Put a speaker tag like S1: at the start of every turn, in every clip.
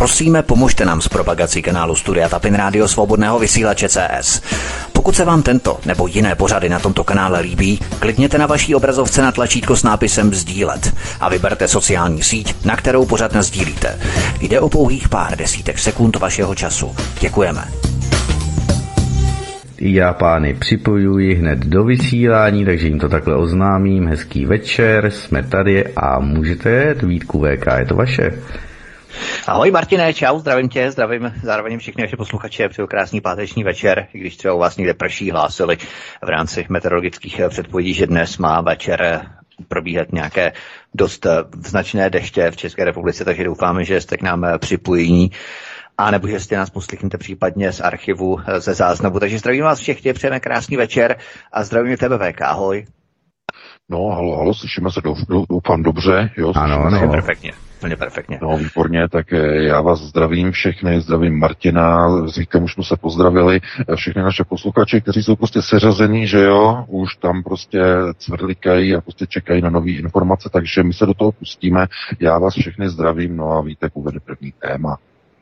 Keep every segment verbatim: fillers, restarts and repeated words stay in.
S1: Prosíme, pomožte nám s propagací kanálu Studia Tapin Rádio Svobodného vysílače C S. Pokud se vám tento nebo jiné pořady na tomto kanále líbí, klikněte na vaší obrazovce na tlačítko s nápisem sdílet a vyberte sociální síť, na kterou pořad nasdílíte. Jde o pouhých pár desítek sekund vašeho času. Děkujeme.
S2: Já pány připojuji hned do vysílání, takže jim to takhle oznámím. Hezký večer, jsme tady a můžete jet, Vítku V K, je to vaše.
S1: Ahoj Martine, čau, zdravím tě, zdravím zároveň všechny naše posluchače, přeju krásný páteční večer, i když třeba u vás někde prší, hlásili v rámci meteorologických předpovědí, že dnes má večer probíhat nějaké dost značné deště v České republice, takže doufáme, že jste k nám připojení. A nebo že jste nás poslechnete případně z archivu, ze záznamu. Takže zdravím vás všechny, přejeme krásný večer a zdravím tebe V K, ahoj.
S3: No, halo, halo, slyšíme se, doufám dobře, jo?
S2: Ano, ano.
S1: Plně perfektně, plně perfektně.
S3: No, výborně, tak já vás zdravím všechny, zdravím Martina, s Vítkem už jsme se pozdravili, všechny naše posluchače, kteří jsou prostě seřazení, že jo, už tam prostě cvrlikají a prostě čekají na nové informace, takže my se do toho pustíme, já vás všechny zdravím, no a Vítek uvede první téma.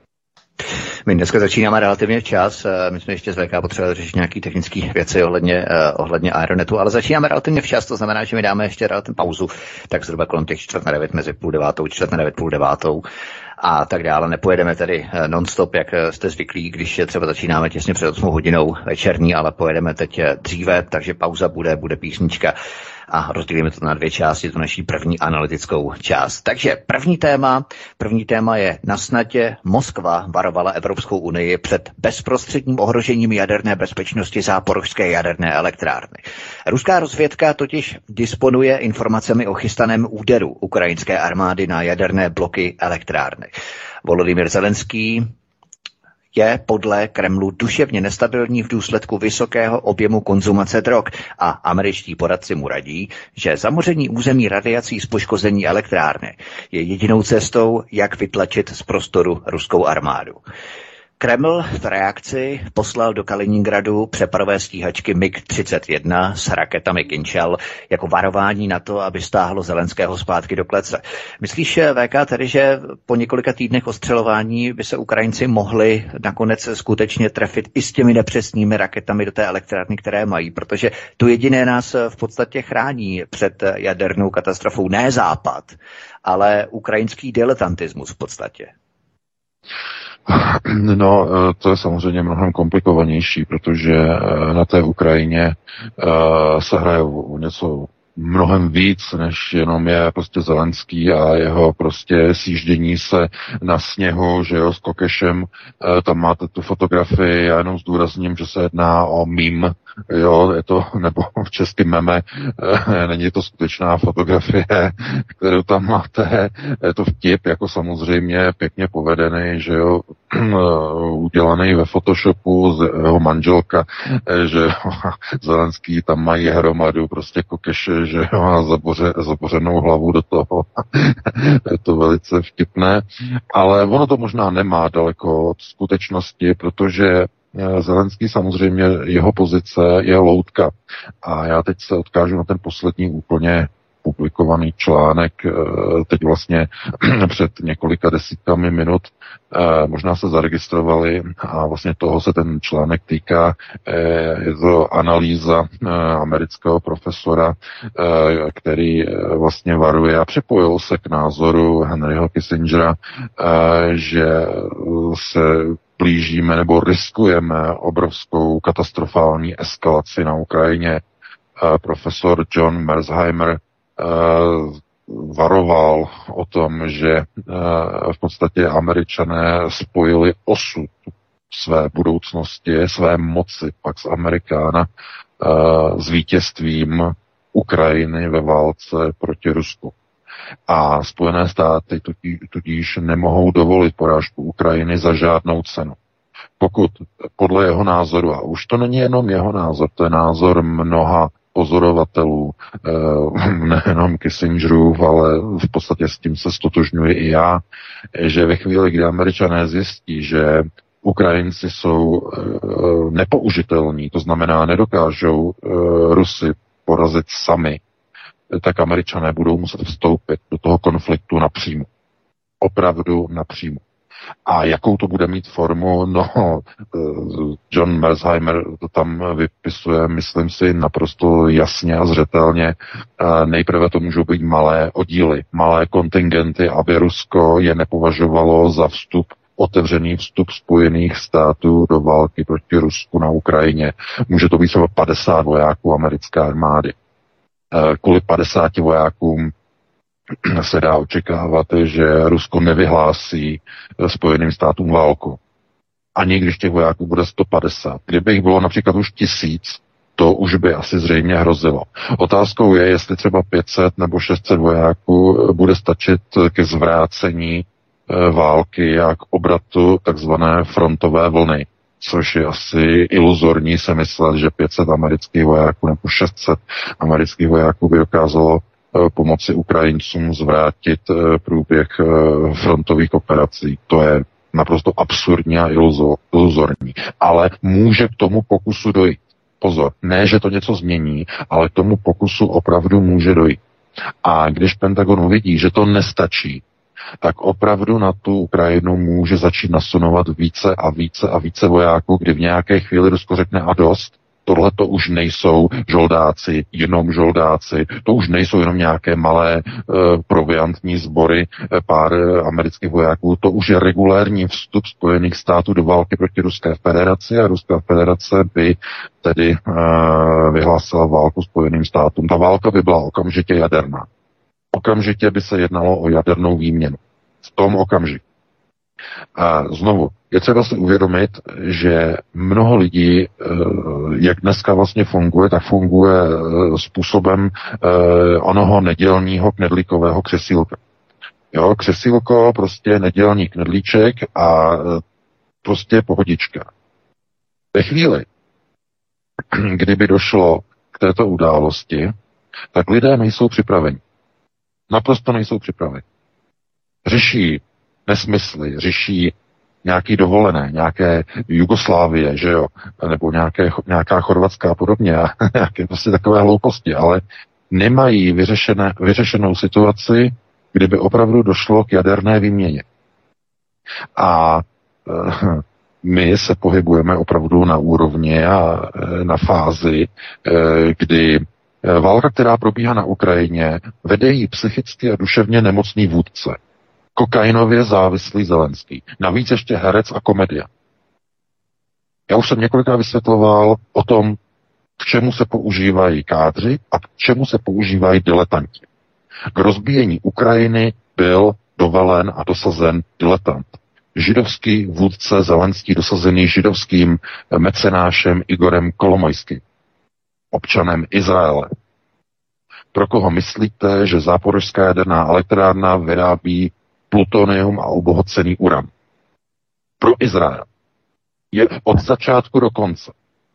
S1: My dneska začínáme relativně včas, my jsme ještě z V K potřebovali řešit nějaké technické věci ohledně, ohledně Aeronetu, ale začínáme relativně včas, to znamená, že my dáme ještě relativně pauzu, tak zhruba kolem těch čtvrt na devět, mezi půl devátou, čtvrt na devět, půl devátou a tak dále. Nepojedeme tedy non-stop, jak jste zvyklí, když třeba začínáme těsně před osmou hodinou večerní, ale pojedeme teď dříve, takže pauza bude, bude písnička. A rozdělíme to na dvě části, tu naší první analytickou část. Takže první téma, první téma je nasnadě Moskva varovala Evropskou unii před bezprostředním ohrožením jaderné bezpečnosti záporožské jaderné elektrárny. Ruská rozvědka totiž disponuje informacemi o chystaném úderu ukrajinské armády na jaderné bloky elektrárny. Volodymyr Zelenský je podle Kremlu duševně nestabilní v důsledku vysokého objemu konzumace drog a američtí poradci mu radí, že zamoření území radiací z poškození elektrárny je jedinou cestou, jak vytlačit z prostoru ruskou armádu. Kreml v reakci poslal do Kaliningradu přepadové stíhačky mig třicet jedna s raketami Kinžal jako varování na to, aby stáhlo Zelenského zpátky do klece. Myslíš, V K, tedy, že po několika týdnech ostřelování by se Ukrajinci mohli nakonec skutečně trefit i s těmi nepřesnými raketami do té elektrárny, které mají, protože tu jediné nás v podstatě chrání před jadernou katastrofou ne Západ, ale ukrajinský diletantismus v podstatě.
S3: No, to je samozřejmě mnohem komplikovanější, protože na té Ukrajině se hraje o něco mnohem víc, než jenom je prostě Zelenský a jeho prostě sjíždění se na sněhu, že jo, s kokešem. Tam máte tu fotografii, já jenom zdůrazním, že se jedná o mím, jo, je to, nebo v českém meme, není to skutečná fotografie, kterou tam máte, je to vtip, jako samozřejmě pěkně povedený, že jo, udělaný ve Photoshopu z jeho manželka, že Zelenský tam mají hromadu prostě kokeše, že jo, a zaboře, zabořenou hlavu do toho. Je to velice vtipné, ale ono to možná nemá daleko od skutečnosti, protože Zelenský samozřejmě, jeho pozice je loutka. A já teď se odkážu na ten poslední úplně publikovaný článek, teď vlastně před několika desítkami minut, možná se zaregistrovali a vlastně toho se ten článek týká. Je to analýza amerického profesora, který vlastně varuje a připojil se k názoru Henryho Kissingera, že se blížíme nebo riskujeme obrovskou katastrofální eskalaci na Ukrajině. Profesor John Merzheimer varoval o tom, že v podstatě Američané spojili osud své budoucnosti, své moci pak z Amerikána s vítězstvím Ukrajiny ve válce proti Rusku. A Spojené státy tudíž nemohou dovolit porážku Ukrajiny za žádnou cenu. Pokud podle jeho názoru, a už to není jenom jeho názor, to je názor mnoha pozorovatelů, nejenom Kissingerův, ale v podstatě s tím se stotožňuji i já, že ve chvíli, kdy Američané zjistí, že Ukrajinci jsou nepoužitelní, to znamená nedokážou Rusy porazit sami, tak Američané budou muset vstoupit do toho konfliktu napřímo. Opravdu napřímo. A jakou to bude mít formu? No, John Mersheimer to tam vypisuje, myslím si, naprosto jasně a zřetelně. Nejprve to můžou být malé oddíly, malé kontingenty, aby Rusko je nepovažovalo za vstup, otevřený vstup Spojených států do války proti Rusku na Ukrajině. Může to být třeba padesát vojáků americké armády. Kvůli padesáti vojákům se dá očekávat, že Rusko nevyhlásí Spojeným státům válku. Ani když těch vojáků bude sto padesát. Kdyby jich bylo například už tisíc, to už by asi zřejmě hrozilo. Otázkou je, jestli třeba pět set nebo šest set vojáků bude stačit ke zvrácení války a k obratu takzvané frontové vlny, což je asi iluzorní se myslet, že pět set amerických vojáků nebo šest set amerických vojáků by dokázalo pomoci Ukrajincům zvrátit průběh frontových operací. To je naprosto absurdní a iluzorní. Ale může k tomu pokusu dojít. Pozor, ne, že to něco změní, ale k tomu pokusu opravdu může dojít. A když Pentagon uvidí, že to nestačí, tak opravdu na tu Ukrajinu může začít nasunovat více a více a více vojáků, kdy v nějaké chvíli Rusko řekne a dost, tohle to už nejsou žoldáci, jenom žoldáci, to už nejsou jenom nějaké malé e, proviantní sbory, e, pár e, amerických vojáků, to už je regulérní vstup Spojených států do války proti Ruské federaci a Ruská federace by tedy e, vyhlásila válku Spojeným státům. Ta válka by byla okamžitě jaderná. Okamžitě by se jednalo o jadernou výměnu. V tom okamžiku. A znovu, je třeba si uvědomit, že mnoho lidí, jak dneska vlastně funguje, tak funguje způsobem onoho nedělního knedlíkového křesílka. Jo, křesílko, prostě nedělní knedlíček a prostě pohodička. Ve chvíli, kdyby došlo k této události, tak lidé nejsou připraveni. Naprosto nejsou připraveni. Řeší nesmysly, řeší nějaký dovolené, nějaké Jugoslávie, že jo, nebo nějaké, nějaká Chorvatská a podobně, a nějaké prostě takové hlouposti, ale nemají vyřešené, vyřešenou situaci, kdyby opravdu došlo k jaderné výměně. A e, my se pohybujeme opravdu na úrovni a e, na fázi, e, kdy válka, která probíhá na Ukrajině, vede jí psychicky a duševně nemocný vůdce. Kokainově závislý Zelenský. Navíc ještě herec a komedia. Já už jsem několikrát vysvětloval o tom, k čemu se používají kádři a k čemu se používají diletanti. K rozbíjení Ukrajiny byl dovelen a dosazen diletant. Židovský vůdce Zelenský dosazený židovským mecenášem Igorem Kolomojským, občanem Izraele. Pro koho myslíte, že záporožská jaderná elektrárna vyrábí plutonium a obohacený uran? Pro Izrael. Je od začátku do konce.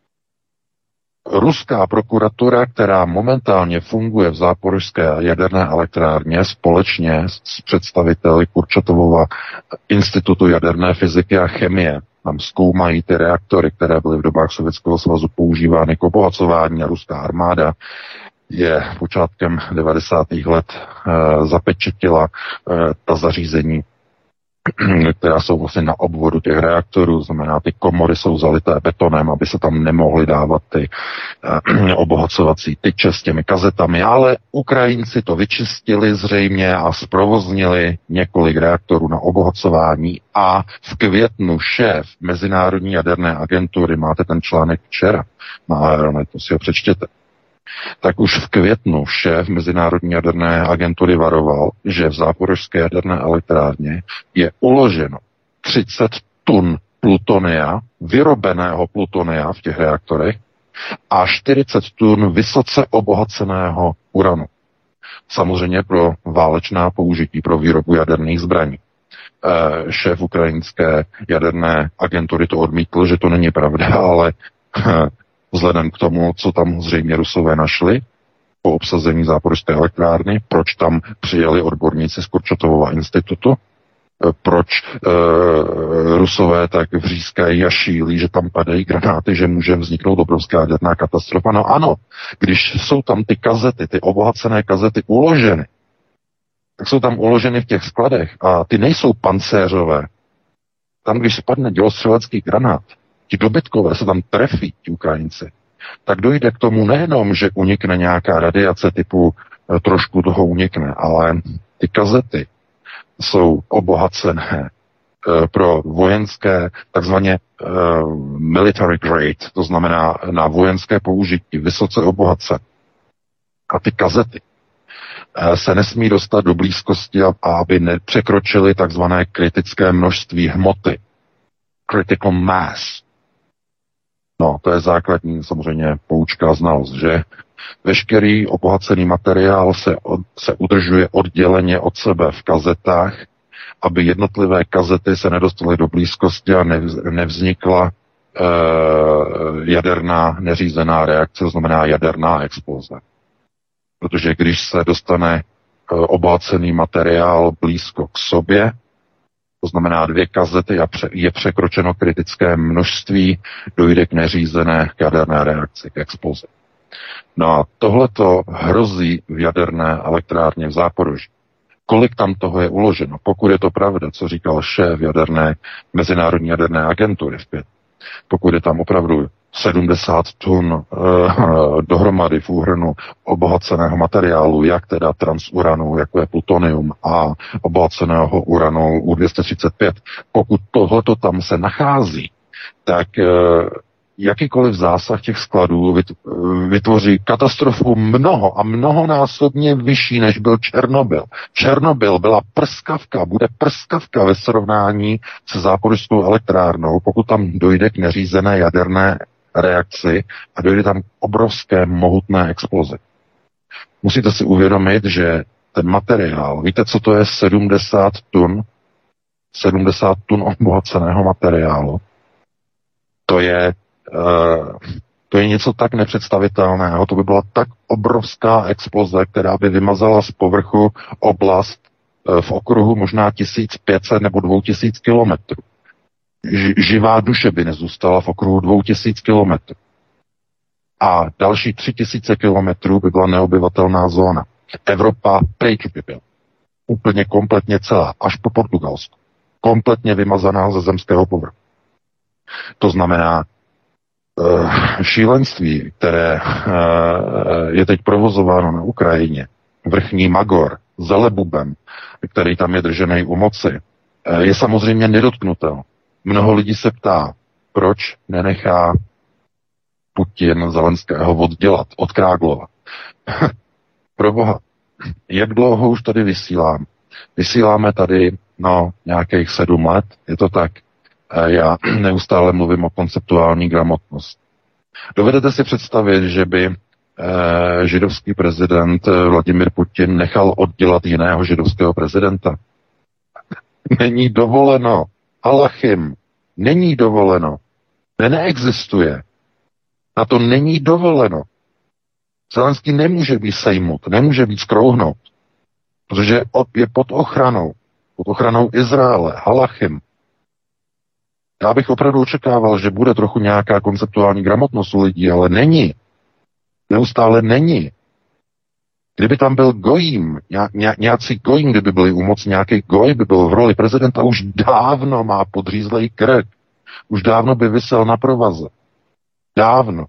S3: Ruská prokuratura, která momentálně funguje v záporožské jaderné elektrárně společně s představiteli Kurčatovova institutu jaderné fyziky a chemie, tam zkoumají ty reaktory, které byly v dobách Sovětského svazu používány k obohacování, a ruská armáda je počátkem devadesátých let e, zapečetila e, ta zařízení, která jsou vlastně na obvodu těch reaktorů, znamená, ty komory jsou zalité betonem, aby se tam nemohly dávat ty e, obohacovací tyče s těmi kazetami, ale Ukrajinci to vyčistili zřejmě a zprovoznili několik reaktorů na obohacování a v květnu šéf Mezinárodní jaderné agentury, máte ten článek včera na Aeronetu, si ho přečtěte, tak už v květnu šéf Mezinárodní jaderné agentury varoval, že v záporožské jaderné elektrárně je uloženo třicet tun plutonia, vyrobeného plutonia v těch reaktorech a čtyřicet tun vysoce obohaceného uranu. Samozřejmě pro válečná použití, pro výrobu jaderných zbraní. E, šéf ukrajinské jaderné agentury to odmítl, že to není pravda, ale vzhledem k tomu, co tam zřejmě Rusové našli po obsazení záporožské elektrárny, proč tam přijeli odborníci z Kurčatovova institutu, proč e, Rusové tak vřískají a šílí, že tam padají granáty, že může vzniknout obrovská jaderná katastrofa. No ano, když jsou tam ty kazety, ty obohacené kazety uloženy, tak jsou tam uloženy v těch skladech a ty nejsou pancéřové, tam, když spadne dělostřelecký granát, ti dobytkové se tam trefí, ti Ukrajinci, tak dojde k tomu nejenom, že unikne nějaká radiace typu e, trošku toho unikne, ale ty kazety jsou obohacené e, pro vojenské, takzvaně e, military grade, to znamená na vojenské použití, vysoce obohacené. A ty kazety e, se nesmí dostat do blízkosti, a, aby nepřekročily takzvané kritické množství hmoty. Critical mass. No, to je základní samozřejmě poučka a znalost, že veškerý obohacený materiál se, od, se udržuje odděleně od sebe v kazetách, aby jednotlivé kazety se nedostaly do blízkosti a nevz, nevznikla eh, jaderná neřízená reakce, to znamená jaderná exploze. Protože když se dostane eh, obohacený materiál blízko k sobě, to znamená dvě kazety a je překročeno kritické množství, dojde k neřízené jaderné reakci, k explozi. No a tohleto hrozí v jaderné elektrárně v Záporoží. Kolik tam toho je uloženo? Pokud je to pravda, co říkal šéf jaderné, Mezinárodní jaderné agentury v pět, pokud je tam opravdu sedmdesát tun eh, dohromady v úhrnu obohaceného materiálu, jak teda transuranu, jako je plutonium, a obohaceného uranu U dvě stě třicet pět. Pokud tohleto tam se nachází, tak eh, jakýkoliv zásah těch skladů vytvoří katastrofu mnoho a mnohonásobně vyšší, než byl Černobyl. Černobyl byla prskavka, bude prskavka ve srovnání se záporožskou elektrárnou, pokud tam dojde k neřízené jaderné reakci a dojde tam k obrovské mohutné explozi. Musíte si uvědomit, že ten materiál, víte, co to je sedmdesát tun? sedmdesát tun obohaceného materiálu. To je Uh, to je něco tak nepředstavitelného, to by byla tak obrovská exploze, která by vymazala z povrchu oblast uh, v okruhu možná tisíc pět set nebo dvě tisíce kilometrů. Ž- živá duše by nezůstala v okruhu dvě tisíce kilometrů. A další tři tisíce kilometrů by byla neobyvatelná zóna. Evropa pryč by byla. Úplně kompletně celá, až po Portugalsku. Kompletně vymazaná ze zemského povrchu. To znamená, šílenství, které je teď provozováno na Ukrajině, vrchní Magor, Zelebubem, který tam je držený u moci, je samozřejmě nedotknutel. Mnoho lidí se ptá, proč nenechá Putin Zelenského oddělat, odkráglovat. Proboha, jak dlouho už tady vysílám? Vysíláme tady, no, nějakých sedm let, je to tak. Já neustále mluvím o konceptuální gramotnosti. Dovedete si představit, že by eh, židovský prezident Vladimir Putin nechal oddělat jiného židovského prezidenta? Není dovoleno. Alachim. Není dovoleno. Ne, neexistuje. Na to není dovoleno. Zelenský nemůže být sejmut, nemůže být skrouhnout, protože je pod ochranou, pod ochranou Izraele, Halachim. Já bych opravdu očekával, že bude trochu nějaká konceptuální gramotnost u lidí, ale není. Neustále není. Kdyby tam byl gojím, ně, nějací gojím, kdyby byli u moci, nějaký goj by byl v roli prezidenta, už dávno má podřízlej krk. Už dávno by visel na provaze. Dávno.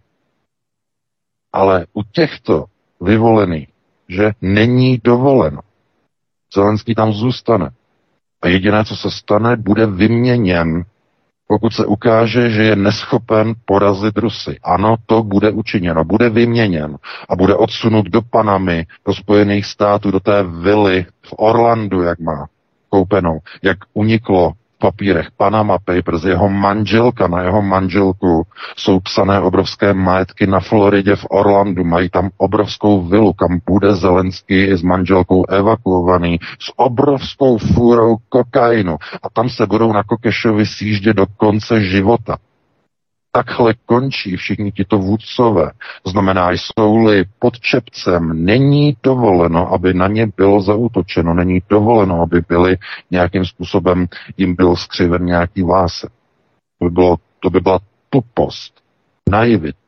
S3: Ale u těchto vyvolených, že není dovoleno. Zelenský tam zůstane. A jediné, co se stane, bude vyměněn, pokud se ukáže, že je neschopen porazit Rusy. Ano, to bude učiněno, bude vyměněn a bude odsunut do Panamy, do Spojených států, do té vily v Orlandu, jak má koupenou, jak uniklo v papírech Panama Papers, jeho manželka, na jeho manželku jsou psané obrovské majetky na Floridě v Orlandu, mají tam obrovskou vilu, kam bude Zelenský s manželkou evakuovaný s obrovskou fůrou kokainu a tam se budou na Kokešovi sjíždět do konce života. Takhle končí všichni tito vůdcové. To znamená, jsou-li pod čepcem, není dovoleno, aby na ně bylo zaútočeno, není dovoleno, aby byli nějakým způsobem, jim byl skřiven nějaký vlásek. To by, bylo, to by byla tupost, naivit.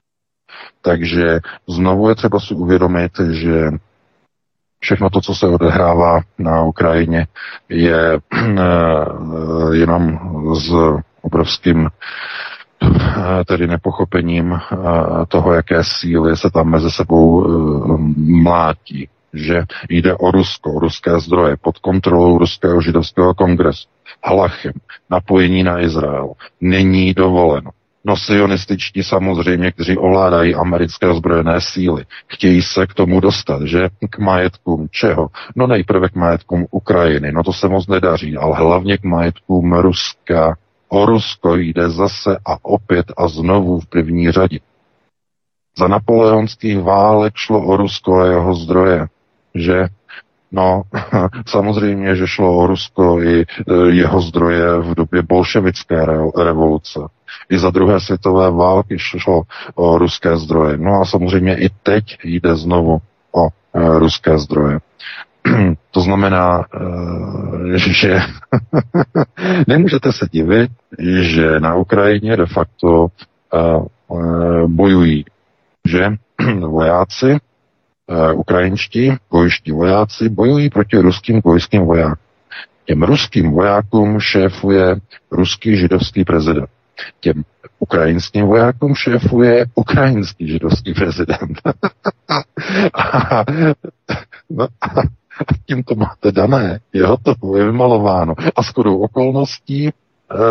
S3: Takže znovu je třeba si uvědomit, že všechno to, co se odehrává na Ukrajině, je jenom s obrovským tedy nepochopením toho, jaké síly se tam mezi sebou mlátí. Že jde o Rusko, o ruské zdroje pod kontrolou Ruského židovského kongresu, Halachim, napojení na Izrael. Není dovoleno. No sionističtí samozřejmě, kteří ovládají americké ozbrojené síly, chtějí se k tomu dostat, že k majetkům čeho? No nejprve k majetkům Ukrajiny, no to se moc nedaří, ale hlavně k majetkům Ruska. O Rusko jde zase a opět a znovu v první řadě. Za napoleonských válek šlo o Rusko a jeho zdroje, že no, samozřejmě, že šlo o Rusko i jeho zdroje v době bolševické revoluce. I za druhé světové války šlo o ruské zdroje. No a samozřejmě i teď jde znovu o e, ruské zdroje. To znamená, e, že nemůžete se divit, že na Ukrajině de facto e, e, bojují, že vojáci, e, ukrajinští bojiští vojáci bojují proti ruským vojským vojákům. Těm ruským vojákům šéfuje ruský židovský prezident. Těm ukrajinským vojákům šéfuje ukrajinský židovský prezident. a, no, a tím to máte dané, je hotovo, je vymalováno. A shodou okolností e,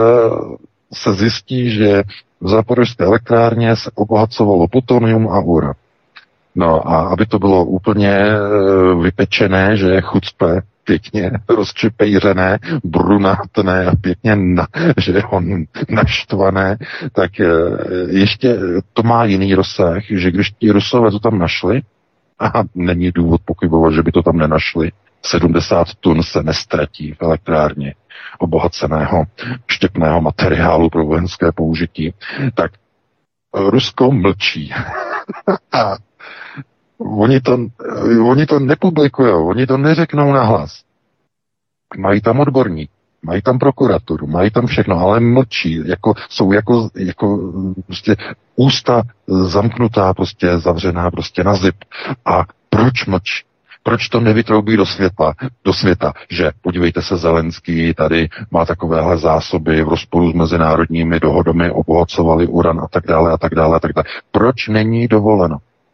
S3: se zjistí, že v Záporožské elektrárně se obohacovalo plutonium a uran. No a aby to bylo úplně e, vypečené, že je chucpe, pěkně rozčepejřené, brunátné a pěkně, na, že on naštvané, tak ještě to má jiný rozsah, že když ti Rusové to tam našli, a není důvod pochybovat, že by to tam nenašli, sedmdesát tun se nestratí v elektrárně obohaceného štěpného materiálu pro vojenské použití, tak Rusko mlčí. A Oni to, oni to nepublikují, oni to neřeknou nahlas. Mají tam odborník, mají tam prokuraturu, mají tam všechno, ale mlčí, jako, jsou jako, jako prostě ústa zamknutá, prostě zavřená prostě na zip. A proč mlčí? Proč to nevytroubí do světla, do světa, že podívejte se, Zelenský tady má takovéhle zásoby v rozporu s mezinárodními dohodami, obohacovali uran a tak dále a tak dále a tak dále. Proč není dovoleno?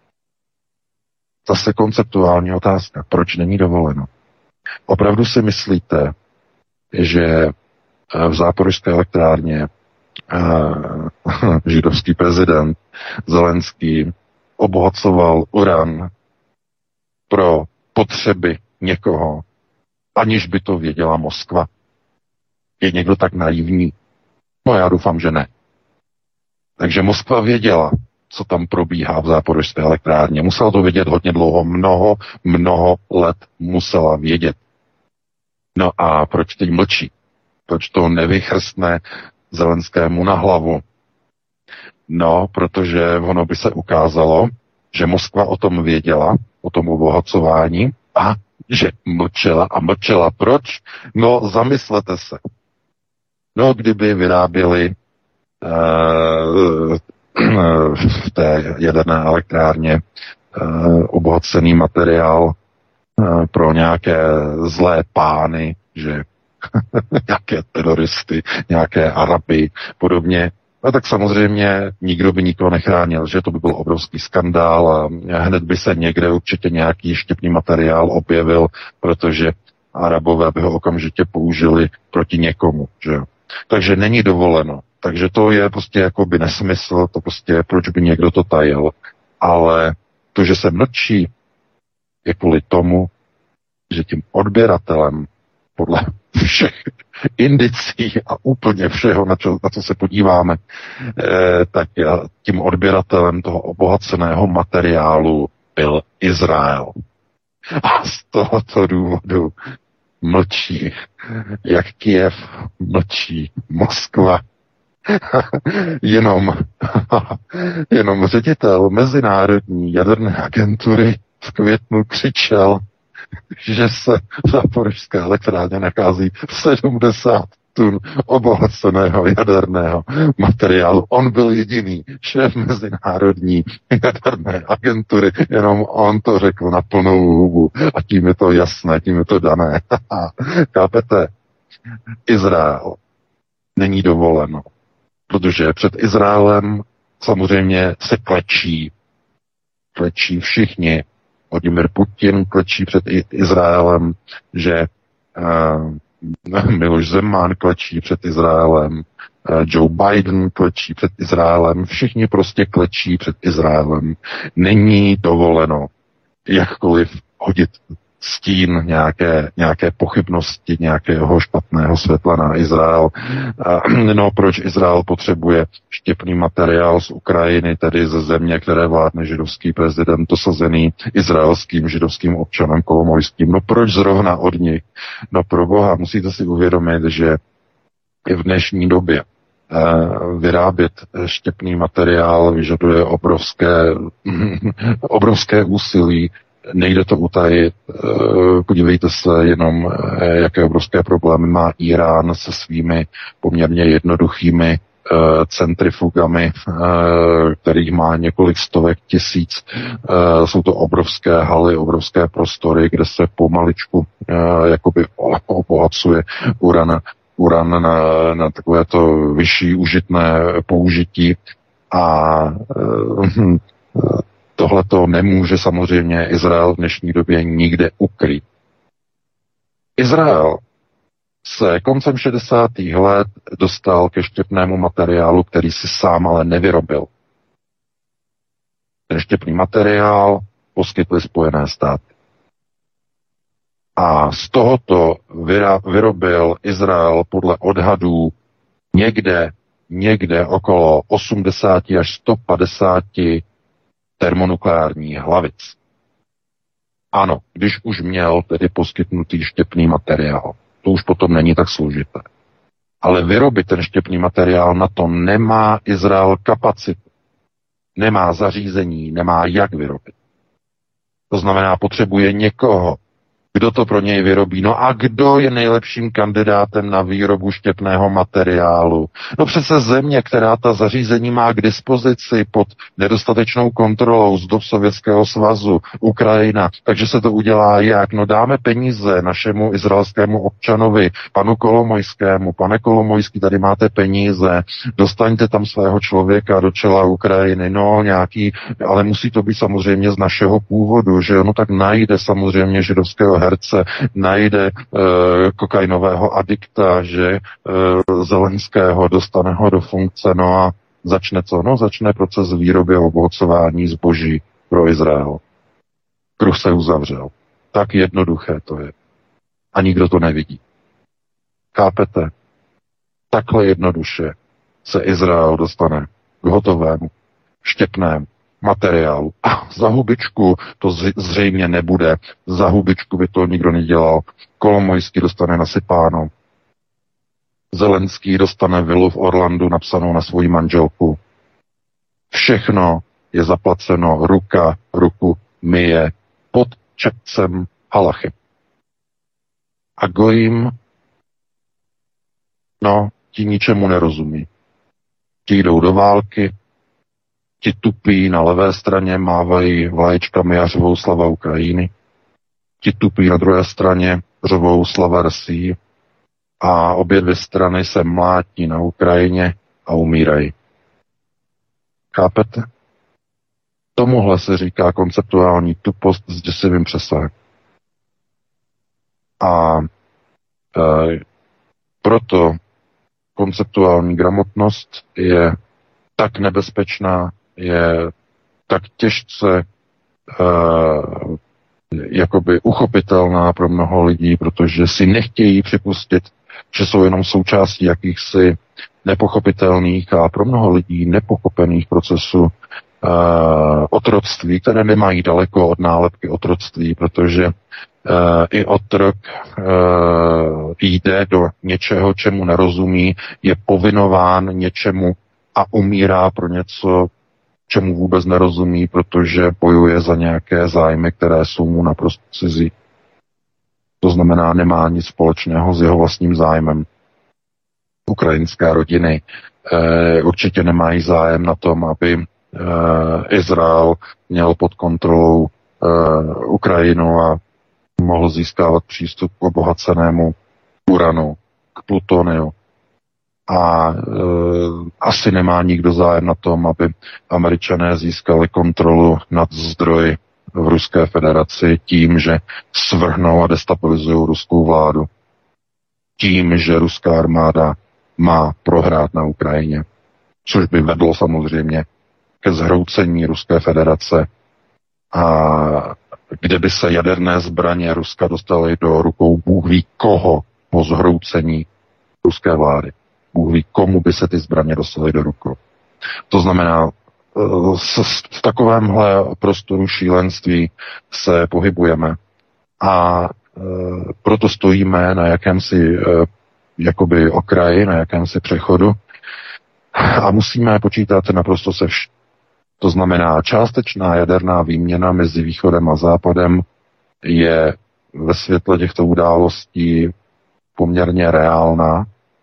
S3: Zase konceptuální otázka. Proč není dovoleno? Opravdu si myslíte, že v Záporožské elektrárně uh, židovský prezident Zelenský obohacoval uran pro potřeby někoho, aniž by to věděla Moskva? Je někdo tak naivní? No já doufám, že ne. Takže Moskva věděla, co tam probíhá v Záporožské elektrárně. Musela to vědět hodně dlouho, mnoho, mnoho let musela vědět. No a proč teď mlčí? Proč to nevychrstne Zelenskému na hlavu? No, protože ono by se ukázalo, že Moskva o tom věděla, o tom obohacování, a že mlčela a mlčela. Proč? No, zamyslete se. No, kdyby vyráběli uh, v té jaderné elektrárně obohacený materiál pro nějaké zlé pány, že nějaké teroristy, nějaké Araby, podobně. A tak samozřejmě nikdo by nikoho nechránil, že to by byl obrovský skandál a hned by se někde určitě nějaký štěpný materiál objevil, protože Arabové by ho okamžitě použili proti někomu, že? Takže není dovoleno. Takže to je prostě jakoby nesmysl, to prostě proč by někdo to tajil. Ale to, že se mlčí, je kvůli tomu, že tím odběratelem podle všech indicí a úplně všeho, na, čo, na co se podíváme, eh, tak tím odběratelem toho obohaceného materiálu byl Izrael. A z tohoto důvodu mlčí, jak Kyjev mlčí Moskva. jenom, jenom ředitel Mezinárodní jaderné agentury v květnu křičel, že se v Záporožské elektrárně nachází sedmdesát tun obohaceného jaderného materiálu. On byl jediný šéf Mezinárodní jaderné agentury, jenom on to řekl na plnou hubu a tím je to jasné, tím je to dané. Chápete? Izrael není dovoleno. Protože před Izraelem samozřejmě se klečí. Klečí všichni. Vladimir Putin klečí před Izraelem, že uh, Miloš Zeman klečí před Izraelem, uh, Joe Biden klečí před Izraelem, všichni prostě klečí před Izraelem. Není dovoleno jakkoliv hodit stín nějaké, nějaké pochybnosti, nějakého špatného světla na Izrael. No, proč Izrael potřebuje štěpný materiál z Ukrajiny, tedy ze země, které vládne židovský prezident, dosazený izraelským židovským občanem Kolomojským. No proč zrovna od nich? No pro Boha, musíte si uvědomit, že i v dnešní době vyrábět štěpný materiál vyžaduje obrovské, obrovské úsilí. Nejde to utajit. Podívejte se jenom, jaké obrovské problémy má Irán se svými poměrně jednoduchými centrifugami, kterých má několik stovek tisíc. Jsou to obrovské haly, obrovské prostory, kde se pomaličku jakoby obohacuje uran, uran na, na takovéto vyšší užitné použití a tohle to nemůže samozřejmě Izrael v dnešní době nikde ukrýt. Izrael se koncem šedesátých let dostal ke štěpnému materiálu, který si sám ale nevyrobil. Ten štěpný materiál poskytly Spojené státy. A z tohoto vyrobil Izrael podle odhadů někde, někde okolo osmdesát až sto padesát termonukleárních hlavic. Ano, když už měl tedy poskytnutý štěpný materiál. To už potom není tak složité. Ale vyrobit ten štěpný materiál, na to nemá Izrael kapacitu. Nemá zařízení, nemá jak vyrobit. To znamená, potřebuje někoho, kdo to pro něj vyrobí. No a kdo je nejlepším kandidátem na výrobu štěpného materiálu? No přece země, která ta zařízení má k dispozici pod nedostatečnou kontrolou z dob Sovětského svazu, Ukrajina. Takže se to udělá jak? No dáme peníze našemu izraelskému občanovi, panu Kolomojskému. Pane Kolomojský, tady máte peníze, dostaňte tam svého člověka do čela Ukrajiny. No nějaký, ale musí to být samozřejmě z našeho původu, že no tak najde samozřejmě židovského herce, najde e, kokainového adikta, že e, Zelenského, dostane ho do funkce, no a začne co? No začne proces výroby a obohacování zboží pro Izrael. Kruh se uzavřel. Tak jednoduché to je. A nikdo to nevidí. Chápete? Takhle jednoduše se Izrael dostane k hotovému, štěpnému materiálu. A za hubičku to zřejmě nebude. Za hubičku by to nikdo nedělal. Kolomojský dostane nasypáno. Zelenský dostane vilu v Orlandu napsanou na svoji manželku. Všechno je zaplaceno, ruka ruku myje pod čepcem halachy. A gojím, no, ti ničemu nerozumí. Ti jdou do války, ti tupí na levé straně, mávají vlaječkami a řvou slava Ukrajiny. Ti tupí na druhé straně, řvou slava Rusii. A obě dvě strany se mlátí na Ukrajině a umírají. Chápete? Tomuhle se říká konceptuální tupost s děsivým přesahem. A e, proto konceptuální gramotnost je tak nebezpečná, je tak těžce uh, jakoby uchopitelná pro mnoho lidí, protože si nechtějí připustit, že jsou jenom součástí jakýchsi nepochopitelných a pro mnoho lidí nepochopených procesů uh, otroctví, které nemají daleko od nálepky otroctví, protože uh, i otrok uh, jde do něčeho, čemu nerozumí, je povinován něčemu a umírá pro něco, čemu vůbec nerozumí, protože bojuje za nějaké zájmy, které jsou mu naprosto cizí. To znamená, nemá nic společného s jeho vlastním zájmem. Ukrajinské rodiny eh, určitě nemají zájem na tom, aby eh, Izrael měl pod kontrolou eh, Ukrajinu a mohl získávat přístup k obohacenému uranu, k plutoniu. a e, asi nemá nikdo zájem na tom, aby Američané získali kontrolu nad zdroji v Ruské federaci tím, že svrhnou a destabilizují ruskou vládu. Tím, že ruská armáda má prohrát na Ukrajině. Což by vedlo samozřejmě ke zhroucení Ruské federace a kde by se jaderné zbraně Ruska dostaly do rukou Bůh ví koho po zhroucení ruské vlády. Bůh ví, komu by se ty zbraně dostaly do rukou. To znamená, v takovémhle prostoru šílenství se pohybujeme a proto stojíme na jakémsi jakoby okraji, na jakémsi přechodu a musíme počítat naprosto se vším. To znamená, částečná jaderná výměna mezi východem a západem je ve světle těchto událostí poměrně reálná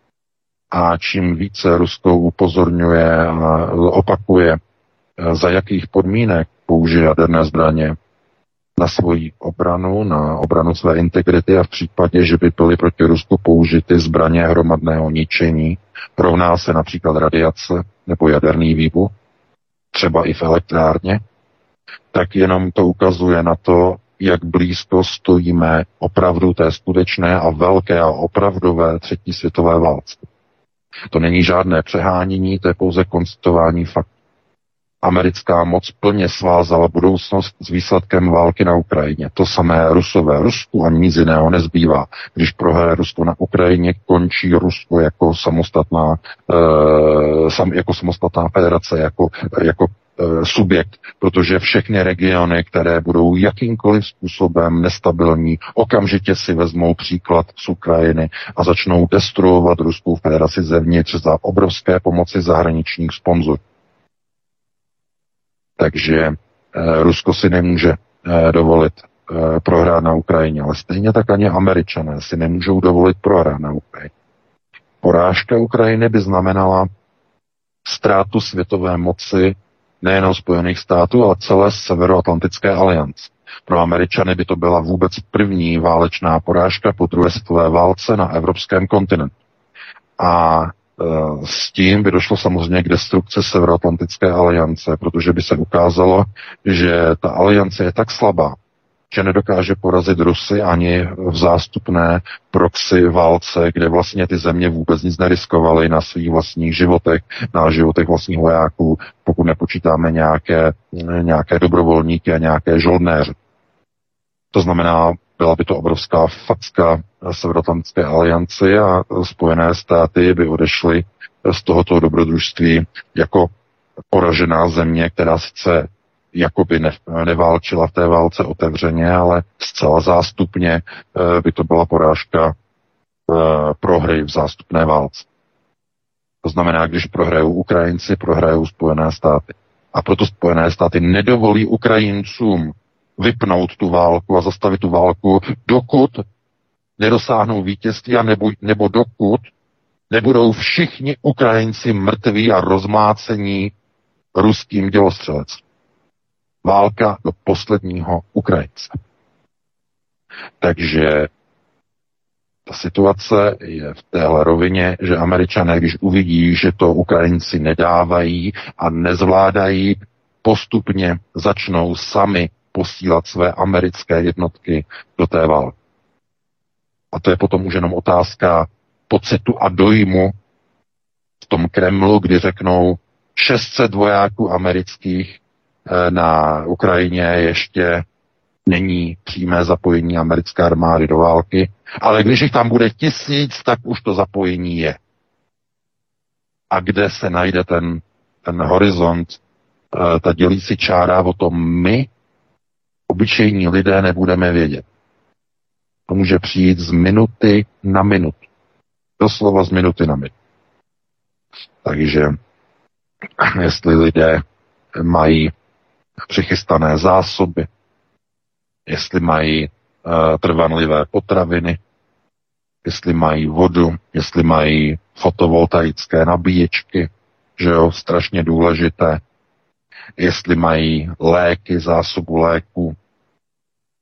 S3: a čím více Rusko upozorňuje a opakuje, za jakých podmínek použije jaderné zbraně na svoji obranu, na obranu své integrity a v případě, že by byly proti Rusku použity zbraně hromadného ničení, rovná se například radiace nebo jaderný výbuch, třeba i v elektrárně, tak jenom to ukazuje na to, jak blízko stojíme opravdu té skutečné a velké a opravdové třetí světové válce. To není žádné přehánění, to je pouze konstatování faktů. Americká moc plně svázala budoucnost s výsledkem války na Ukrajině. To samé Rusové. Rusku ani nic jiného nezbývá. Když prohraje Rusko na Ukrajině, končí Rusko jako samostatná, e, sam, jako samostatná federace, jako, jako e, subjekt, protože všechny regiony, které budou jakýmkoliv způsobem nestabilní, okamžitě si vezmou příklad z Ukrajiny a začnou destruovat Ruskou federaci zevnitř za obrovské pomoci zahraničních sponzorů. Takže e, Rusko si nemůže e, dovolit e, prohrát na Ukrajině, ale stejně tak ani Američané si nemůžou dovolit prohrát na Ukrajině. Porážka Ukrajiny by znamenala ztrátu světové moci nejen Spojených států, ale celé Severoatlantické aliance. Pro Američany by to byla vůbec první válečná porážka po druhé světové válce na evropském kontinentu. A s tím by došlo samozřejmě k destrukci Severoatlantické aliance, protože by se ukázalo, že ta aliance je tak slabá, že nedokáže porazit Rusy ani v zástupné proxy válce, kde vlastně ty země vůbec nic neriskovaly na svých vlastních životech, na životech vlastních vojáků, pokud nepočítáme nějaké, nějaké dobrovolníky a nějaké žoldnéře. To znamená, byla by to obrovská facka Severoatlantické alianci a Spojené státy by odešly z tohoto dobrodružství jako poražená země, která sice jakoby ne, neválčila v té válce otevřeně, ale zcela zástupně by to byla porážka prohry v zástupné válce. To znamená, když prohrajou Ukrajinci, prohrajou Spojené státy. A proto Spojené státy nedovolí Ukrajincům vypnout tu válku a zastavit tu válku, dokud nedosáhnou vítězství a nebo, nebo dokud nebudou všichni Ukrajinci mrtví a rozmácení ruským dělostřelectvím. Válka do posledního Ukrajince. Takže ta situace je v téhle rovině, že Američané, když uvidí, že to Ukrajinci nedávají a nezvládají, postupně začnou sami posílat své americké jednotky do té války. A to je potom už jenom otázka pocitu a dojmu v tom Kremlu, kdy řeknou šest set vojáků amerických na Ukrajině ještě není přímé zapojení americké armády do války, ale když jich tam bude tisíc, tak už to zapojení je. A kde se najde ten, ten horizont, ta dělící čára, o tom my, obyčejní lidé, nebudeme vědět. To může přijít z minuty na minutu. Doslova z minuty na minutu. Takže jestli lidé mají přichystané zásoby, jestli mají uh, trvanlivé potraviny, jestli mají vodu, jestli mají fotovoltaické nabíječky, že jo, strašně důležité, jestli mají léky, zásobu léků,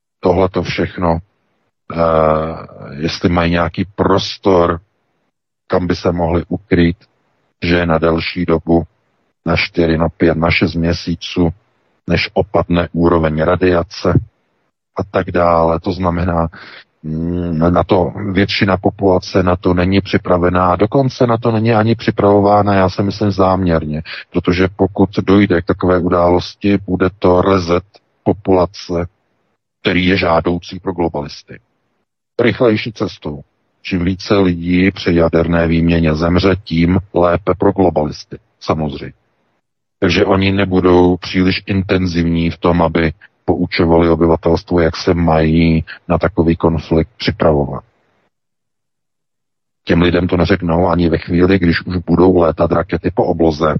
S3: tohleto všechno, uh, jestli mají nějaký prostor, kam by se mohli ukryt, že na delší dobu, na čtyři, na pět, na šest měsíců, než opadne úroveň radiace a tak dále. To znamená, na to většina populace na to není připravená, dokonce na to není ani připravována, já si myslím záměrně, protože pokud dojde k takové události, bude to rezet populace, který je žádoucí pro globalisty. Rychlejší cestou. Čím více lidí při jaderné výměně zemře, tím lépe pro globalisty, samozřejmě. Takže oni nebudou příliš intenzivní v tom, aby poučovali obyvatelstvo, jak se mají na takový konflikt připravovat. Těm lidem to neřeknou ani ve chvíli, když už budou létat rakety po obloze.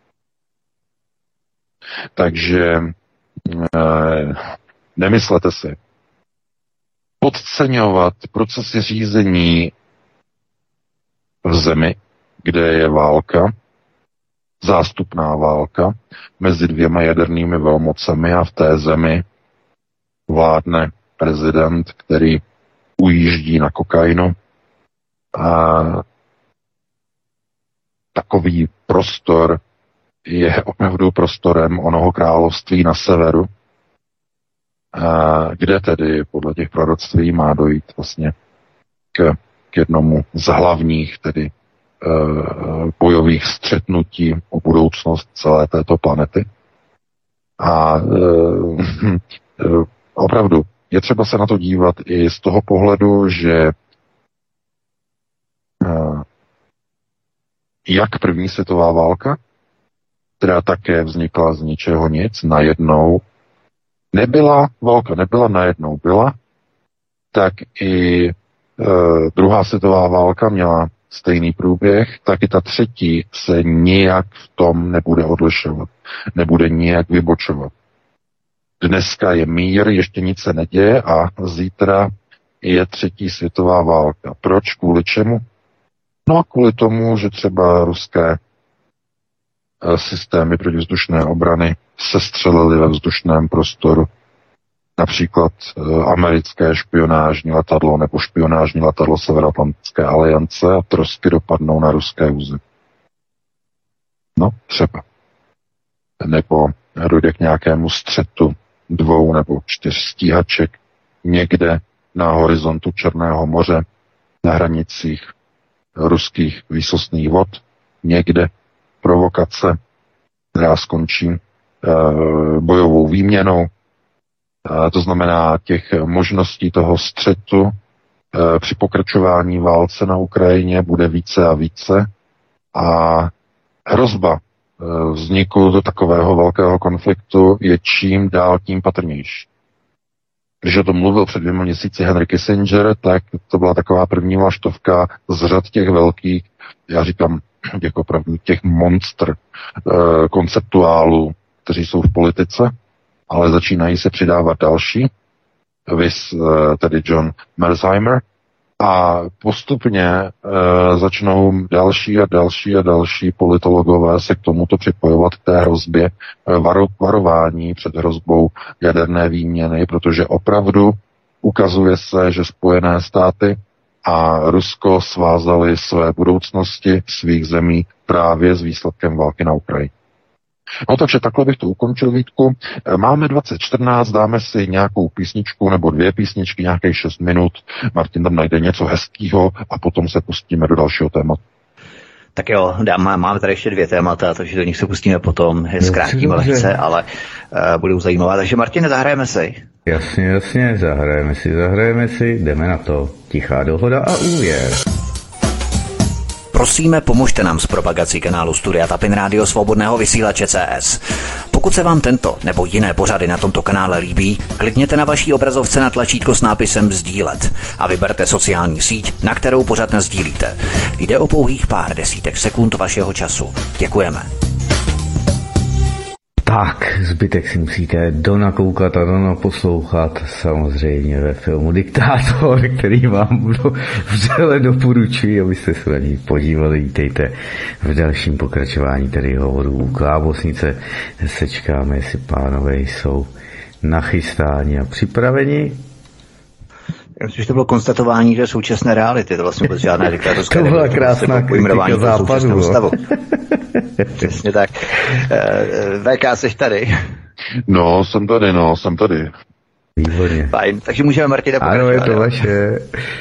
S3: Takže eh, nemyslete si, podceňovat procesy řízení v zemi, kde je válka, zástupná válka mezi dvěma jadernými velmocemi a v té zemi vládne prezident, který ujíždí na kokainu. A takový prostor je opravdu prostorem onoho království na severu, a kde tedy podle těch proroctví má dojít vlastně k, k jednomu z hlavních tedy bojových střetnutí o budoucnost celé této planety. A e, opravdu je třeba se na to dívat i z toho pohledu, že e, jak první světová válka, která také vznikla z ničeho nic, najednou nebyla válka, nebyla najednou byla, tak i e, druhá světová válka měla stejný průběh, tak i ta třetí se nijak v tom nebude odlišovat, nebude nijak vybočovat. Dneska je mír, ještě nic se neděje a zítra je třetí světová válka. Proč? Kvůli čemu? No kvůli tomu, že třeba ruské systémy protivzdušné obrany sestřelily ve vzdušném prostoru. Například americké špionážní letadlo nebo špionážní letadlo Severoatlantické aliance a trosky dopadnou na ruské území. No, třeba. Nebo dojde k nějakému střetu dvou nebo čtyř stíhaček někde na horizontu Černého moře, na hranicích ruských výsostných vod, někde provokace, která skončí e, bojovou výměnou. To znamená, těch možností toho střetu e, při pokračování válce na Ukrajině bude více a více a hrozba e, vzniku do takového velkého konfliktu je čím dál tím patrnější. Když o tom mluvil před dvěma měsíci Henry Kissinger, tak to byla taková první vlaštovka z řad těch velkých, já říkám, jako opravdu těch monstr e, konceptuálů, kteří jsou v politice, ale začínají se přidávat další, viz tedy John Mearsheimer, a postupně e, začnou další a další a další politologové se k tomuto připojovat k té hrozbě e, varo, varování před hrozbou jaderné výměny, protože opravdu ukazuje se, že Spojené státy a Rusko svázali své budoucnosti svých zemí právě s výsledkem války na Ukrajině. No takže takhle bych to ukončil, Vítku. Máme dvacet čtrnáct, dáme si nějakou písničku nebo dvě písničky, nějakých šest minut. Martin tam najde něco hezkýho a potom se pustíme do dalšího tématu.
S1: Tak jo, dám, máme tady ještě dvě témata, takže do nich se pustíme potom, zkrátíme lehce, ale uh, budou zajímavé. Takže Martine, zahrajeme si.
S2: Jasně, jasně, zahrajeme si, zahrajeme si, jdeme na to. Tichá dohoda a úvěr.
S1: Prosíme, pomožte nám s propagací kanálu Studia Tapin Rádio Svobodného vysílače C S. Pokud se vám tento nebo jiné pořady na tomto kanále líbí, klikněte na vaší obrazovce na tlačítko s nápisem sdílet a vyberte sociální síť, na kterou pořad nasdílíte. Jde o pouhých pár desítek sekund vašeho času. Děkujeme.
S2: Tak, zbytek si musíte donakoukat a donaposlouchat samozřejmě ve filmu Diktátor, který vám vřele doporučuji, abyste se na něj podívali. Vítejte v dalším pokračování tedy hovorů u Klávesnice. Sečkáme, jestli pánové jsou nachystáni a připraveni.
S1: Já myslím, že to bylo konstatování, že současné reality, to vlastně vůbec žádná diktátorská.
S2: To byla krásná kritika západu.
S1: Přesně tak. V K, seš tady?
S3: No, jsem tady, no, jsem tady.
S2: Výborně.
S1: Fajn, takže můžeme, Martina, pokračovat.
S2: Ano, je to vaše.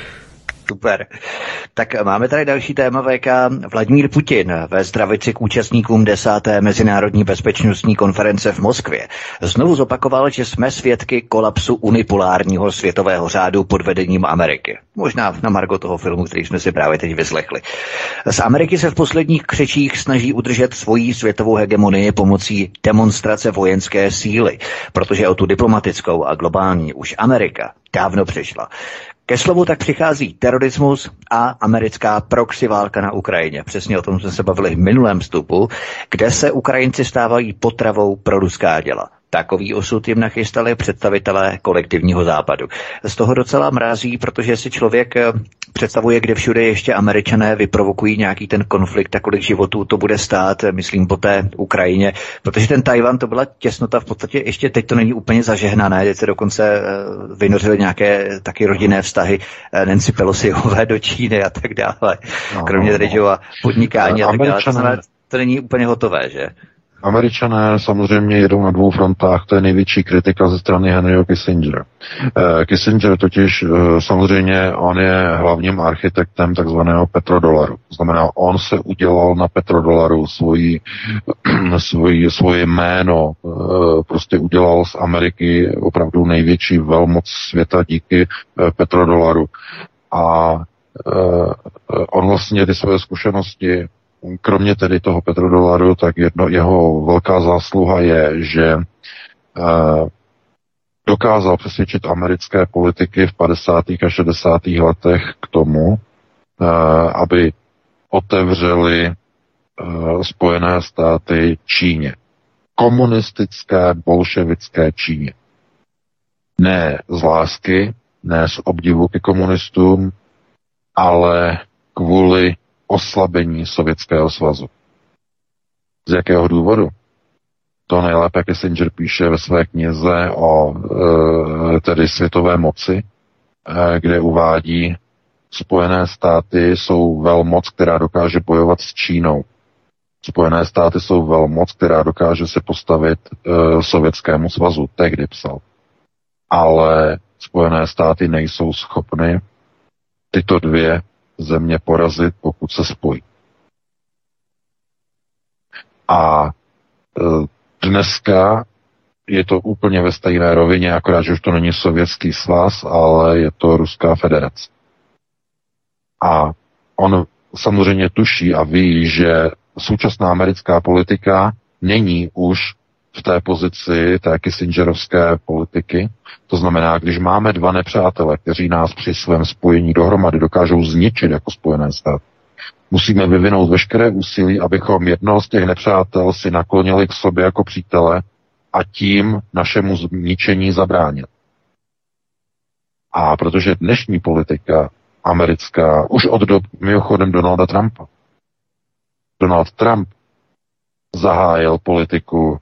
S1: Super. Tak máme tady další téma V K. Vladimír Putin ve zdravici k účastníkům desáté Mezinárodní bezpečnostní konference v Moskvě znovu zopakoval, že jsme svědky kolapsu unipolárního světového řádu pod vedením Ameriky. Možná na margo toho filmu, který jsme si právě teď vyslechli. Z Ameriky se v posledních křečích snaží udržet svoji světovou hegemonii pomocí demonstrace vojenské síly, protože o tu diplomatickou a globální už Amerika dávno přišla. Ke slovu tak přichází terorismus a americká proxy válka na Ukrajině. Přesně o tom jsme se bavili v minulém vstupu, kde se Ukrajinci stávají potravou pro ruská děla. Takový osud jim nachystali představitelé kolektivního západu. Z toho docela mrazí, protože si člověk představuje, kde všude ještě Američané vyprovokují nějaký ten konflikt a kolik životů to bude stát, myslím, po té Ukrajině. Protože ten Tajvan, to byla těsnota, v podstatě ještě teď to není úplně zažehnané, teď se dokonce vynořily nějaké taky rodinné vztahy Nancy Pelosiové do Číny a tak dále. No, Kromě tady no. podnikání a tak dále. To znamená, to není úplně hotové, že?
S3: Američané samozřejmě jedou na dvou frontách, to je největší kritika ze strany Henryho Kissingera. Eh, Kissinger totiž eh, samozřejmě, on je hlavním architektem takzvaného petrodolaru. To znamená, on se udělal na petrodolaru svoji, svoji, svoje jméno, eh, prostě udělal z Ameriky opravdu největší velmoc světa díky eh, petrodolaru. A eh, on vlastně ty své zkušenosti, kromě tedy toho petrodolaru, tak jedno, jeho velká zásluha je, že eh, dokázal přesvědčit americké politiky v padesátých a šedesátých letech k tomu, eh, aby otevřeli eh, Spojené státy Číně. Komunistické, bolševické Číně. Ne z lásky, ne z obdivu ke komunistům, ale kvůli oslabení Sovětského svazu. Z jakého důvodu? To nejlépe Kissinger píše ve své knize o e, tedy světové moci, e, kde uvádí, Spojené státy jsou velmoc, která dokáže bojovat s Čínou. Spojené státy jsou velmoc, která dokáže se postavit e, Sovětskému svazu. Tehdy psal. Ale Spojené státy nejsou schopny tyto dvě země porazit, pokud se spojí. A e, dneska je to úplně ve stejné rovině, akorát, že už to není Sovětský svaz, ale je to Ruská federace. A on samozřejmě tuší a ví, že současná americká politika není už v té pozici té kissingerovské politiky. To znamená, když máme dva nepřátele, kteří nás při svém spojení dohromady dokážou zničit jako Spojené státy, musíme vyvinout veškeré úsilí, abychom jednoho z těch nepřátel si naklonili k sobě jako přítele a tím našemu zničení zabránit. A protože dnešní politika americká, už od dob mimochodem Donalda Trumpa, Donald Trump zahájil politiku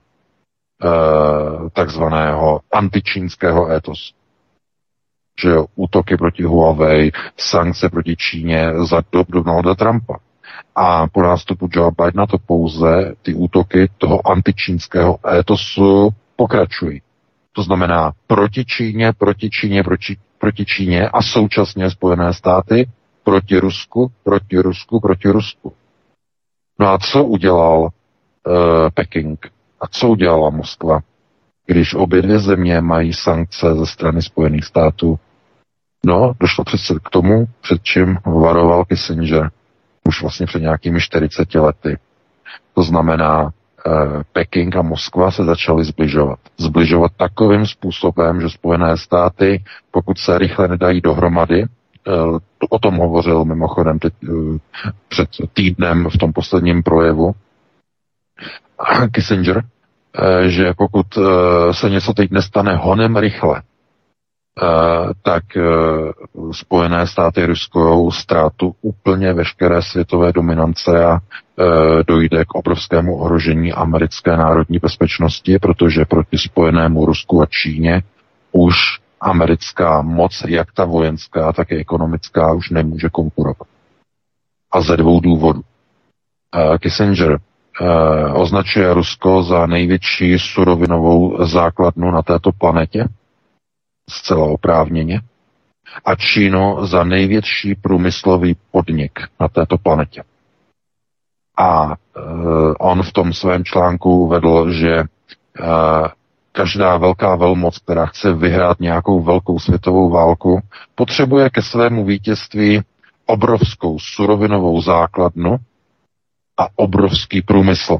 S3: takzvaného antičínského étosu. Že útoky proti Huawei, sankce proti Číně za dob Donalda Trumpa. A po nástupu Joe Bidena to pouze ty útoky toho antičínského étosu pokračují. To znamená proti Číně, proti Číně, proti, proti Číně a současně Spojené státy proti Rusku, proti Rusku, proti Rusku. No a co udělal uh, Peking? A co udělala Moskva, když obě dvě země mají sankce ze strany Spojených států? No, došlo přece k tomu, před čím varoval Kissinger už vlastně před nějakými čtyřiceti lety. To znamená, eh, Peking a Moskva se začaly zbližovat. Zbližovat takovým způsobem, že Spojené státy, pokud se rychle nedají dohromady, eh, o tom hovořil mimochodem teď, eh, před týdnem v tom posledním projevu, Kissinger, že pokud se něco teď nestane honem rychle, tak Spojené státy riskují ztrátu úplně veškeré světové dominance a dojde k obrovskému ohrožení americké národní bezpečnosti, protože proti spojenému Rusku a Číně už americká moc, jak ta vojenská, tak i ekonomická, už nemůže konkurovat. A ze dvou důvodů. Kissinger označuje Rusko za největší surovinovou základnu na této planetě, zcela oprávněně, a Čínu za největší průmyslový podnik na této planetě. A uh, on v tom svém článku uvedl, že uh, každá velká velmoc, která chce vyhrát nějakou velkou světovou válku, potřebuje ke svému vítězství obrovskou surovinovou základnu a obrovský průmysl.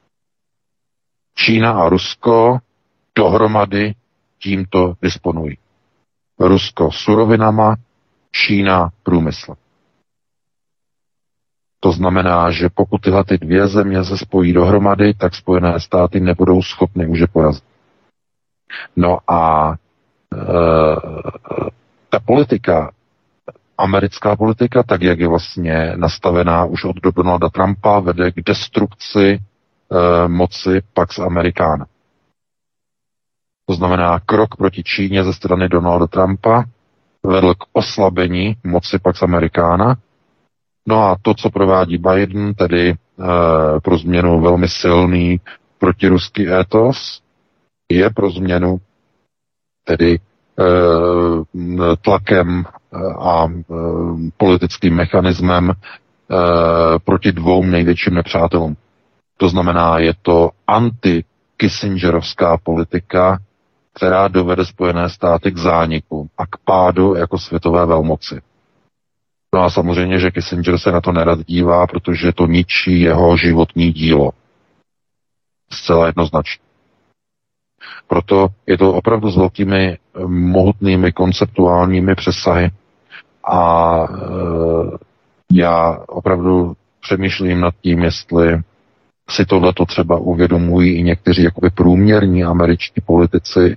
S3: Čína a Rusko dohromady tímto disponují. Rusko surovinama, Čína průmysl. To znamená, že pokud tyhle ty dvě země se spojí dohromady, tak Spojené státy nebudou schopny už je porazit. No a e, ta politika, americká politika, tak jak je vlastně nastavená už od doby Donalda Trumpa, vede k destrukci e, moci Pax Americana. To znamená, krok proti Číně ze strany Donalda Trumpa vedl k oslabení moci Pax Americana. No a to, co provádí Biden, tedy e, pro změnu velmi silný protiruský étos, je pro změnu tedy e, tlakem a e, politickým mechanismem e, proti dvou největším nepřátelům. To znamená, je to anti-Kissingerovská politika, která dovede Spojené státy k zániku a k pádu jako světové velmoci. No a samozřejmě, že Kissinger se na to nerad dívá, protože to ničí jeho životní dílo. Zcela jednoznačně. Proto je to opravdu s velkými mohutnými konceptuálními přesahy a e, já opravdu přemýšlím nad tím, jestli si tohleto třeba uvědomují i někteří jakoby průměrní američtí politici,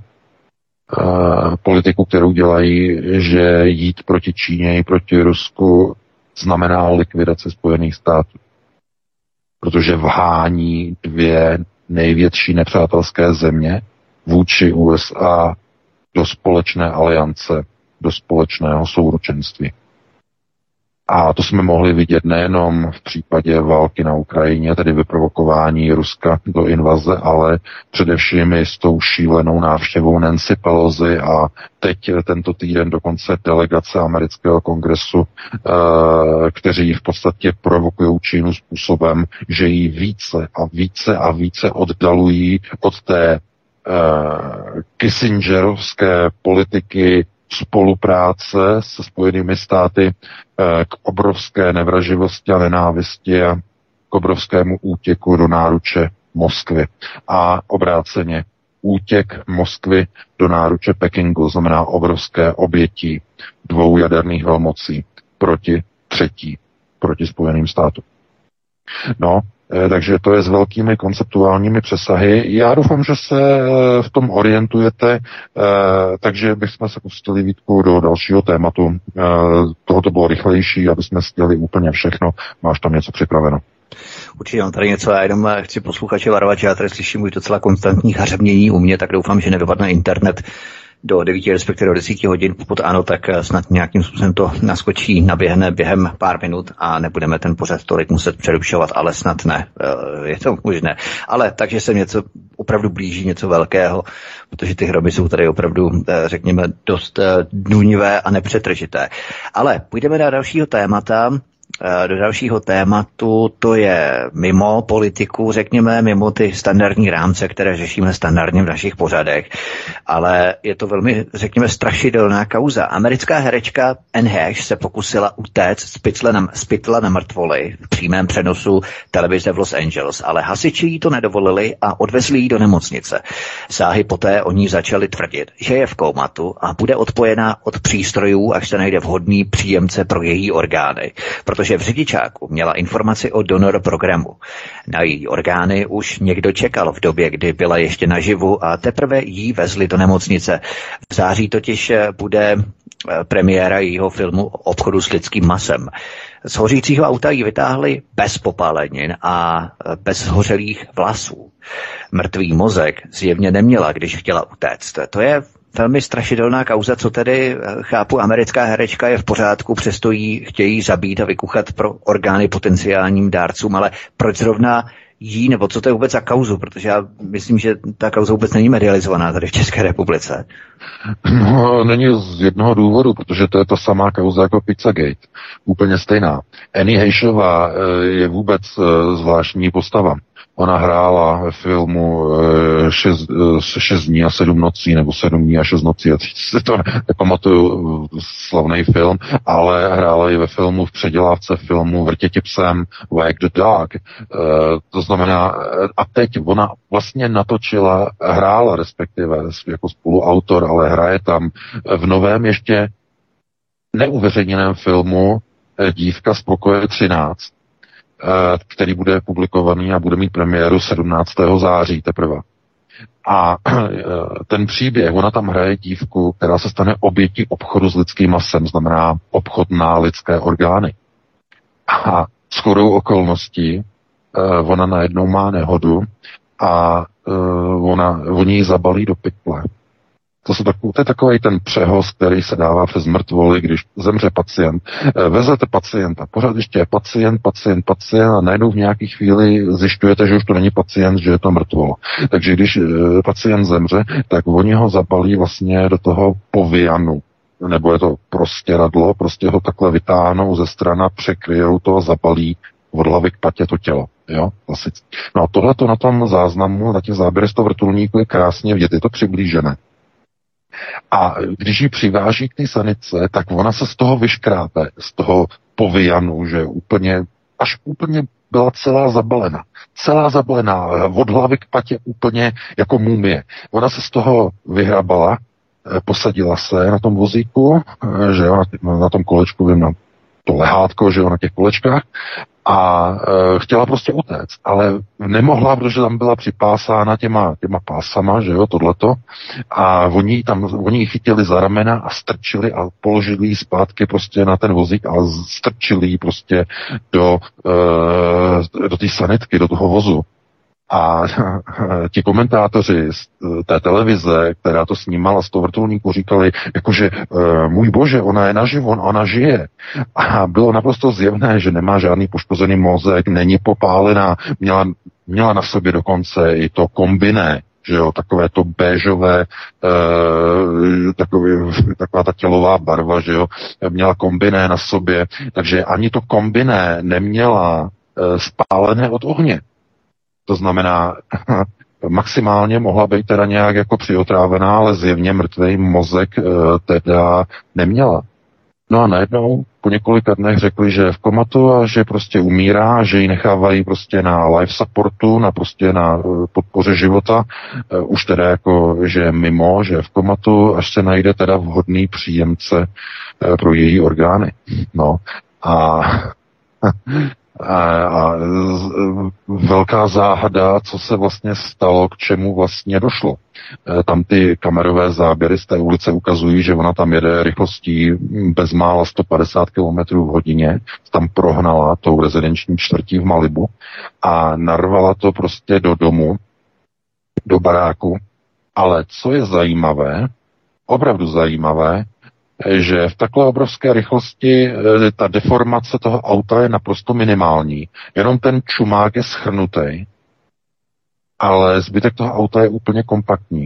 S3: Uh, politiku, kterou dělají, že jít proti Číně i proti Rusku znamená likvidaci Spojených států. Protože vhání dvě největší nepřátelské země vůči U S A do společné aliance, do společného souručenství. A to jsme mohli vidět nejenom v případě války na Ukrajině, tedy vyprovokování Ruska do invaze, ale především i s tou šílenou návštěvou Nancy Pelosi a teď tento týden dokonce delegace amerického kongresu, kteří v podstatě provokují Čínu způsobem, že ji více a více a více oddalují od té Kissingerovské politiky spolupráce se Spojenými státy k obrovské nevraživosti a nenávisti a k obrovskému útěku do náruče Moskvy. A obráceně útěk Moskvy do náruče Pekingu znamená obrovské obětí dvou jaderných velmocí proti třetí, proti Spojeným státům. No, takže to je s velkými konceptuálními přesahy. Já doufám, že se v tom orientujete, takže bychom se pustili, Vítku, do dalšího tématu. Tohoto bylo rychlejší, aby jsme stěli úplně všechno. Máš tam něco připraveno?
S1: Určitě mám tady něco, já jenom chci posluchače varovat, že já tady slyším už docela konstantní hařebnění u mě, tak doufám, že nedopadne internet do devíti, respektive do desíti hodin, pokud ano, tak snad nějakým způsobem to naskočí, naběhne během pár minut a nebudeme ten pořad tolik muset přerušovat, ale snad ne, je to možné. Ale takže se něco opravdu blíží, něco velkého, protože ty hroby jsou tady opravdu, řekněme, dost důnivé a nepřetržité. Ale půjdeme na dalšího témata, do dalšího tématu, to je mimo politiku, řekněme, mimo ty standardní rámce, které řešíme standardně v našich pořadech, ale je to velmi, řekněme, strašidelná kauza. Americká herečka Anne Heche se pokusila utéct z pytle na, z pytla na mrtvoly v přímém přenosu televize v Los Angeles, ale hasiči jí to nedovolili a odvezli ji do nemocnice. Záhy poté o ní začali tvrdit, že je v koumatu a bude odpojena od přístrojů, až se najde vhodný příjemce pro její orgány, protože v řidičáku měla informaci o donor programu. Na její orgány už někdo čekal v době, kdy byla ještě naživu a teprve jí vezli do nemocnice. V září totiž bude premiéra jejího filmu Obchodu s lidským masem. Z hořícího auta ji vytáhli bez popálenin a bez hořelých vlasů. Mrtvý mozek zjevně neměla, když chtěla utéct. To je velmi strašidelná kauza, co tedy, chápu, americká herečka je v pořádku, přesto jí chtějí zabít a vykuchat pro orgány potenciálním dárcům, ale proč zrovna jí, nebo co to je vůbec za kauzu, protože já myslím, že ta kauza vůbec není medializovaná tady v České republice.
S3: No, není z jednoho důvodu, protože to je ta samá kauza jako Pizzagate. Úplně stejná. Annie Hecherová je vůbec zvláštní postava. Ona hrála ve filmu šest, šest dní a sedm nocí, nebo sedm dní a šest nocí, já si to nepamatuju, slavný film, ale hrála i ve filmu, v předělávce filmu Vrtěti psem, Wag the Dog. To znamená, a teď ona vlastně natočila, hrála respektive jako spoluautor, ale hraje tam v novém ještě neuveřejněném filmu Dívka z pokoje třináct, který bude publikovaný a bude mít premiéru sedmnáctého září teprve. A ten příběh, ona tam hraje dívku, která se stane obětí obchodu s lidským masem, znamená obchod na lidské orgány. A shodou okolností ona najednou má nehodu a ona, oni ji zabalí do pytle. To, jsou takový, to je takový ten přehoz, který se dává přes mrtvoly, když zemře pacient. Vezete pacienta, pořád ještě je pacient, pacient, pacient a najednou v nějaké chvíli zjišťujete, že už to není pacient, že je to mrtvolo. Takže když pacient zemře, tak oni ho zabalí vlastně do toho povianu, nebo je to prostěradlo, prostě ho takhle vytáhnou ze strana, překryjou to a zabalí od hlavy k patě to tělo. Jo? No a tohleto na tom záznamu, na těch záběrech z toho vrtulníku je krásně vidět, je to přiblížené. A když ji přiváží k té sanice, tak ona se z toho vyškrápe, z toho povianu, že úplně, až úplně byla celá zabalena. Celá zabalená, od hlavy k patě úplně jako mumie. Ona se z toho vyhrabala, posadila se na tom vozíku, že jo, na, na tom kolečku, vím, na to lehátko, že jo, na těch kolečkách, a e, chtěla prostě utéct, ale nemohla, protože tam byla připásána těma, těma pásama, že jo, tohleto, a oni tam, oni ji chytili za ramena a strčili a položili ji zpátky prostě na ten vozík a strčili ji prostě do, e, do té sanitky, do toho vozu. A ti komentátoři z té televize, která to snímala z toho vrtulníku, říkali, jakože můj bože, ona je naživo, ona žije. A bylo naprosto zjevné, že nemá žádný poškozený mozek, není popálená, měla, měla na sobě dokonce i to kombiné, že jo, takové to béžové, e, takový, taková ta tělová barva, že jo, měla kombiné na sobě, takže ani to kombiné neměla e, spálené od ohně. To znamená, maximálně mohla být teda nějak jako přiotrávená, ale zjevně mrtvý mozek e, teda neměla. No a najednou po několika dnech řekli, že je v komatu a že prostě umírá, že ji nechávají prostě na life supportu, na prostě na e, podpoře života, e, už teda jako, že je mimo, že je v komatu, až se najde teda vhodný příjemce e, pro její orgány. No a A, a velká záhada, co se vlastně stalo, k čemu vlastně došlo. E, tam ty kamerové záběry z té ulice ukazují, že ona tam jede rychlostí bezmála sto padesát kilometrů v hodině, tam prohnala tou rezidenční čtvrtí v Malibu a narvala to prostě do domu, do baráku. Ale co je zajímavé, opravdu zajímavé, že v takhle obrovské rychlosti ta deformace toho auta je naprosto minimální. Jenom ten čumák je schrnutý, ale zbytek toho auta je úplně kompaktní.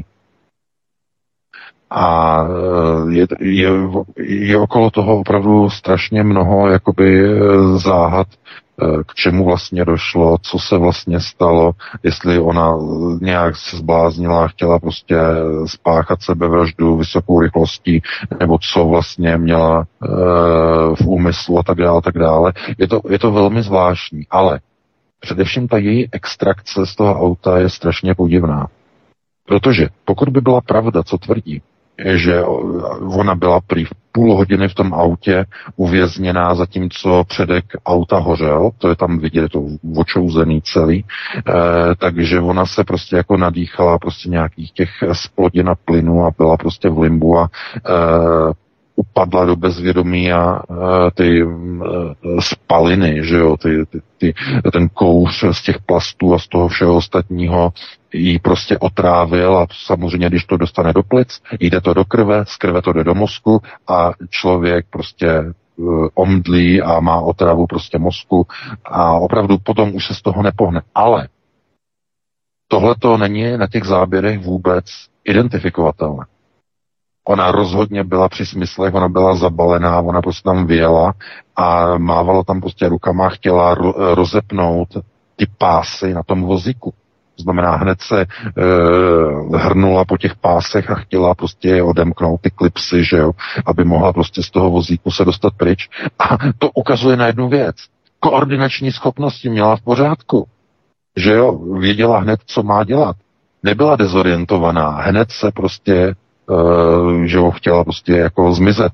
S3: A je, je, je okolo toho opravdu strašně mnoho jakoby záhad, k čemu vlastně došlo, co se vlastně stalo, jestli ona nějak se zbláznila, chtěla prostě spáchat sebevraždu vysokou rychlostí, nebo co vlastně měla e, v úmyslu a tak dále, tak dále. Je to, je to velmi zvláštní, ale především ta její extrakce z toho auta je strašně podivná. Protože pokud by byla pravda, co tvrdí, že ona byla prý v půl hodiny v tom autě uvězněná, zatímco předek auta hořel, to je tam vidět, to očouzený celý, e, takže ona se prostě jako nadýchala prostě nějakých těch splodin a plynů a byla prostě v limbu a e, upadla do bezvědomí a ty spaliny, že jo, ty, ty, ty, ten kouř z těch plastů a z toho všeho ostatního jí prostě otrávil a samozřejmě, když to dostane do plic, jde to do krve, z krve to jde do mozku a člověk prostě omdlí a má otravu prostě mozku a opravdu potom už se z toho nepohne. Ale tohle to není na těch záběrech vůbec identifikovatelné. Ona rozhodně byla při smyslech, ona byla zabalená, ona prostě tam vyjela a mávala tam prostě rukama, chtěla ro- rozepnout ty pásy na tom vozíku. To znamená, hned se e, hrnula po těch pásech a chtěla prostě odemknout ty klipsy, že jo, aby mohla prostě z toho vozíku se dostat pryč. A to ukazuje na jednu věc. Koordinační schopnosti měla v pořádku. Že jo, věděla hned, co má dělat. Nebyla dezorientovaná, hned se prostě Uh, že ho chtěla prostě jako zmizet.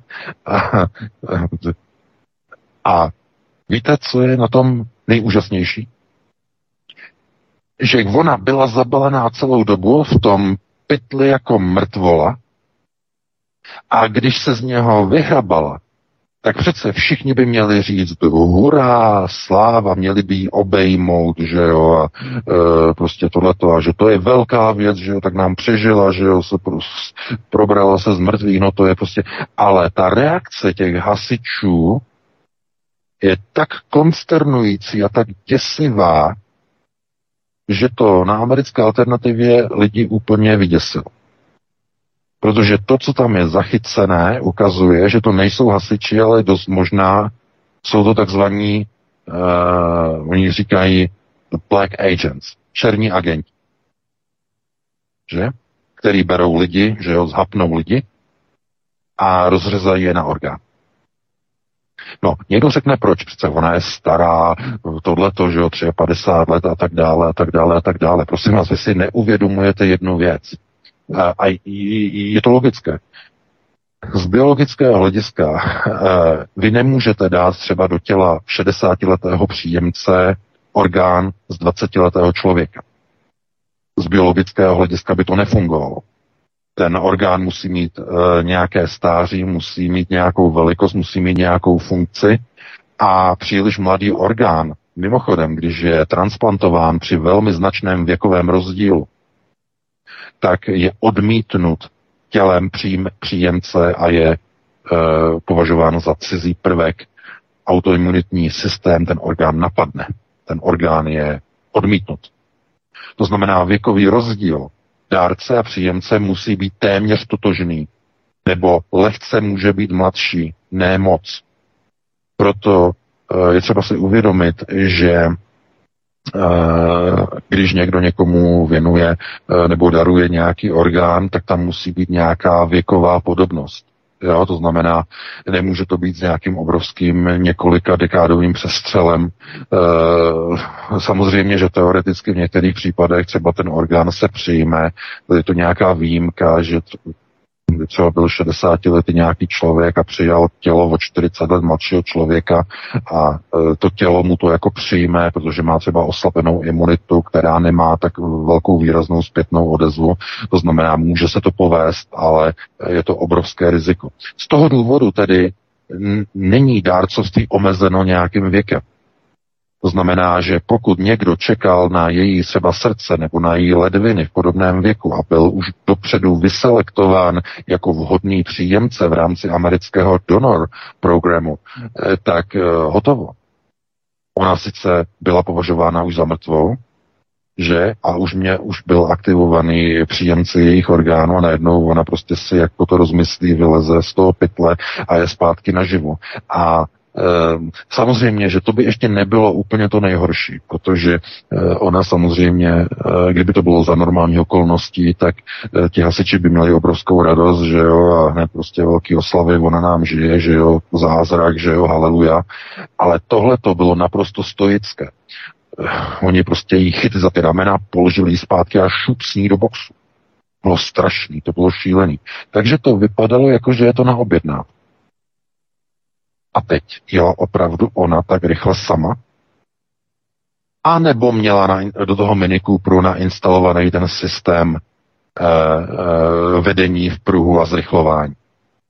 S3: A víte, co je na tom nejúžasnější? Že ona byla zabalená celou dobu v tom pytli jako mrtvola a když se z něho vyhrabala, tak přece všichni by měli říct hurá, sláva, měli by jí obejmout, že jo, a e, prostě tohleto, a že to je velká věc, že jo, tak nám přežila, že jo, se pro, probrala se z mrtvých, no to je prostě, ale ta reakce těch hasičů je tak konsternující a tak děsivá, že to na americké alternativě lidi úplně vyděsilo. Protože to, co tam je zachycené, ukazuje, že to nejsou hasiči, ale dost možná jsou to takzvaní, uh, oni říkají black agents, černí agenti. Že? Který berou lidi, že jo, zhapnou lidi a rozřezají je na orgán. No, někdo řekne, proč, přece ona je stará, tohleto, že jo, padesát tři let a tak dále, a tak dále, a tak dále. Prosím vás, vy si neuvědomujete jednu věc. A je to logické. Z biologického hlediska vy nemůžete dát třeba do těla šedesátiletého příjemce orgán z dvacetiletého člověka. Z biologického hlediska by to nefungovalo. Ten orgán musí mít e, nějaké stáří, musí mít nějakou velikost, musí mít nějakou funkci a příliš mladý orgán, mimochodem, když je transplantován při velmi značném věkovém rozdílu, tak je odmítnut tělem příjemce a je e, považován za cizí prvek. Autoimunitní systém ten orgán napadne. Ten orgán je odmítnut. To znamená, věkový rozdíl dárce a příjemce musí být téměř totožný. Nebo lehce může být mladší, ne moc. Proto e, je třeba si uvědomit, že když někdo někomu věnuje nebo daruje nějaký orgán, tak tam musí být nějaká věková podobnost. Jo, to znamená, nemůže to být s nějakým obrovským několika dekádovým přestřelem. E, samozřejmě, že teoreticky v některých případech třeba ten orgán se přijme, je to nějaká výjimka, že třeba byl šedesátiletý nějaký člověk a přijal tělo o čtyřicet let mladšího člověka a e, to tělo mu to jako přijme, protože má třeba oslabenou imunitu, která nemá tak velkou výraznou zpětnou odezvu. To znamená, může se to povést, ale je to obrovské riziko. Z toho důvodu tedy n- není dárcovství omezeno nějakým věkem. To znamená, že pokud někdo čekal na její třeba srdce nebo na její ledviny v podobném věku a byl už dopředu vyselektován jako vhodný příjemce v rámci amerického donor programu, tak hotovo. Ona sice byla považována už za mrtvou, že a už mě už byl aktivovaný příjemce jejich orgánů a najednou ona prostě si jako to rozmyslí, vyleze z toho pytle a je zpátky naživu. A samozřejmě, že to by ještě nebylo úplně to nejhorší, protože ona samozřejmě, kdyby to bylo za normální okolností, tak ti hasiči by měli obrovskou radost, že jo, a hned prostě velký oslavy, ona nám žije, že jo, zázrak, že jo, haleluja, ale tohle to bylo naprosto stoické. Oni prostě jí chytli za ty ramena, položili jí zpátky a šup s ní do boxu. Bylo strašný, to bylo šílený. Takže to vypadalo jako, že je to na objednávku. A teď jela opravdu ona tak rychle sama? A nebo měla na, do toho Mini Cooperu nainstalovaný ten systém eh, eh, vedení v pruhu a zrychlování?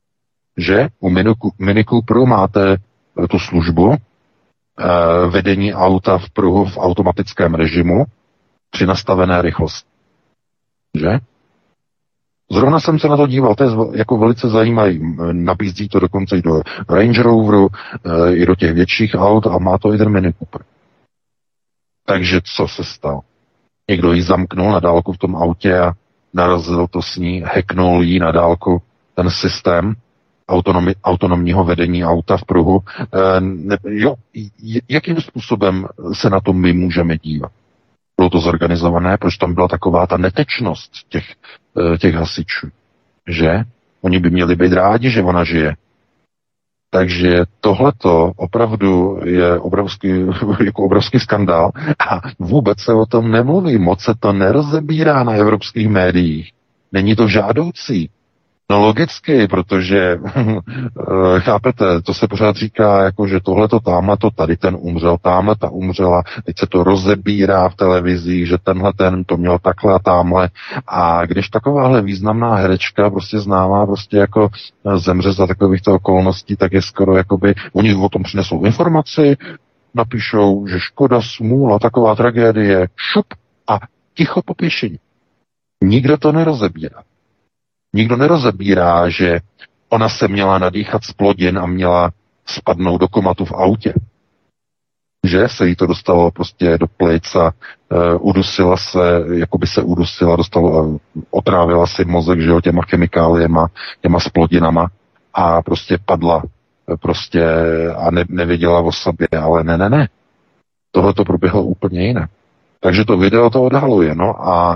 S3: že u Mini, Mini Cooperu máte tu službu eh, vedení auta v pruhu v automatickém režimu při nastavené rychlosti. Že? Zrovna jsem se na to díval, to je jako velice zajímavý. Nabízí to dokonce i do Range Roveru, e, i do těch větších aut a má to i ten Mini Cooper. Takže co se stalo? Někdo ji zamknul na dálku v tom autě a narazil to s ní, hacknul jí na dálku ten systém autonomi, autonomního vedení auta v pruhu. E, ne, jo, jakým způsobem se na to my můžeme dívat? Bylo to zorganizované, proč tam byla taková ta netečnost těch, těch hasičů, že? Oni by měli být rádi, že ona žije. Takže tohleto opravdu je obrovský, jako obrovský skandál a vůbec se o tom nemluví, moc se to nerozebírá na evropských médiích. Není to žádoucí. No logicky, protože chápete, to se pořád říká, jako že tohleto, támhleto, tady ten umřel, támhle ta umřela, teď se to rozebírá v televizích, že tenhle ten to měl takhle a támhle. A když takováhle významná herečka, prostě známá, prostě jako zemře za takovýchto okolností, tak je skoro jakoby, oni o tom přinesou informaci, napíšou, že škoda, smůla, taková tragédie, šup a ticho po pěšení. Nikdo to nerozebírá. Nikdo nerozebírá, že ona se měla nadýchat z plodin a měla spadnout do komatu v autě. Že se jí to dostalo prostě do plic a uh, udusila se, jako by se udusila, dostalo, uh, otrávila si mozek, že jo, těma chemikáliema, těma splodinama a prostě padla uh, prostě a ne, nevěděla o sobě, ale ne, ne, ne. Tohle to proběhlo úplně jinak. Takže to video to odhaluje, no a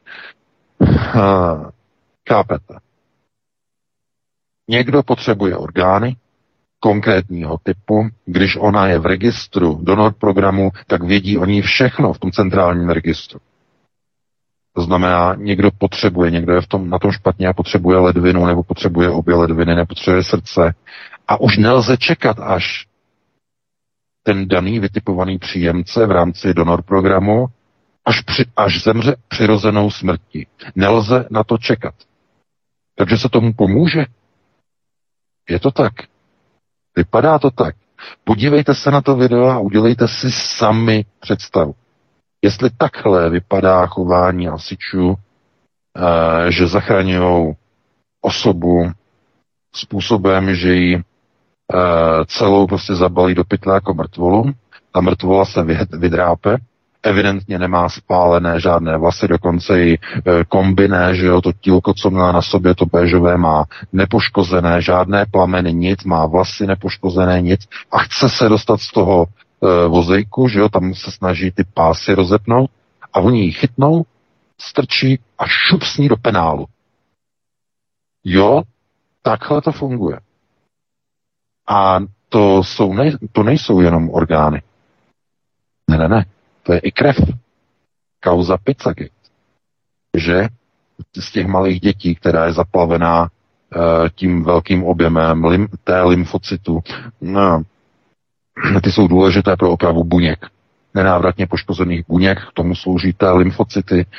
S3: uh, chápete. Někdo potřebuje orgány konkrétního typu, když ona je v registru donor programu, tak vědí o ní všechno v tom centrálním registru. To znamená, někdo potřebuje, někdo je v tom, na tom špatně a potřebuje ledvinu, nebo potřebuje obě ledviny, nebo potřebuje srdce. A už nelze čekat, až ten daný vytipovaný příjemce v rámci donor programu až, při, až zemře přirozenou smrtí. Nelze na to čekat. Takže se tomu pomůže. Je to tak. Vypadá to tak. Podívejte se na to video a udělejte si sami představu. Jestli takhle vypadá chování hasičů, e, že zachraňují osobu způsobem, že ji e, celou prostě zabalí do pytle jako mrtvolu, ta mrtvola se vydrápe, evidentně nemá spálené žádné vlasy, dokonce i kombiné, že jo, to tílko, co měla na sobě, to béžové, má nepoškozené, žádné plameny, nic, má vlasy nepoškozené, nic a chce se dostat z toho e, vozejku, že jo, tam se snaží ty pásy rozepnout a oni ji chytnou, strčí a šup s ní do penálu. Jo, takhle to funguje. A to, jsou nej, to nejsou jenom orgány. Ne, ne, ne. To je i krev. Kauza Pizzagate. Že z těch malých dětí, která je zaplavená e, tím velkým objemem lim, té lymfocytu, no, ty jsou důležité pro opravu buněk. Nenávratně poškozených buněk, k tomu slouží té lymfocyty. E,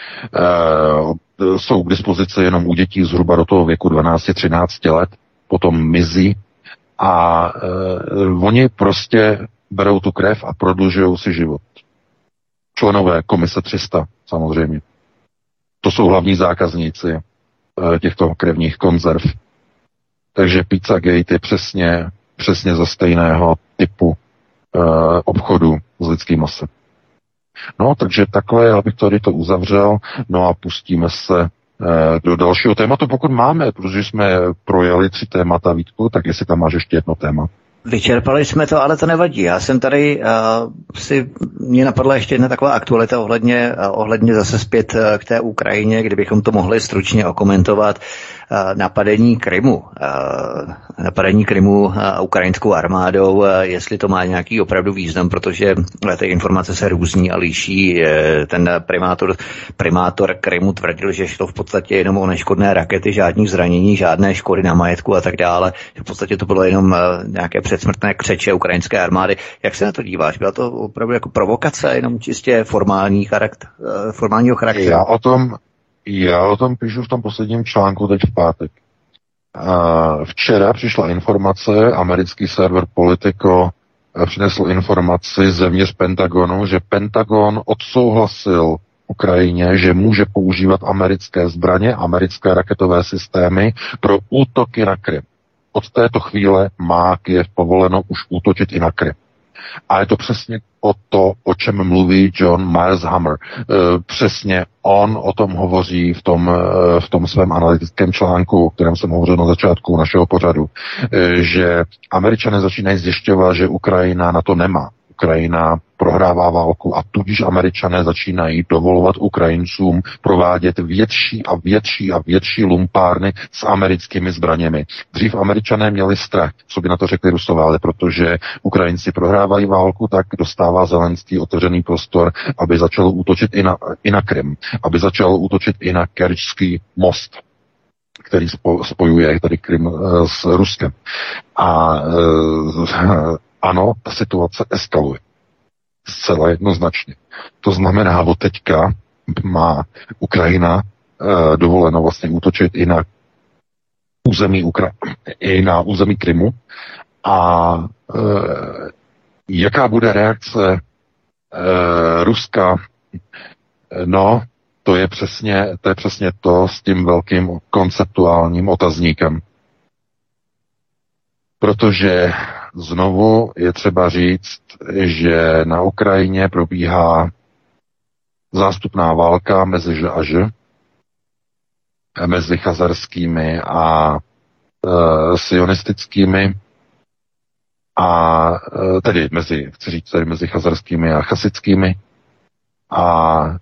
S3: jsou k dispozici jenom u dětí zhruba do toho věku dvanáct třináct let, potom mizí a e, oni prostě berou tu krev a prodlužují si život. Členové komise tři sta, samozřejmě. To jsou hlavní zákazníci e, těchto krevních konzerv. Takže Pizzagate je přesně, přesně za stejného typu e, obchodu s lidským masem. No, takže takhle, já bych tady to uzavřel, no a pustíme se e, do dalšího tématu, pokud máme, protože jsme projeli tři témata, Vítku, tak jestli tam máš ještě jedno téma.
S1: Vyčerpali jsme to, ale to nevadí. Já jsem tady uh, si, mě napadla ještě jedna taková aktualita ohledně, uh, ohledně zase zpět uh, k té Ukrajině, kdybychom to mohli stručně okomentovat. Uh, napadení Krymu. Uh, napadení Krymu uh, ukrajinskou armádou, uh, jestli to má nějaký opravdu význam, protože uh, ty informace se různí a liší. Uh, ten primátor, primátor Krymu tvrdil, že šlo v podstatě jenom o neškodné rakety, žádných zranění, žádné škody na majetku a tak dále. V podstatě to bylo jenom uh, nějaké předsmrtné křeče ukrajinské armády. Jak se na to díváš? Byla to opravdu jako provokace, jenom čistě formální charakter, formálního charakteru?
S3: Já o tom, já o tom píšu v tom posledním článku teď v pátek. Včera přišla informace, americký server Politico přinesl informaci zevnitř Pentagonu, že Pentagon odsouhlasil Ukrajině, že může používat americké zbraně, americké raketové systémy pro útoky na Krym. Od této chvíle má Kyjev povoleno už útočit i na Krym. A je to přesně o to, o čem mluví John Mearshammer. E, přesně on o tom hovoří v tom, e, v tom svém analytickém článku, o kterém jsem hovořil na začátku našeho pořadu, e, že Američané začínají zjišťovat, že Ukrajina na to nemá. Ukrajina prohrává válku a tudíž Američané začínají dovolovat Ukrajincům provádět větší a větší a větší lumpárny s americkými zbraněmi. Dřív Američané měli strach, co by na to řekli Rusové, ale protože Ukrajinci prohrávají válku, tak dostává Zelenský otevřený prostor, aby začalo útočit i na, i na Krym, aby začalo útočit i na Kerčský most, který spojuje tady Krym s Ruskem. A e, ano, ta situace eskaluje. Zcela jednoznačně. To znamená, od teďka má Ukrajina e, dovoleno vlastně útočit i na území Ukra- i na území Krymu. A e, jaká bude reakce e, Ruska? No, to je přesně, to je přesně to s tím velkým konceptuálním otazníkem. Protože znovu je třeba říct, že na Ukrajině probíhá zástupná válka mezi Ž a Ž, mezi chazarskými a e, sionistickými, a e, tedy mezi, chci říct, tedy mezi chazarskými a chasickými, a e,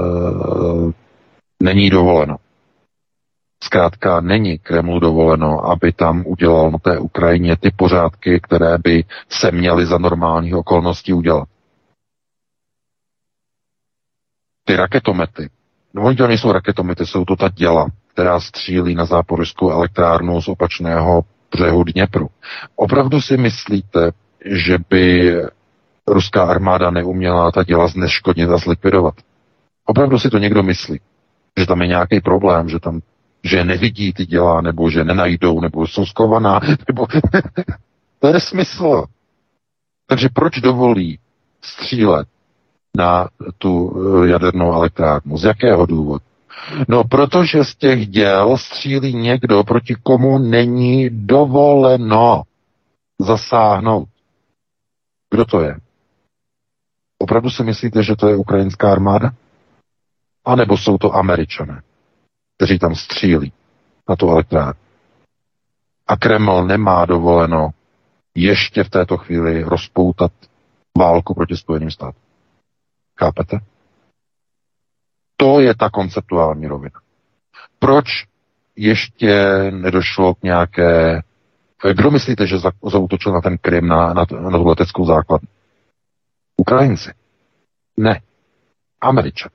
S3: není dovoleno. Zkrátka není Kremlu dovoleno, aby tam udělal na té Ukrajině ty pořádky, které by se měly za normálních okolností udělat. Ty raketomety, no oni to nejsou raketomety, jsou to ta děla, která střílí na záporskou elektrárnu z opačného břehu Dněpru. Opravdu si myslíte, že by ruská armáda neuměla ta děla zneškodnit a zlikvidovat? Opravdu si to někdo myslí, že tam je nějaký problém, že tam že nevidí ty děla, nebo že nenajdou, nebo jsou skovaná, nebo to je nesmysl. Takže proč dovolí střílet na tu jadernou elektrárnu? Z jakého důvodu? No, protože z těch děl střílí někdo, proti komu není dovoleno zasáhnout. Kdo to je? Opravdu si myslíte, že to je ukrajinská armáda? A nebo jsou to Američané, kteří tam střílí na tu elektrárnu? A Kreml nemá dovoleno ještě v této chvíli rozpoutat válku proti Spojeným státům. Chápete? To je ta konceptuální rovina. Proč ještě nedošlo k nějaké... Kdo myslíte, že zaútočil na ten Krym, na, na, na tu leteckou základnu? Ukrajinci. Ne. Američané.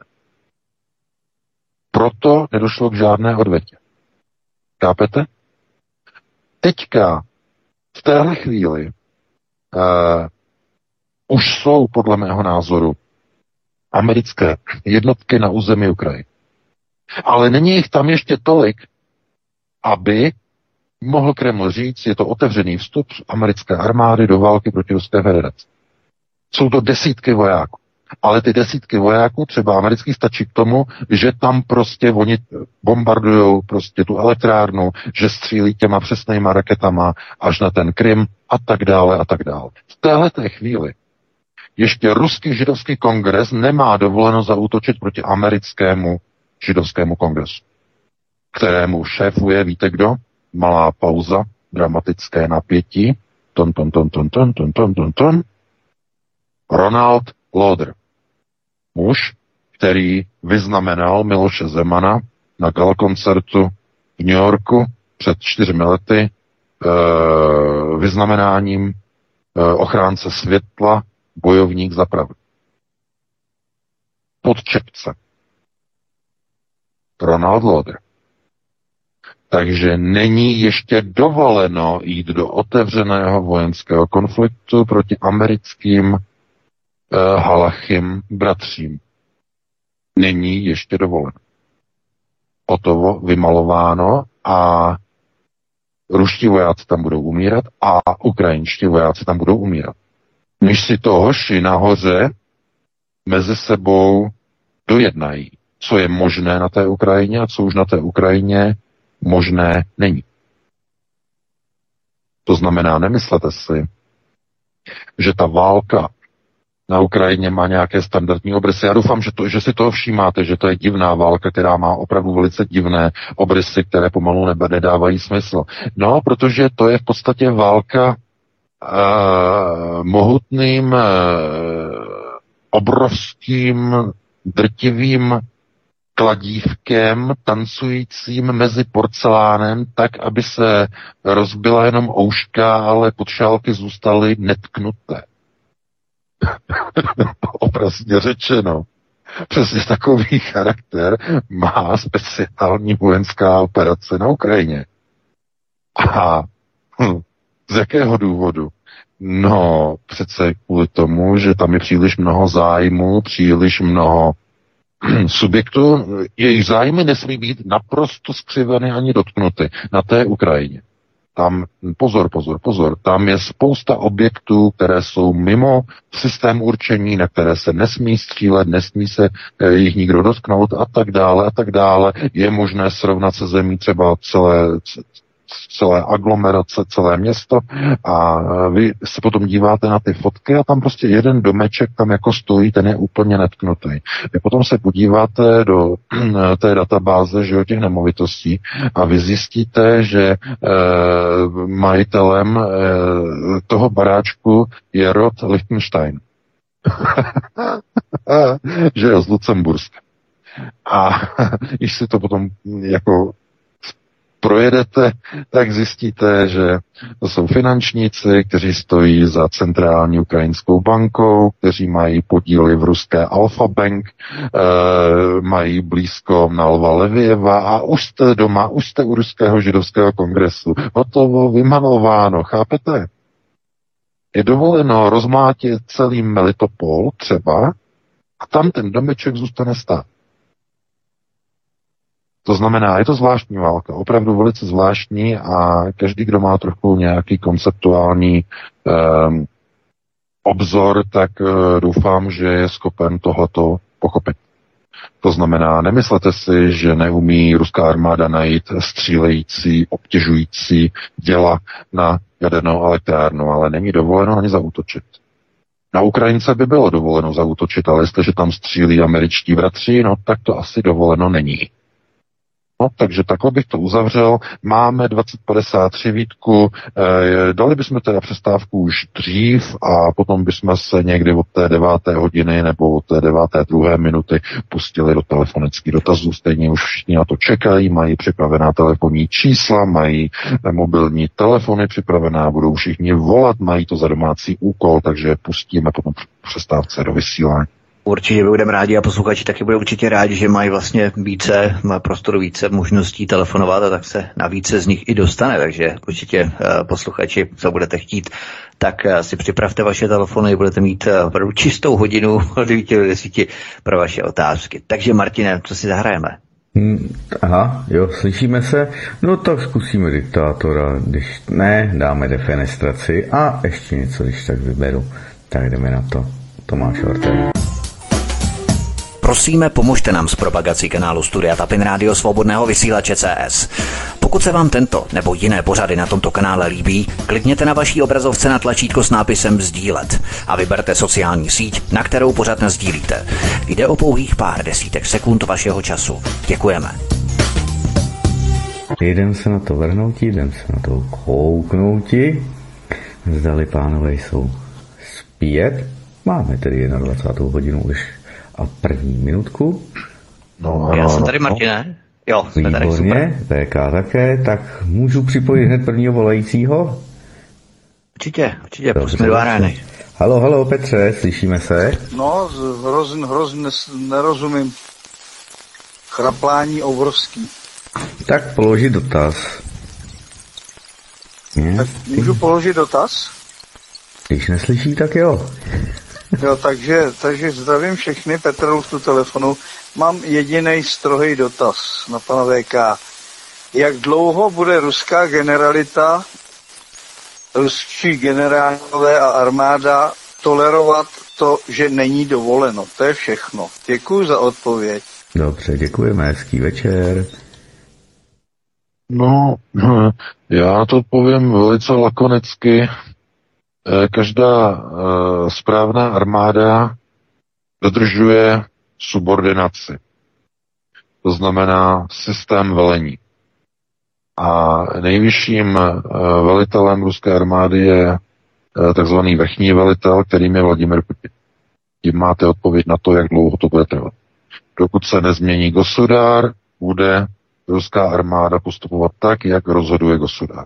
S3: Proto nedošlo k žádné odvetě. Chápete? Teďka, v téhle chvíli, uh, už jsou, podle mého názoru, americké jednotky na území Ukrajiny. Ale není jich tam ještě tolik, aby mohl Kreml říct, je to otevřený vstup americké armády do války proti Ruské federaci. Jsou to desítky vojáků. Ale ty desítky vojáků, třeba amerických, stačí k tomu, že tam prostě oni bombardujou prostě tu elektrárnu, že střílí těma přesnýma raketama až na ten Krym a tak dále a tak dále. V téhleté chvíli ještě ruský židovský kongres nemá dovoleno zaútočit proti americkému židovskému kongresu, kterému šéfuje, víte kdo? Malá pauza, dramatické napětí, ton, ton, ton, ton, ton, ton, ton, ton, ton. Ronald Lauder. Muž, který vyznamenal Miloše Zemana na galakoncertu v New Yorku před čtyřmi lety e, vyznamenáním e, ochránce světla, bojovník za pravdu. Podčepce. Ronald Lauder. Takže není ještě dovoleno jít do otevřeného vojenského konfliktu proti americkým uh, halachim bratřím. Není ještě dovoleno. Hotovo, vymalováno a ruští vojáci tam budou umírat a ukrajinští vojáci tam budou umírat. Když si to hoši nahoře mezi sebou dojednají, co je možné na té Ukrajině a co už na té Ukrajině možné není. To znamená, nemyslete si, že ta válka na Ukrajině má nějaké standardní obrysy. Já doufám, že, to, že si toho všímáte, že to je divná válka, která má opravdu velice divné obrysy, které pomalu nebe nedávají smysl. No, protože to je v podstatě válka uh, mohutným, uh, obrovským, drtivým kladívkem tancujícím mezi porcelánem tak, aby se rozbila jenom ouška, ale podšálky zůstaly netknuté. Obrazně řečeno. Přesně takový charakter má speciální vojenská operace na Ukrajině. A hm, z jakého důvodu? No, přece kvůli tomu, že tam je příliš mnoho zájmu, příliš mnoho subjektů, jejich zájmy nesmí být naprosto skřiveny ani dotknuty na té Ukrajině. Tam, pozor, pozor, pozor, tam je spousta objektů, které jsou mimo systém určení, na které se nesmí střílet, nesmí se jich nikdo dotknout a tak dále a tak dále. Je možné srovnat se zemí třeba celé, celé aglomerace, celé město a vy se potom díváte na ty fotky a tam prostě jeden domeček tam jako stojí, ten je úplně netknutý. Vy potom se podíváte do té databáze, že, těch nemovitostí a vy zjistíte, že e, majitelem e, toho baráčku je rod Liechtenstein. Že je z Lucemburska. A když si to potom jako projedete, tak zjistíte, že to jsou finančníci, kteří stojí za centrální ukrajinskou bankou, kteří mají podíly v ruské Alfa Bank, e, mají blízko na Lva Levieva a už jste doma, už jste u ruského židovského kongresu. Hotovo, vymalováno, chápete? Je dovoleno rozmlátit celý Melitopol třeba a tam ten domeček zůstane stát. To znamená, je to zvláštní válka, opravdu velice zvláštní a každý, kdo má trochu nějaký konceptuální eh, obzor, tak eh, doufám, že je schopen tohleto pochopit. To znamená, nemyslete si, že neumí ruská armáda najít střílející, obtěžující děla na jadernou elektrárnu, ale není dovoleno ani zaútočit. Na Ukrajince by bylo dovoleno zaútočit, ale jestliže tam střílí američtí bratři, no tak to asi dovoleno není. No, takže takhle bych to uzavřel. Máme dvacet padesát tři Vítku, e, dali bychom teda přestávku už dřív a potom bychom se někdy od té deváté hodiny nebo od té deváté druhé minuty pustili do telefonických dotazů. Stejně už všichni na to čekají, mají připravená telefonní čísla, mají mobilní telefony připravená, budou všichni volat, mají to za domácí úkol, takže pustíme potom přestávce do vysílání.
S1: Určitě budeme rádi a posluchači taky budou určitě rádi, že mají vlastně více prostoru, více možností telefonovat a tak se na více z nich i dostane, takže určitě posluchači, co budete chtít, tak si připravte vaše telefony, budete mít opravdu čistou hodinu od devíti do deseti pro vaše otázky. Takže Martine, co si zahrajeme?
S2: Hmm, aha, jo, slyšíme se? No tak zkusíme diktátora, když ne, dáme defenestraci a ještě něco, když tak vyberu. Tak jdeme na to. Tomáš Horten.
S1: Prosíme, pomožte nám s propagací kanálu Studia Tapin Rádio Svobodného vysílače C S. Pokud se vám tento nebo jiné pořady na tomto kanále líbí, klikněte na vaší obrazovce na tlačítko s nápisem sdílet a vyberte sociální síť, na kterou pořad nasdílíte. Jde o pouhých pár desítek sekund vašeho času. Děkujeme.
S2: Jdem se na to vrhnouti, jdem se na to kouknouti. Zdali pánové jsou zpět. Máme tedy dvacátou první hodinu už a první minutku.
S1: No, já jsem tady, Martine. Jo, jsme tady, super.
S2: V K také, tak můžu připojit hned prvního volajícího?
S1: Určitě, určitě, pusme do arény.
S2: Halo, halo, Petře, slyšíme se?
S4: No, hrozně, hrozně nerozumím. Chraplání obrovský.
S2: Tak položit dotaz.
S4: Tak můžu položit dotaz?
S2: Když neslyší, tak jo.
S4: Jo, takže, takže zdravím všechny, Petr Luf tu telefonu. Mám jediný strohý dotaz na pana V K. jak dlouho bude ruská generalita, ruští generálové a armáda tolerovat to, že není dovoleno. To je všechno. Děkuji za odpověď.
S2: Dobře, děkujeme, hezký večer.
S3: No, já to povím velice lakonicky. Každá správná armáda dodržuje subordinaci. To znamená systém velení. A nejvyšším velitelem ruské armády je takzvaný vrchní velitel, kterým je Vladimir Putin. Tím máte odpověď na to, jak dlouho to bude trvat. Dokud se nezmění gosudár, bude ruská armáda postupovat tak, jak rozhoduje gosudár.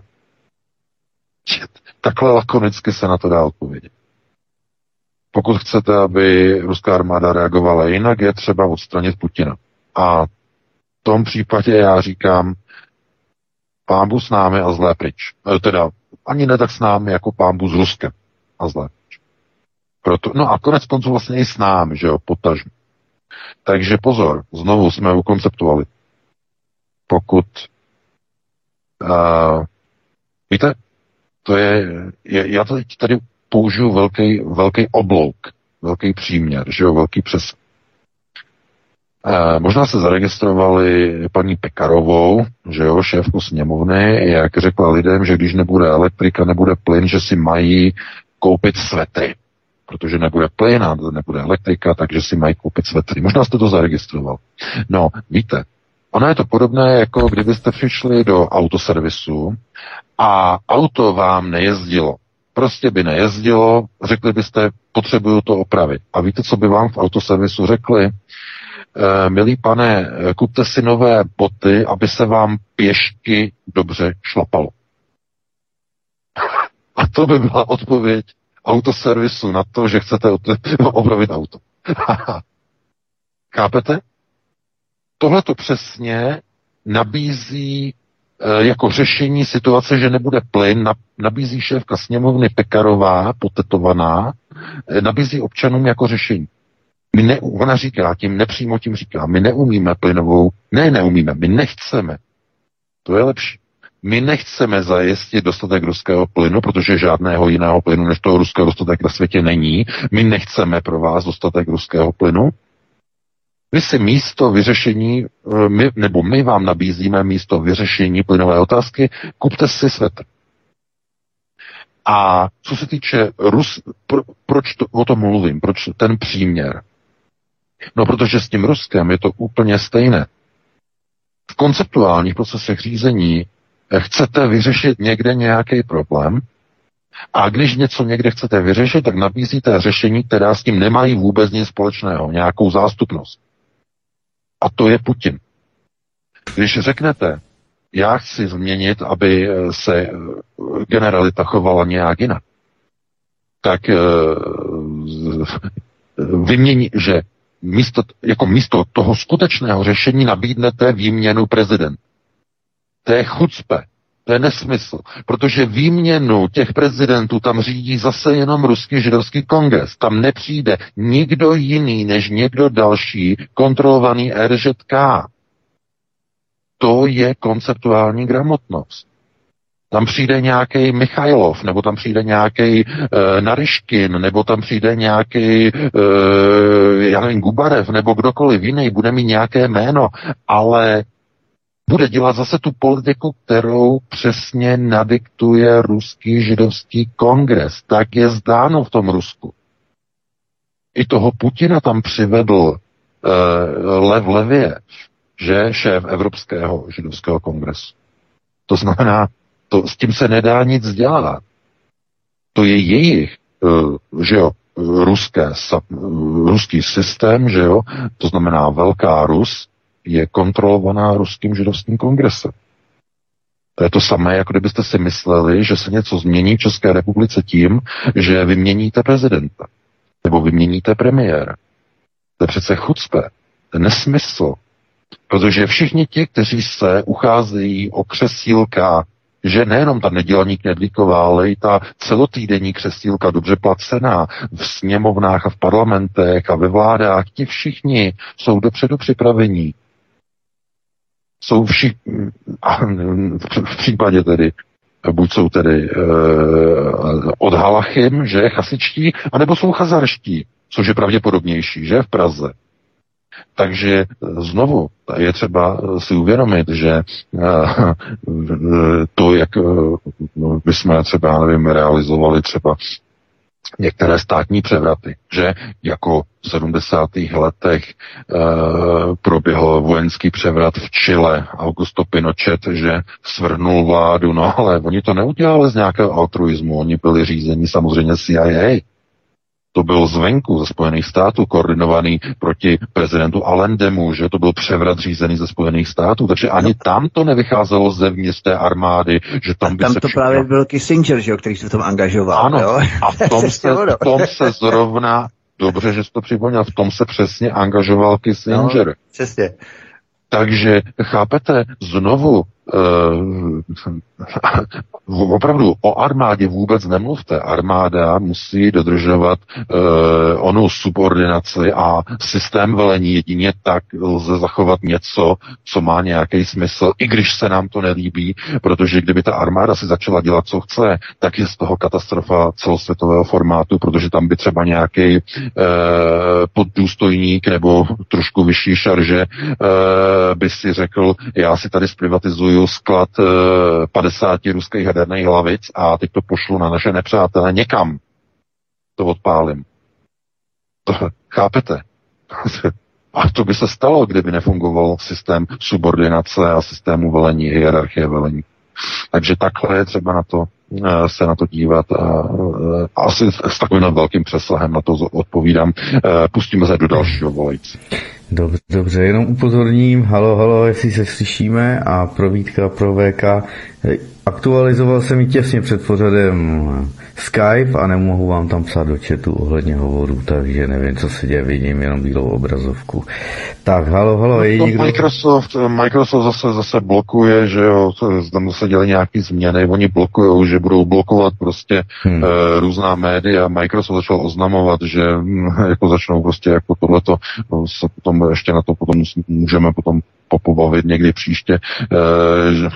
S3: Takhle lakonicky se na to dá odpovědět. Pokud chcete, aby ruská armáda reagovala jinak, je třeba odstranit Putina. A v tom případě já říkám, pánbu s námi a zlé pryč. Teda ani ne tak s námi, jako pánbu s Ruskem a zlé pryč. Proto, no a konec konců vlastně i s námi, že jo, potažmo. Takže pozor, znovu jsme ukonceptovali. Pokud uh, víte, to je, je já teď tady použiju velký, velký oblouk, velký příměr, že jo, velký přes. Uh, možná se zaregistrovali paní Pekarovou, že jo, šéfku sněmovny, jak řekla lidem, že když nebude elektrika, nebude plyn, že si mají koupit svetry. Protože nebude plyn a nebude elektrika, takže si mají koupit svetry. Možná jste to zaregistroval. No, víte, ono je to podobné, jako kdybyste přišli do autoservisu a auto vám nejezdilo. Prostě by nejezdilo, řekli byste, potřebuju to opravit. A víte, co by vám v autoservisu řekli? E, milý pane, kupte si nové boty, aby se vám pěšky dobře šlapalo. A to by byla odpověď autoservisu na to, že chcete opravit auto. Chápete? Tohle to přesně nabízí e, jako řešení situace, že nebude plyn, nabízí šéfka sněmovny Pekarová, potetovaná, e, nabízí občanům jako řešení. My ne, ona říká, tím nepřímo tím říká, my neumíme plynovou, ne, neumíme, my nechceme. To je lepší. My nechceme zajistit dostatek ruského plynu, protože žádného jiného plynu než toho ruského dostatek na světě není. My nechceme pro vás dostatek ruského plynu. Vy si místo vyřešení, my, nebo my vám nabízíme místo vyřešení plynové otázky, kupte si svetr. A co se týče Rus, pro, proč to, o tom mluvím, proč ten příměr? No, protože s tím Ruskem je to úplně stejné. V konceptuálních procesech řízení chcete vyřešit někde nějaký problém a když něco někde chcete vyřešit, tak nabízíte řešení, která s tím nemají vůbec nic společného, nějakou zástupnost. A to je Putin. Když řeknete, já chci změnit, aby se generalita chovala nějak jinak, tak vymění, že místo, jako místo toho skutečného řešení nabídnete výměnu prezidenta. To je chucpe, to je nesmysl, protože výměnu těch prezidentů tam řídí zase jenom ruský židovský kongres. Tam nepřijde nikdo jiný než někdo další kontrolovaný R Ž K. To je konceptuální gramotnost. Tam přijde nějaký Michailov, nebo tam přijde nějaký e, Naryškin, nebo tam přijde nějaký, e, já nevím, Gubarev, nebo kdokoliv jiný, bude mít nějaké jméno, ale bude dělat zase tu politiku, kterou přesně nadiktuje ruský židovský kongres. Tak je zdáno v tom Rusku. I toho Putina tam přivedl e, Lev Leviev, že šéf Evropského židovského kongresu. To znamená, to, s tím se nedá nic dělat. To je jejich, uh, že jo, ruské, uh, ruský systém, že jo, to znamená Velká Rus, je kontrolovaná ruským židovským kongresem. To je to samé, jako kdybyste si mysleli, že se něco změní v České republice tím, že vyměníte prezidenta, nebo vyměníte premiéra. To je přece chucpe, to je nesmysl. Protože všichni ti, kteří se ucházejí o křesílka, že nejenom ta nedělník Nedlíková, ale i ta celotýdenní křesílka dobře placená v sněmovnách a v parlamentech a ve vládách, ti všichni jsou dopředu připravení jsou všichni, v případě tedy, buď jsou tedy eh, od Halachim, že, chasičtí, anebo jsou chazarští, což je pravděpodobnější, že, v Praze. Takže znovu je třeba si uvědomit, že to, jak bychom třeba, nevím, realizovali třeba některé státní převraty, že jako v sedmdesátých letech e, proběhl vojenský převrat v Chile, Augusto Pinochet, že svrhnul vládu, no ale oni to neudělali z nějakého altruismu, oni byli řízeni samozřejmě C I A. To byl zvenku ze Spojených států, koordinovaný proti prezidentu Allendemu, že to byl převrat řízený ze Spojených států, takže ani tam to nevycházelo zevnitř té armády, že tam by
S1: tam
S3: se
S1: to
S3: všechno...
S1: právě byl Kissinger, že jo, který se v tom angažoval.
S3: Ano,
S1: jo?
S3: a v tom, se, v tom se zrovna, dobře, že jsi to připomněl, v tom se přesně angažoval Kissinger.
S1: No, přesně.
S3: Takže, chápete, znovu, uh, opravdu o armádě vůbec nemluvte. Armáda musí dodržovat uh, onu subordinaci a systém velení. Jedině tak lze zachovat něco, co má nějaký smysl, i když se nám to nelíbí, protože kdyby ta armáda si začala dělat, co chce, tak je z toho katastrofa celosvětového formátu, protože tam by třeba nějaký uh, poddůstojník nebo trošku vyšší šarže uh, by si řekl, já si tady zprivatizuju sklad e, padesáti ruských jaderných hlavic a teď to pošlu na naše nepřátele někam. To odpálím. To, chápete? A to by se stalo, kdyby nefungoval systém subordinace a systému velení, hierarchie velení. Takže takhle je třeba na to se na to dívat a, a asi s takovým velkým přesahem na to odpovídám. Pustíme se do dalšího volající.
S2: Dobře, dobře, jenom upozorním, halo, halo, jestli se slyšíme, a pro Vítka, pro V K, aktualizoval jsem i těsně před pořadem Skype a nemohu vám tam psát do chatu ohledně hovorů, takže nevím, co se děje, vidím jenom bílou obrazovku. Tak, halo, halo, je
S3: no,
S2: někdo...
S3: Microsoft, Microsoft zase, zase blokuje, že jo, tam zase dělají nějaký změny, oni blokujou, že budou blokovat prostě hmm. e, různá média. Microsoft začal oznamovat, že hm, jako začnou prostě jako tohleto, se potom ještě na to potom můžeme potom popobavit někdy příště, e, že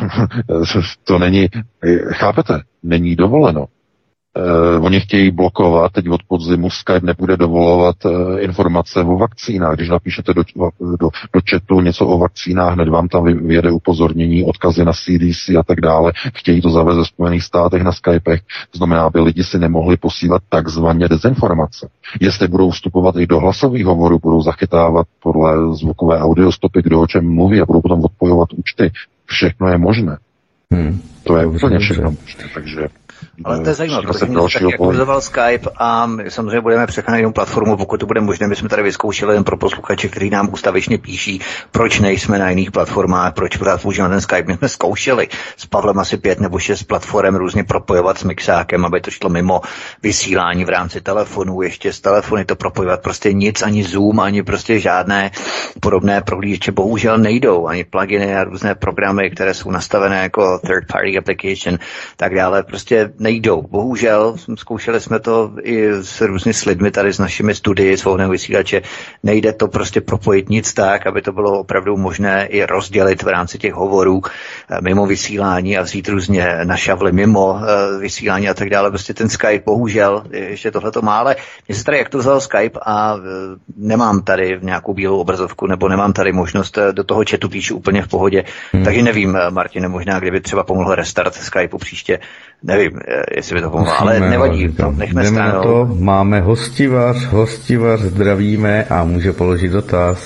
S3: to není, chápete, není dovoleno. Uh, oni chtějí blokovat, teď od podzimu Skype nebude dovolovat uh, informace o vakcínách. Když napíšete do, do, do chatu něco o vakcínách, hned vám tam vyjede upozornění, odkazy na C D C a tak dále. Chtějí to zavést ve Spojených státech na Skypech. To znamená, aby lidi si nemohli posílat takzvaně dezinformace. Jestli budou vstupovat i do hlasových hovorů, budou zachytávat podle zvukové audiostopy, kdo o čem mluví a budou potom odpojovat účty. Všechno je možné. Hmm. To je úplně všechno možné, takže...
S1: Ale to je zajímavé, protože mě taky aktualizoval Skype a my samozřejmě budeme přecházet jenom platformu, pokud to bude možné. My jsme tady vyzkoušeli jen pro posluchače, kteří nám ustavičně píší, proč nejsme na jiných platformách, proč používáme ten Skype. My jsme zkoušeli s Pavlem asi pět nebo šest platform různě propojovat s mixákem, aby to šlo mimo vysílání v rámci telefonu, ještě z telefony to propojovat. Prostě nic, ani Zoom, ani prostě žádné podobné prohlížeče bohužel nejdou, ani pluginy a různé programy, které jsou nastavené jako third party application, tak dále, prostě nejdou. Bohužel, zkoušeli jsme to i s různými s lidmi tady s našimi studii svobodného vysílače, nejde to prostě propojit nic tak, aby to bylo opravdu možné i rozdělit v rámci těch hovorů mimo vysílání a vzít různě na šavly mimo vysílání a tak dále. Prostě ten Skype, bohužel, ještě tohleto má, ale mě se tady aktualizoval Skype a nemám tady nějakou bílou obrazovku, nebo nemám tady možnost do toho chatu píšu úplně v pohodě. Hmm. Takže nevím, Martine, možná kdyby třeba pomohl restart Skypeu příště, nevím, jestli by to pomohlo, ale nevadí, to nechme stranou.
S2: To máme hostivař, hostivař, zdravíme a může položit dotaz.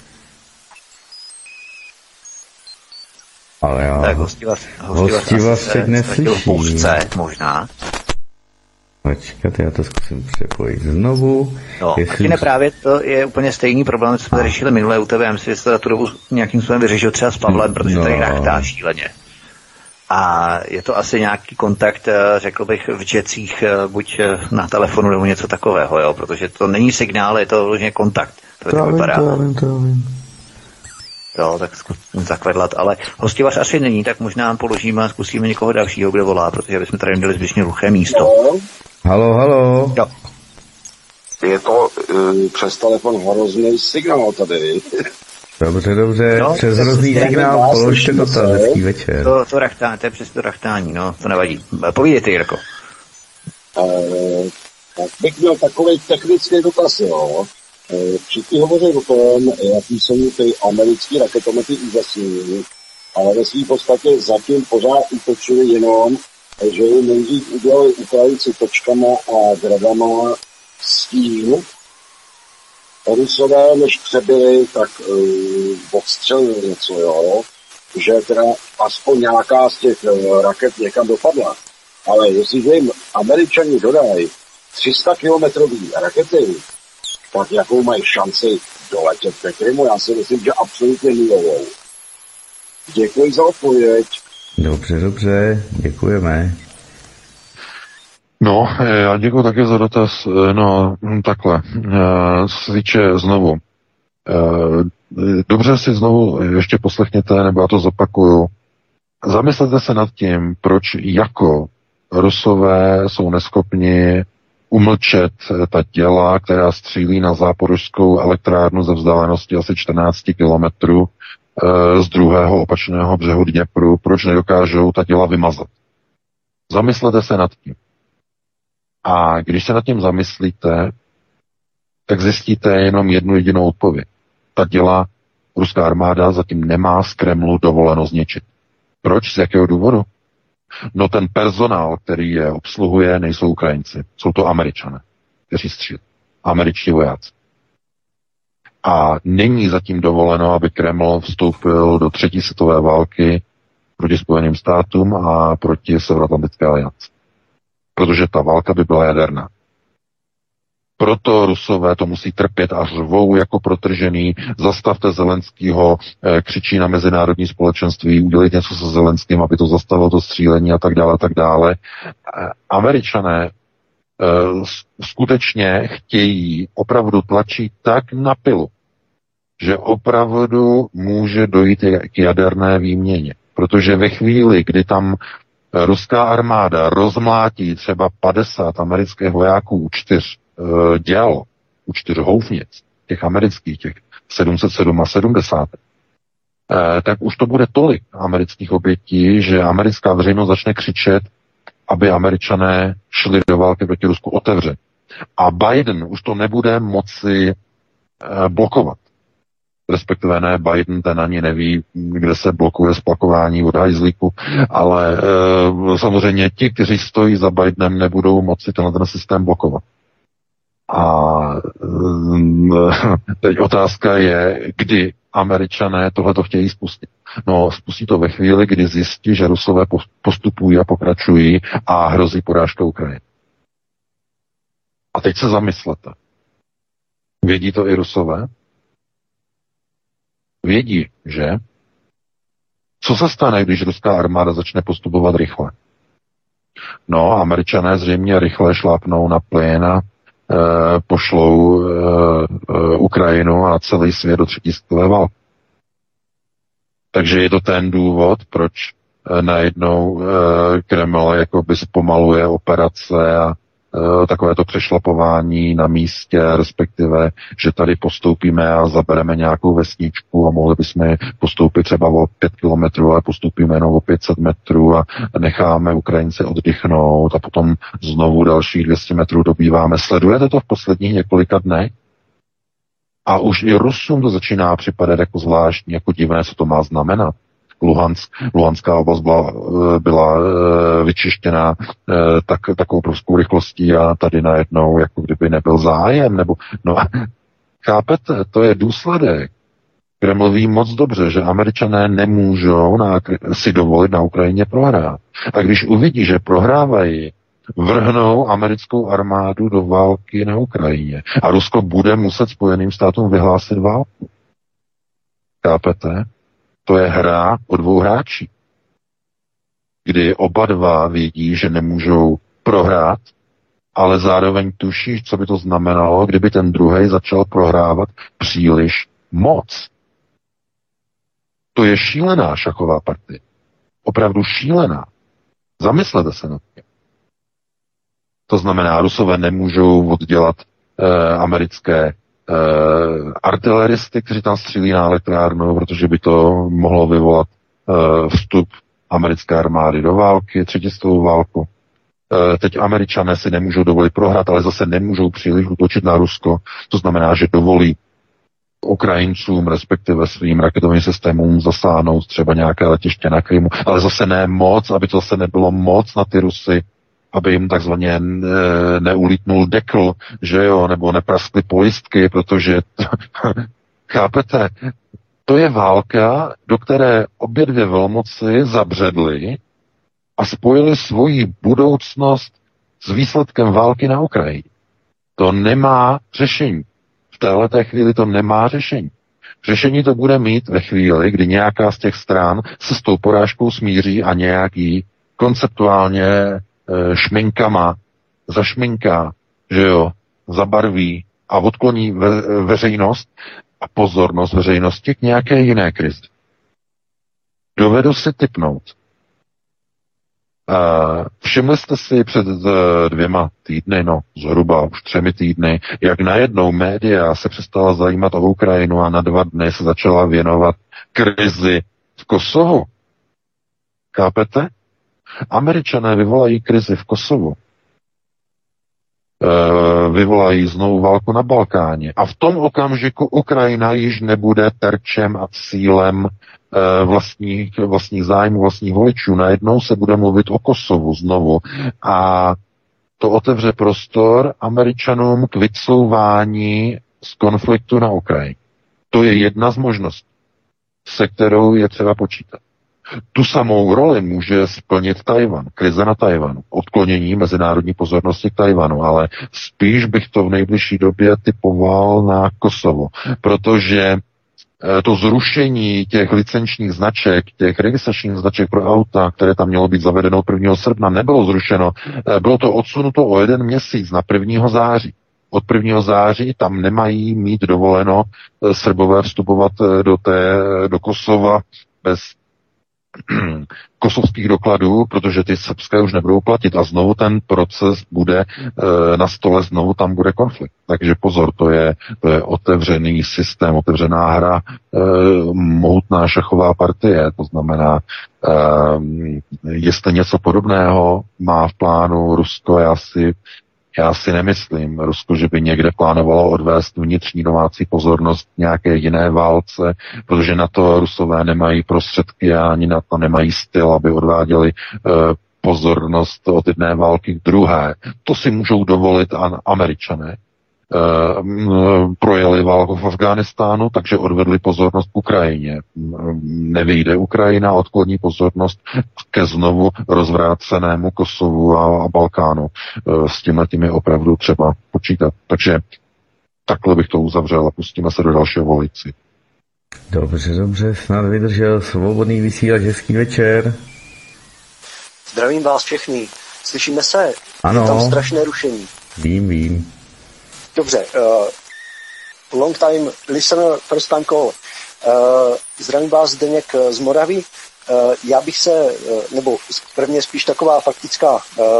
S2: Ale já...
S1: Tak hostivař, hostivař, hostivař
S2: se neslyší.
S1: Možná.
S2: Počkat, já to zkusím přepojit znovu.
S1: No,
S2: Jestli...
S1: ne, právě to je úplně stejný problém, co jsme řešili minule u tebe. Já myslím, že jste tu dobu nějakým způsobem vyřešil třeba s Pavlem, protože no. tady rachtá šíleně. A je to asi nějaký kontakt, řekl bych, v jetcích, buď na telefonu nebo něco takového, jo, protože to není signál, je to vložně kontakt. To, to, vím, vypadá.
S2: to vím, to vím.
S1: Jo, tak zkusím zakvedlat, ale hostivař asi není, tak možná položíme a zkusíme někoho dalšího, kdo volá, protože bychom tady měli zbytečně hluché místo.
S2: Halo, halo.
S1: Jo.
S5: Je to uh, přes telefon hrozný signál tady.
S2: Dobře, dobře,
S1: no,
S2: přes hrozný signál, položte to tam, hezký večer.
S1: To, to rachtání, to je přes to rachtání, no, to nevadí. Povídejte, Jirko.
S5: Uh, tak bych měl takový technický dotaz, jo. Uh, všichni hovoří o tom, jaký jsou ty americký raketomety úžasný, ale ve svým podstatě zatím pořád útočili jenom, že jim nejdřív udělali Ukrajinci točkama a gradama s tím, Rusové, než přebyli, tak uh, odstřelili něco, jo, že teda aspoň nějaká z těch uh, raket někam dopadla. Ale jestliže jim Američani dodají tři sta kilometrový rakety, tak jakou mají šanci doletět ke Krymu? Já si myslím, že absolutně nulovou. Děkuji za odpověď.
S2: Dobře, dobře, děkujeme.
S3: No, já děkuji také za dotaz. No, takhle. Co se týče znovu. Dobře si znovu ještě poslechněte, nebo já to zopakuju. Zamyslete se nad tím, proč jako Rusové jsou neschopni umlčet ta těla, která střílí na záporožskou elektrárnu ze vzdálenosti asi čtrnáct kilometrů z druhého opačného břehu Dněpru, proč nedokážou ta těla vymazat. Zamyslete se nad tím. A když se nad tím zamyslíte, tak zjistíte jenom jednu jedinou odpověď. Ta těla ruská armáda zatím nemá z Kremlu dovoleno zničit. Proč? Z jakého důvodu? No ten personál, který je obsluhuje, nejsou Ukrajinci. Jsou to Američané, kteří střílí. Američtí vojáci. A není zatím dovoleno, aby Kreml vstoupil do třetí světové války proti Spojeným státům a proti Severoatlantické alianci. Protože ta válka by byla jaderná. Proto Rusové to musí trpět a řvou jako protržený. Zastavte Zelenskýho, křičí na mezinárodní společenství, udělejte něco se Zelenským, aby to zastavilo to střílení a tak dále, a tak dále. Američané skutečně chtějí, opravdu tlačí tak na pilu, že opravdu může dojít k jaderné výměně. Protože ve chvíli, kdy tam ruská armáda rozmlátí třeba padesát amerických vojáků u čtyř e, děl, u čtyř houfnic, těch amerických, těch sedm set sedmdesát, e, tak už to bude tolik amerických obětí, že americká veřejnost začne křičet, aby Američané šli do války proti Rusku otevře. A Biden už to nebude moci e, blokovat. Respektive ne, Biden ten ani neví, kde se blokuje splakování od hajzlíku, ale e, samozřejmě ti, kteří stojí za Bidenem, nebudou moci tenhle ten systém blokovat. A e, teď otázka je, kdy Američané tohleto chtějí spustit. No, spustí to ve chvíli, kdy zjistí, že Rusové postupují a pokračují a hrozí porážka Ukrajiny. A teď se zamyslete. Vědí to i Rusové? Vědí, že? Co se stane, když ruská armáda začne postupovat rychle? No, Američané zřejmě rychle šlápnou na plyn a e, pošlou e, e, Ukrajinu a celý svět do třetí světové války. Takže je to ten důvod, proč e, najednou e, Kreml jakoby zpomaluje operace a takové to přešlapování na místě, respektive, že tady postoupíme a zabereme nějakou vesničku a mohli bychom postoupit třeba o pět kilometrů, ale postupíme jenom o pět set metrů a necháme Ukrajince oddychnout a potom znovu dalších dvě stě metrů dobýváme. Sledujete to v posledních několika dnech? A už i Rusům to začíná připadat jako zvláštní, jako divné, co to má znamenat. Luhansk, Luhanská oblast byla, byla vyčištěna tak, takovou obrovskou rychlostí a tady najednou, jako kdyby nebyl zájem, nebo, no chápete, to je důsledek. Kreml ví moc dobře, že Američané nemůžou na, si dovolit na Ukrajině prohrát. A když uvidí, že prohrávají, vrhnou americkou armádu do války na Ukrajině. A Rusko bude muset Spojeným státům vyhlásit válku. Chápete? To je hra o dvou hráčích, kdy oba dva vědí, že nemůžou prohrát, ale zároveň tuší, co by to znamenalo, kdyby ten druhý začal prohrávat příliš moc. To je šílená šachová partie. Opravdu šílená. Zamyslete se nad tím. To znamená, Rusové nemůžou oddělat eh, americké artileristy, kteří tam střílí na elektrárnu, protože by to mohlo vyvolat vstup americké armády do války, třetí světovou válku. Teď Američané si nemůžou dovolit prohrát, ale zase nemůžou příliš útočit na Rusko. To znamená, že dovolí Ukrajincům, respektive svým raketovým systémům zasáhnout třeba nějaké letiště na Krymu, ale zase ne moc, aby to zase nebylo moc na ty Rusy, aby jim takzvaně neulítnul dekl, že jo, nebo nepraskly pojistky, protože chápete, to je válka, do které obě dvě velmoci zabředly a spojili svoji budoucnost s výsledkem války na Ukrajině. To nemá řešení. V téhleté chvíli to nemá řešení. Řešení to bude mít ve chvíli, kdy nějaká z těch stran se s tou porážkou smíří a nějaký konceptuálně e, šminkama zašminká, že jo, zabarví a odkloní ve, veřejnost a pozornost veřejnosti k nějaké jiné krizi. Dovedu si tipnout. Uh, všimli jste si před uh, dvěma týdny, no zhruba už třemi týdny, jak najednou média se přestala zajímat o Ukrajinu a na dva dny se začala věnovat krizi v Kosovu. Chápete? Američané vyvolají krizi v Kosovu. Uh, vyvolají znovu válku na Balkáně. A v tom okamžiku Ukrajina již nebude terčem a cílem vlastních, vlastních zájmů, vlastních voličů. Najednou se bude mluvit o Kosovu znovu a to otevře prostor Američanům k vycouvání z konfliktu na Ukrajině. To je jedna z možností, se kterou je třeba počítat. Tu samou roli může splnit Tajvan, krize na Tajvanu, odklonění mezinárodní pozornosti k Tajvanu, ale spíš bych to v nejbližší době typoval na Kosovo, protože to zrušení těch licenčních značek, těch registračních značek pro auta, které tam mělo být zavedeno prvního srpna, nebylo zrušeno. Bylo to odsunuto o jeden měsíc na prvního září. Od prvního září tam nemají mít dovoleno Srbové vstupovat do, té, do Kosova bez kosovských dokladů, protože ty srbské už nebudou platit a znovu ten proces bude e, na stole, znovu tam bude konflikt. Takže pozor, to je, to je otevřený systém, otevřená hra, e, mohutná šachová partie, to znamená, e, jestli něco podobného má v plánu Rusko, já si Já si nemyslím, Rusko, že by někde plánovalo odvést vnitřní domácí pozornost nějaké jiné válce, protože na to Rusové nemají prostředky a ani na to nemají styl, aby odváděli e, pozornost od jedné války k druhé. To si můžou dovolit an- Američané. E, projeli válku v Afghánistánu, takže odvedli pozornost k Ukrajině. Nevyjde Ukrajina, odkloní pozornost ke znovu rozvrácenému Kosovu a, a Balkánu. E, s tímhletím je opravdu třeba počítat. Takže takhle bych to uzavřel a pustíme se do dalšího volající.
S2: Dobře, dobře, snad vydržel svobodný vysílač, hezký večer.
S6: Zdravím vás všechny. Slyšíme se?
S2: Ano.
S6: Je tam strašné rušení.
S2: Vím, vím.
S6: Dobře, uh, long time listener, first time call. Uh, zdravím vás, Zdeněk z Moravy. Uh, já bych se, uh, nebo prvně spíš taková faktická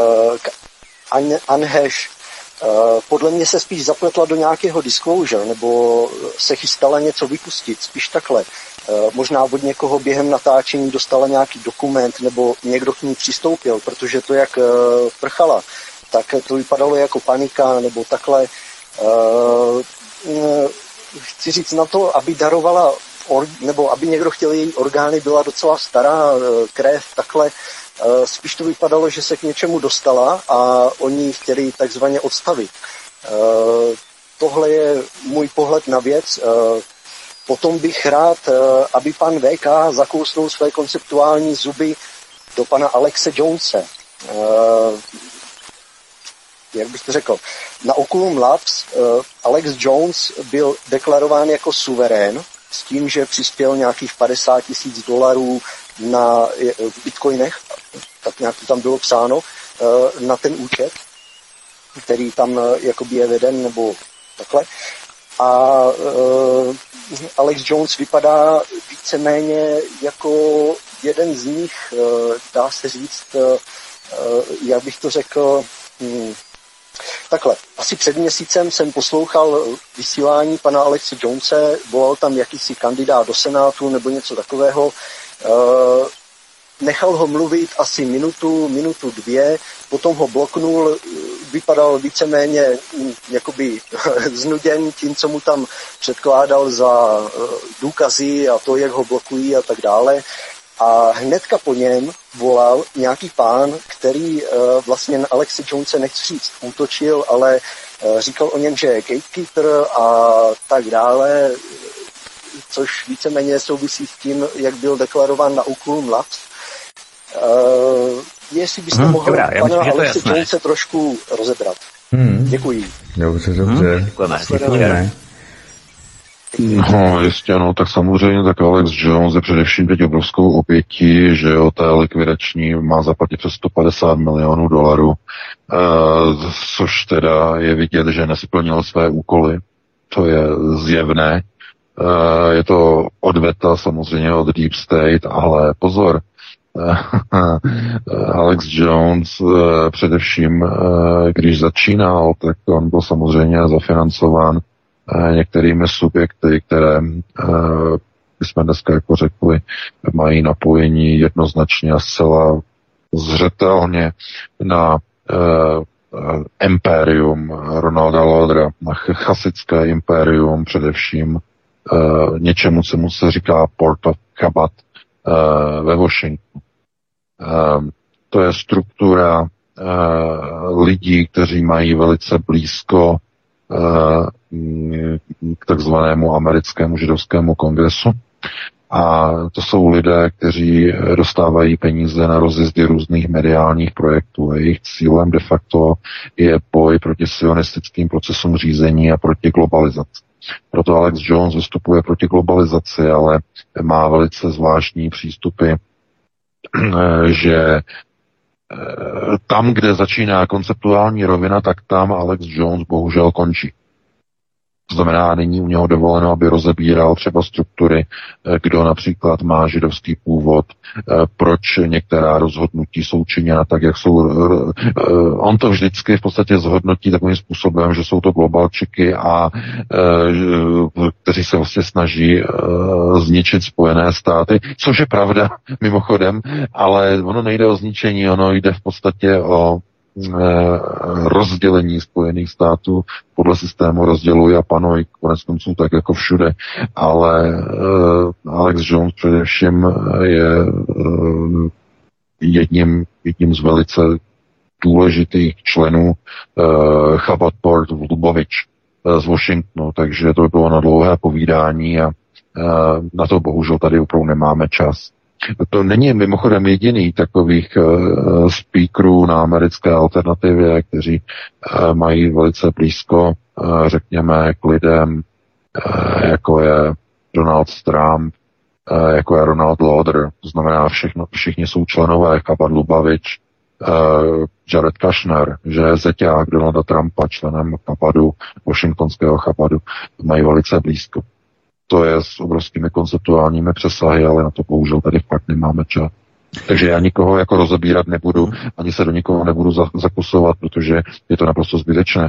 S6: uh, Anheš, uh, podle mě se spíš zapletla do nějakého disclosure, nebo se chystala něco vypustit, spíš takhle. Uh, možná od někoho během natáčení dostala nějaký dokument, nebo někdo k ní přistoupil, protože to, jak uh, prchala, tak to vypadalo jako panika, nebo takhle. Uh, chci říct na to, aby darovala, or, nebo aby někdo chtěl její orgány, byla docela stará, krev, takhle. Uh, spíš to vypadalo, že se k něčemu dostala a oni ji chtěli takzvaně odstavit. Uh, tohle je můj pohled na věc. Uh, potom bych rád, uh, aby pan V K zakousnul své konceptuální zuby do pana Alexe Jonese. Uh, jak bych to řekl, na Oculum Labs uh, Alex Jones byl deklarován jako suverén s tím, že přispěl nějakých padesát tisíc dolarů na, v bitcoinech, tak nějak to tam bylo psáno, uh, na ten účet, který tam uh, jakoby je veden, nebo takhle. A uh, Alex Jones vypadá víceméně jako jeden z nich, uh, dá se říct, uh, uh, jak bych to řekl, hmm, Takhle, asi před měsícem jsem poslouchal vysílání pana Alexe Jonese, volal tam jakýsi kandidát do Senátu nebo něco takového. Uh, nechal ho mluvit asi minutu, minutu dvě, potom ho bloknul, vypadal víceméně jakoby znuděn tím, co mu tam předkládal za důkazy a to, jak ho blokují a tak dále. A hnedka po něm volal nějaký pán, který vlastně na Alexe Jonese, nechci říct, útočil, ale říkal o něm, že je gatekeeper a tak dále, což víceméně souvisí s tím, jak byl deklarován na Oculum Labs. Uh, jestli byste hmm, mohli dobrá, pana Alexe Jonese trošku rozebrat. Hmm. Děkuji.
S2: Dobře, dobře. Hmm,
S1: děkujeme. Děkujeme.
S3: No, jistě, no, tak samozřejmě, tak Alex Jones je především teď obrovskou obětí, že jo, té likvidační má zaplatit přes sto padesát milionů dolarů, uh, což teda je vidět, že nesplnil své úkoly, to je zjevné, uh, je to odveta samozřejmě od Deep State, ale pozor, Alex Jones především, když začínal, tak on byl samozřejmě zafinancován některými subjekty, které, my jsme dneska jako řekli, mají napojení jednoznačně a zcela zřetelně na impérium Ronalda Laudera, na chasické impérium především, něčemu, co mu se říká Port of Chabad, Uh, ve Washingtonu. Uh, to je struktura uh, lidí, kteří mají velice blízko uh, k takzvanému americkému židovskému kongresu. A to jsou lidé, kteří dostávají peníze na rozjezdy různých mediálních projektů. A jejich cílem de facto je boj proti sionistickým procesům řízení a proti globalizaci. Proto Alex Jones vystupuje proti globalizaci, ale má velice zvláštní přístupy, že tam, kde začíná konceptuální rovina, tak tam Alex Jones bohužel končí. To znamená, není u něho dovoleno, aby rozebíral třeba struktury, kdo například má židovský původ, proč některá rozhodnutí jsou činěna tak, jak jsou. On to vždycky v podstatě zhodnotí takovým způsobem, že jsou to globalčiky, a kteří se vlastně snaží zničit Spojené státy, což je pravda mimochodem, ale ono nejde o zničení, ono jde v podstatě o rozdělení Spojených států podle systému rozděluj a panuj, konec konců tak jako všude, ale uh, Alex Jones především je uh, jedním, jedním z velice důležitých členů uh, Chabad Port v Lubovič uh, z Washingtonu, takže to by bylo na dlouhé povídání a uh, na to bohužel tady opravdu nemáme čas. To není mimochodem jediný takových uh, speakerů na americké alternativě, kteří uh, mají velice blízko, uh, řekněme, k lidem, uh, jako je Donald Trump, uh, jako je Ronald Lauder. To znamená, všechno, všichni jsou členové Chabad Lubavitch, uh, Jared Kushner, že je zeťák Donalda Trumpa, členem Chabadu, washingtonského Chabadu, mají velice blízko. To je s obrovskými konceptuálními přesahy, ale na to bohužel tady fakt nemáme čas. Takže já nikoho jako rozebírat nebudu, ani se do nikoho nebudu zakusovat, protože je to naprosto zbytečné.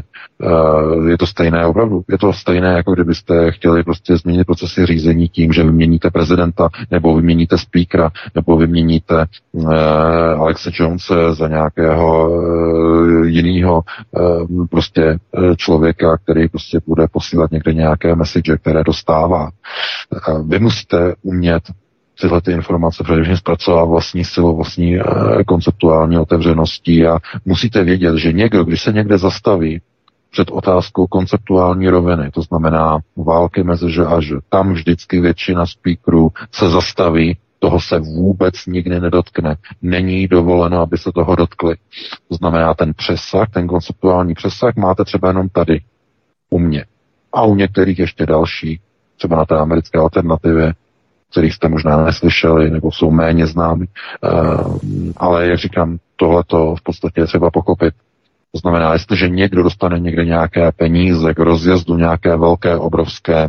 S3: Uh, je to stejné opravdu. Je to stejné, jako kdybyste chtěli prostě změnit procesy řízení tím, že vyměníte prezidenta, nebo vyměníte speakera, nebo vyměníte uh, Alexe Jonese za nějakého uh, jiného uh, prostě uh, člověka, který prostě bude posílat někde nějaké message, které dostává. Uh, vy musíte umět tyhle ty informace především zpracovat vlastní silou, vlastní e, konceptuální otevřeností a musíte vědět, že někdo, když se někde zastaví před otázkou konceptuální roviny, to znamená války mezi že a že, tam vždycky většina speakerů se zastaví, toho se vůbec nikdy nedotkne. Není dovoleno, aby se toho dotkli. To znamená, ten přesah, ten konceptuální přesah máte třeba jenom tady, u mě. A u některých ještě další, třeba na té americké alternativě, kterých jste možná neslyšeli, nebo jsou méně známi. Uh, ale jak říkám, tohleto v podstatě je třeba pochopit. To znamená, jestliže někdo dostane někde nějaké peníze k rozjezdu nějaké velké, obrovské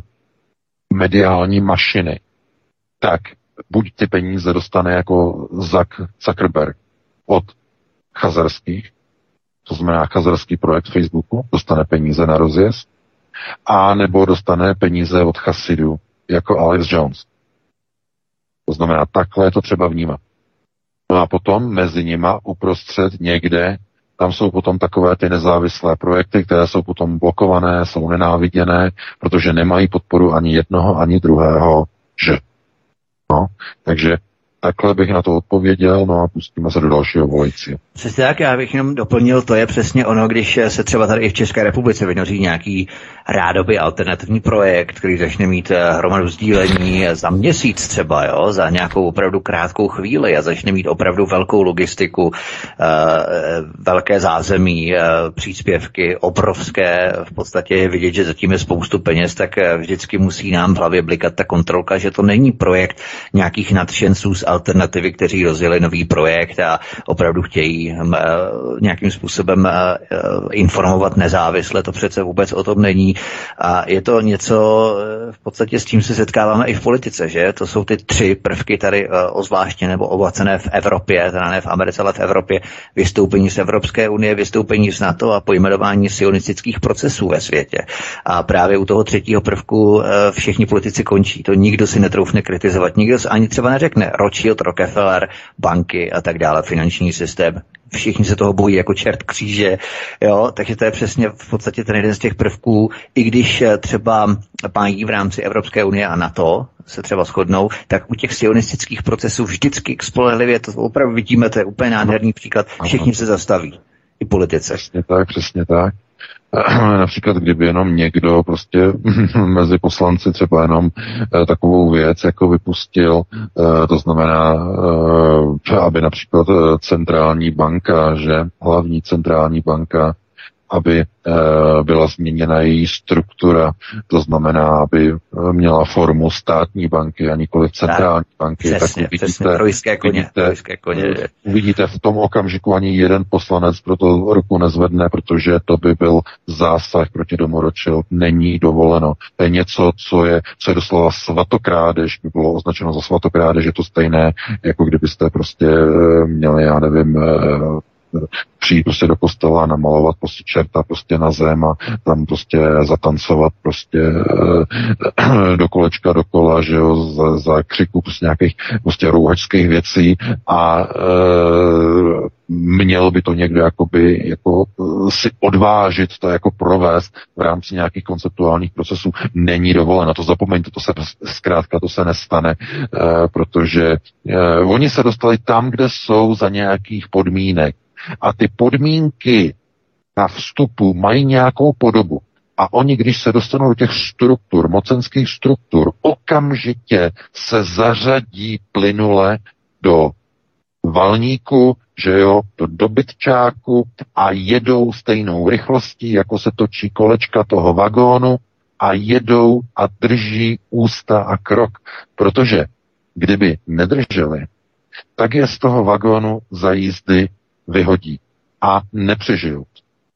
S3: mediální mašiny, tak buď ty peníze dostane jako Zuck, Zuckerberg od chazarských, to znamená kazarský projekt Facebooku, dostane peníze na rozjezd, a nebo dostane peníze od chasidů, jako Alex Jones. To znamená, takhle je to třeba vnímat. No a potom mezi nima uprostřed někde, tam jsou potom takové ty nezávislé projekty, které jsou potom blokované, jsou nenáviděné, protože nemají podporu ani jednoho, ani druhého, že. No, takže takhle bych na to odpověděl, no a pustíme se do dalšího volajícího.
S1: Přesně tak, já bych jenom doplnil, to je přesně ono, když se třeba tady i v České republice vynoří nějaký rádoby alternativní projekt, který začne mít hromadu sdílení za měsíc třeba, jo, za nějakou opravdu krátkou chvíli a začne mít opravdu velkou logistiku, velké zázemí, příspěvky, obrovské, v podstatě je vidět, že zatím je spoustu peněz, tak vždycky musí nám v hlavě blikat ta kontrolka, že to není projekt nějakých nadšenců z alternativy, kteří rozjeli nový projekt a opravdu chtějí nějakým způsobem informovat nezávisle, to přece vůbec o tom není. A je to něco v podstatě s čím se setkáváme i v politice, že? To jsou ty tři prvky tady ozvláště nebo obohacené v Evropě, teda ne v Americe, ale v Evropě, vystoupení z Evropské unie, vystoupení z NATO a pojmenování sionistických procesů ve světě. A právě u toho třetího prvku všichni politici končí. To nikdo si netroufne kritizovat, nikdo si ani třeba neřekne Rothschild, Rockefeller, banky a tak dále, finanční systém. Všichni se toho bojí jako čert kříže, jo, takže to je přesně v podstatě ten jeden z těch prvků, i když třeba pájí v rámci Evropské unie a NATO se třeba shodnou, tak u těch sionistických procesů vždycky spolehlivě, to opravdu vidíme, to je úplně nádherný příklad, všichni se zastaví, i politice.
S3: Přesně tak, přesně tak. Například, kdyby jenom někdo prostě mezi poslanci třeba jenom e, takovou věc jako vypustil, e, to znamená, e, aby například centrální banka, že hlavní centrální banka, aby e, byla změněna její struktura, to znamená, aby měla formu státní banky a nikoli centrální tak, banky.
S1: Přesně,
S3: tak uvidíte,
S1: přesně, trojské koně,
S3: uvidíte,
S1: trojské koně.
S3: Uvidíte v tom okamžiku ani jeden poslanec pro to ruku nezvedne, protože to by byl zásah proti domu Rothschild. Není dovoleno. To je něco, co je, co je doslova svatokrádež, by bylo označeno za svatokrádež, je to stejné, jako kdybyste prostě měli, já nevím, přijít prostě do kostela a namalovat prostě čerta prostě na zem a tam prostě zatancovat prostě e, do kolečka dokola, že jo, za, za křiku prostě nějakých prostě rouhačských věcí a e, měl by to někdo jakoby jako si odvážit to jako provést v rámci nějakých konceptuálních procesů. Není dovoleno, to zapomeňte, to se zkrátka to se nestane, e, protože e, oni se dostali tam, kde jsou za nějakých podmínek. A ty podmínky na vstupu mají nějakou podobu. A oni, když se dostanou do těch struktur, mocenských struktur, okamžitě se zařadí plynule do valníku, že jo, do dobytčáku a jedou stejnou rychlostí, jako se točí kolečka toho vagónu a jedou a drží ústa a krok. Protože kdyby nedrželi, tak je z toho vagónu za jízdy vyhodí a nepřežijou.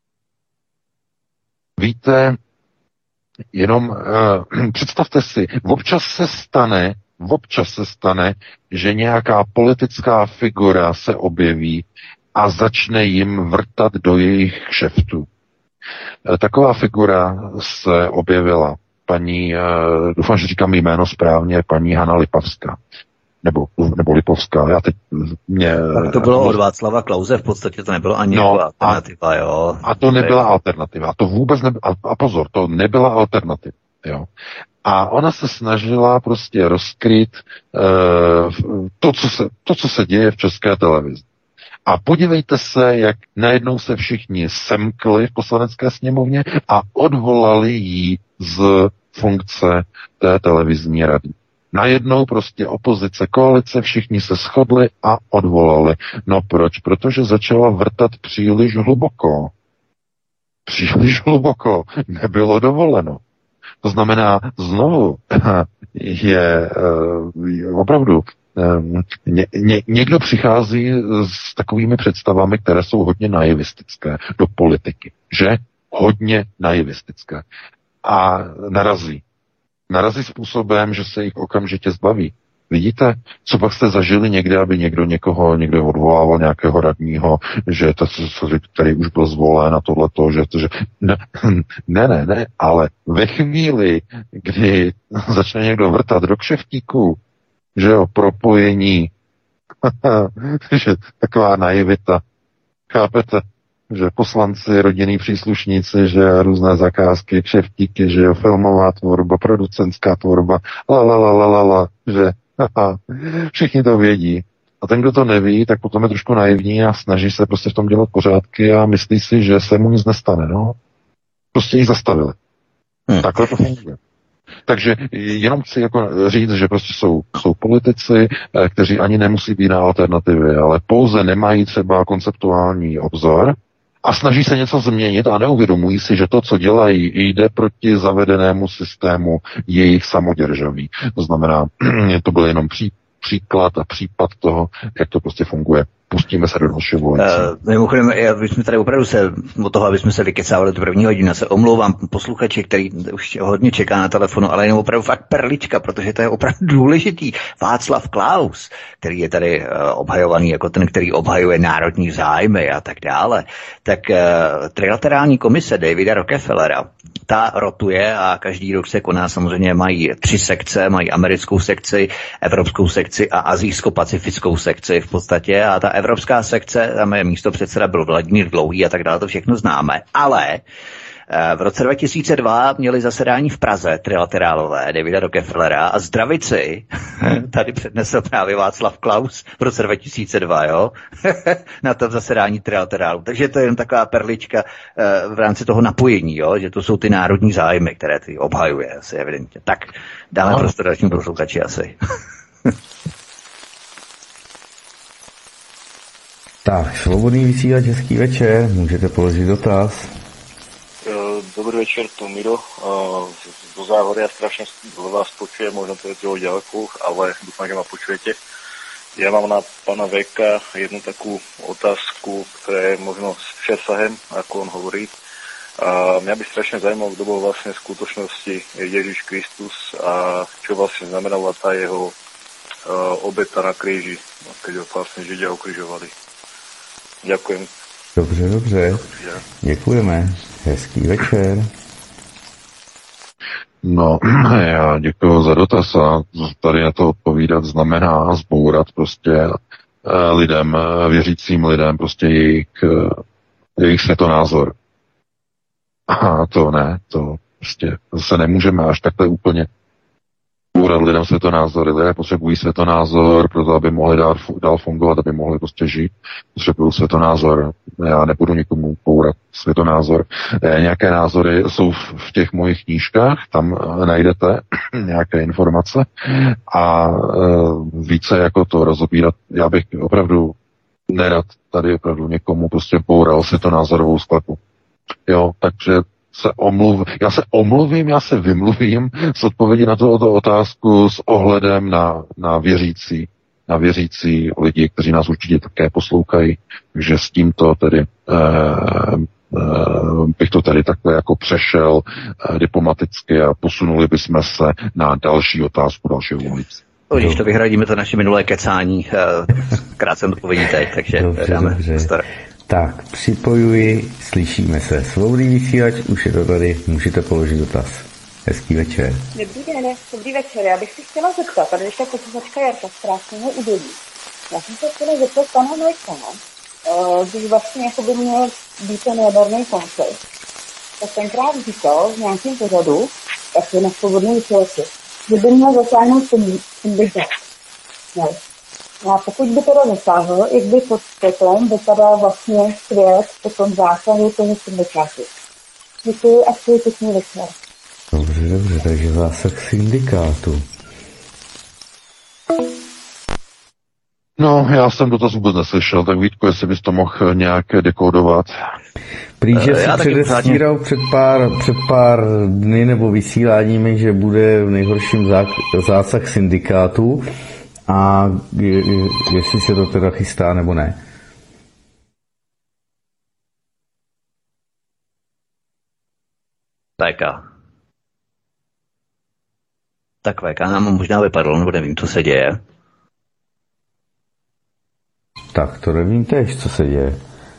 S3: Víte, jenom uh, představte si, občas se stane, občas se stane, že nějaká politická figura se objeví a začne jim vrtat do jejich kšeftů. Uh, taková figura se objevila, paní, uh, doufám, že říkám jméno správně, paní Hana Lipavská. Nebo, nebo Lipovská, já teď mě...
S1: Tak to bylo od Václava Klause, v podstatě to nebylo ani
S3: no,
S1: jako alternativa,
S3: a,
S1: jo.
S3: A to nebyla alternativa, to vůbec nebyla, a, a pozor, to nebyla alternativa, jo. A ona se snažila prostě rozkryt uh, to, co se, to, co se děje v České televizi. A podívejte se, jak najednou se všichni semkli v Poslanecké sněmovně a odvolali ji z funkce té televizní rady. Najednou prostě opozice, koalice, všichni se shodli a odvolali. No proč? Protože začala vrtat příliš hluboko. Příliš hluboko. Nebylo dovoleno. To znamená, znovu je uh, opravdu uh, ně, ně, někdo přichází s takovými představami, které jsou hodně naivistické do politiky. Že? Hodně naivistické. A narazí. Narazí způsobem, že se jich okamžitě zbaví. Vidíte, co pak jste zažili někde, aby někdo někoho někdo odvolával, nějakého radního, že to, který už byl zvolen a tohleto, že to, že ne, ne, ne, ne, ale ve chvíli, kdy začne někdo vrtat do kšeftíku, že jo, propojení, že taková naivita, chápete, že poslanci, rodinní příslušníci, že různé zakázky, kšeftíky, že jo, filmová tvorba, producentská tvorba, la, la, la, la, la, la, že všichni to vědí. A ten, kdo to neví, tak potom je trošku naivní a snaží se prostě v tom dělat pořádky a myslí si, že se mu nic nestane, no. Prostě ji zastavili. Hmm. Takhle to funguje. Takže jenom chci jako říct, že prostě jsou, jsou politici, kteří ani nemusí být na alternativy, ale pouze nemají třeba konceptuální obzor a snaží se něco změnit a neuvědomují si, že to, co dělají, jde proti zavedenému systému jejich samoděržaví. To znamená, to byl jenom pří, příklad a případ toho, jak to prostě funguje. Pustíme se do dalšího volající.
S1: Uh, mimochodem, my jsme tady opravdu se od toho, aby jsme se vykecávali do první hodiny. Se omlouvám posluchači, který už hodně čeká na telefonu, ale jenom opravdu fakt perlička, protože to je opravdu důležitý. Václav Klaus, který je tady uh, obhajovaný jako ten, který obhajuje národní zájmy a tak dále, tak uh, trilaterální komise Davida Rockefellera, ta rotuje a každý rok se koná, samozřejmě mají tři sekce, mají americkou sekci, evropskou sekci a asijsko-pacifickou sekci v podstatě a ta evropská sekce, tam je místo předseda byl Vladimír Dlouhý a tak dále, to všechno známe, ale v roce dva tisíce dva měli zasedání v Praze trilaterálové Davida Rockefellera a zdravici tady přednesl právě Václav Klaus v roce dva tisíce dva, jo, na tom zasedání trilaterálu. Takže to je jen taková perlička v rámci toho napojení, jo, že to jsou ty národní zájmy, které ty obhajuje asi evidentně. Tak dáme no. prostor dalším posluchači asi.
S2: Tak, svobodný vysílač, hezký večer, můžete položit dotaz.
S7: Dobrý večer, tu Miro. Do Záhory ja strašne vás počujem, možno to je o ďalku, ale dúfam, že ma počujete. Ja mám na pána Veka jednu takú otázku, ktorá je možno s přesahem, ako on hovorí. A mňa by strašne zaujímalo, kto bol vlastne v skutočnosti Ježiš Kristus a čo vlastne znamenala tá jeho obeta na kríži, keď ho vlastne Židia ukrižovali. Ďakujem.
S2: Dobře, dobře. Děkujeme. Hezký večer.
S3: No, já děkuji za dotaz a tady na to odpovídat znamená zbourat prostě lidem, věřícím lidem, prostě jejich, jejich světonázor. A to ne, to prostě se nemůžeme až takhle úplně bourat lidem světonázory. Lidé potřebují světonázor, proto aby mohli dál, dál fungovat, aby mohli prostě žít. Potřebují světonázor. Já nebudu nikomu bourat světonázor. E, nějaké názory jsou v, v těch mojich knížkách, tam najdete nějaké informace a e, více jako to rozobírat. Já bych opravdu nerad tady opravdu někomu prostě boural světonázorovou sklepu. Jo, takže se omluv, já se omluvím, já se vymluvím s odpovědí na tuto otázku s ohledem na, na věřící, na věřící lidi, kteří nás určitě také poslouchají, takže s tímto tedy eh, eh, bych to tady takhle jako přešel eh, diplomaticky a posunuli bychom se na další otázku dalšího volice.
S1: Když to vyhradíme to naše minulé kecání, krátce odpovědí teď, takže
S2: dobře,
S1: dáme
S2: dobře.
S1: star.
S2: Tak, připojuji, slyšíme se. Svobodný vysílač, už je to tady, můžete položit dotaz. Hezký večer.
S8: Dobrý den, dobrý večer. Já bych si chtěla zeptat, tady ještě posluchačka Jarka z krásného údolí. Já jsem se chtěla zeptat pana Majka, když vlastně jako by měl být ten jaderný konflikt, tak tenkrát říkal v nějakém pořadu, tak je na svobodný vysílači, že by měl zasáhnout syndikát. No. A pokud by teda zasáhl, jak by pod potom vypadal vlastně svět po tom zásahu toho syndikátu. Děkuji a přeji pěkný večer.
S2: Dobře, dobře, takže zásah syndikátu.
S3: No, já jsem dotaz vůbec neslyšel, tak Vítku, jestli bys to mohl nějak dekodovat.
S2: Prý, že si předestíral před pár, před pár dny nebo vysíláními, že bude v nejhorším zásah syndikátu a je, je, jestli se to teda chystá nebo ne.
S1: Tajka. Tak V K nám možná vypadlo, nebo nevím, co se děje.
S2: Tak to nevím tež, co se děje.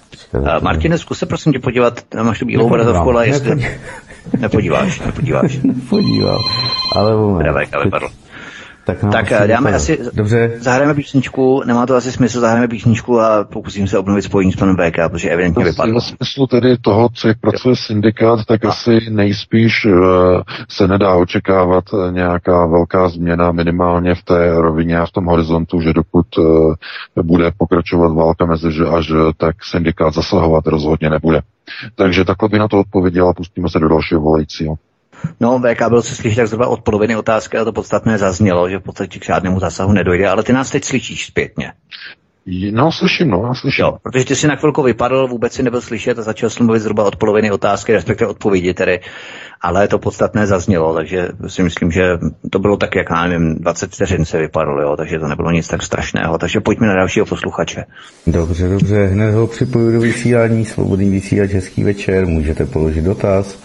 S1: Uh, Martine, zkus se prosím tě podívat, máš tu bílou obrazovku, ale jestli... Nepodí... Nepodíváš, nepodíváš.
S2: Nepodívám, ale moment.
S1: V K vypadlo.
S2: Tak,
S1: tak asi dáme asi,
S2: dobře.
S1: Zahrajeme písničku, nemá to asi smysl, zahrajeme písničku a pokusím se obnovit spojení s panem V K, protože evidentně vypadlo.
S3: V smyslu tedy toho, co jak pracuje syndikát, tak no. asi nejspíš uh, se nedá očekávat nějaká velká změna minimálně v té rovině a v tom horizontu, že dokud uh, bude pokračovat válka mezi že a že, tak syndikát zasahovat rozhodně nebude. Takže takhle by na to odpověděla, pustíme se do dalšího volajícího.
S1: No, V K byl se slyšet tak zhruba od poloviny otázky a to podstatné zaznělo, že v podstatě k žádnému zásahu nedojde, ale ty nás teď slyšíš zpětně.
S3: No, slyším, no, já slyším.
S1: Jo, protože ty si na chvilku vypadl, vůbec si nebyl slyšet a začal jsem mluvit zhruba od poloviny otázky, respektive odpovědi tedy, ale to podstatné zaznělo, takže si myslím, že to bylo tak, jak já nevím, dvacet vteřin se vypadlo, jo, takže to nebylo nic tak strašného, takže pojďme na dalšího posluchače.
S2: Dobře, dobře, hned ho připoju do vysílání, svobodný vysílač, hezký večer, můžete položit dotaz.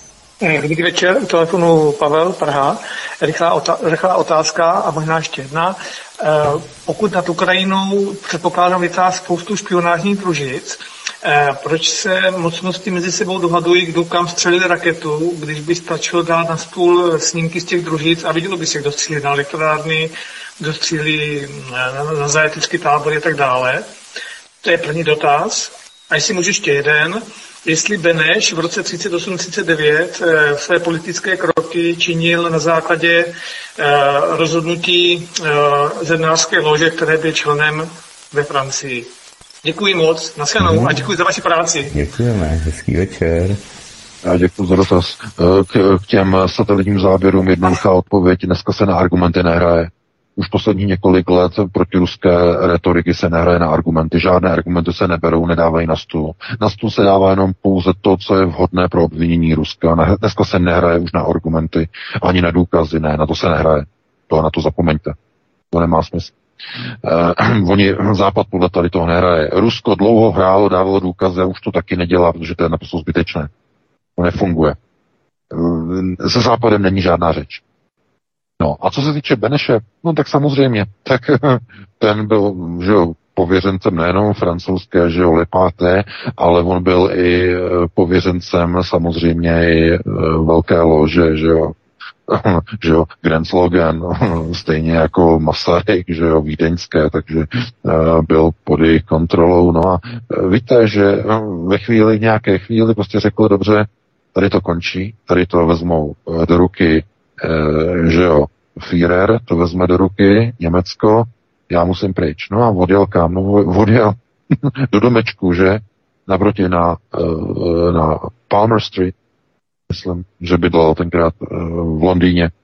S9: Dobrý večer, u telefonu Pavel, Praha. Rychlá, otá- rychlá otázka a možná ještě jedna. E, pokud nad Ukrajinou předpokládám vytáhnout spoustu špionážních družic, e, proč se mocnosti mezi sebou dohadují, kdo kam střelil raketu, když by stačilo dát na stůl snímky z těch družic a vidělo by se, kdo střílí na elektrárny, kdo střílí na, na zajatecký tábory a tak dále. To je první dotaz. A jestli můžu ještě jeden, jestli Beneš v roce třicet osm třicet devět e, své politické kroky činil na základě e, rozhodnutí e, zednářské lože, které byl členem ve Francii. Děkuji moc, nashledanou a děkuji za vaši práci.
S2: Děkujeme, hezký večer.
S3: Já děkuji za dotaz. K, k těm satelitním záběrům jednoduchá odpověď. Dneska se na argumenty nehraje. Už poslední několik let proti ruské retoriky se nehraje na argumenty. Žádné argumenty se neberou, nedávají na stůl. Na stůl se dává jenom pouze to, co je vhodné pro obvinění Ruska. Dneska se nehraje už na argumenty, ani na důkazy, ne, na to se nehraje. To na to zapomeňte. To nemá smysl. Uh, oni, Západ podle tady toho nehraje. Rusko dlouho hrálo, dávalo důkazy a už to taky nedělá, protože to je naprosto zbytečné. To nefunguje. Uh, se Západem není žádná řeč. No a co se týče Beneše, no tak samozřejmě, tak ten byl, že jo, pověřencem nejenom francouzské, že jo, Lepáté, ale on byl i pověřencem samozřejmě i velké lože, že jo, že jo, Grand Slogan, stejně jako Masaryk, že jo, vídeňské, takže byl pod jejich kontrolou, no a víte, že ve chvíli, nějaké chvíli prostě řekl, dobře, tady to končí, tady to vezmou do ruky E, že jo, Führer to vezme do ruky, Německo, já musím pryč. No a odjel kam? No odjel do domečku, že? Naproti na, e, na Palmer Street, myslím, že bydlel tenkrát e, v Londýně, e,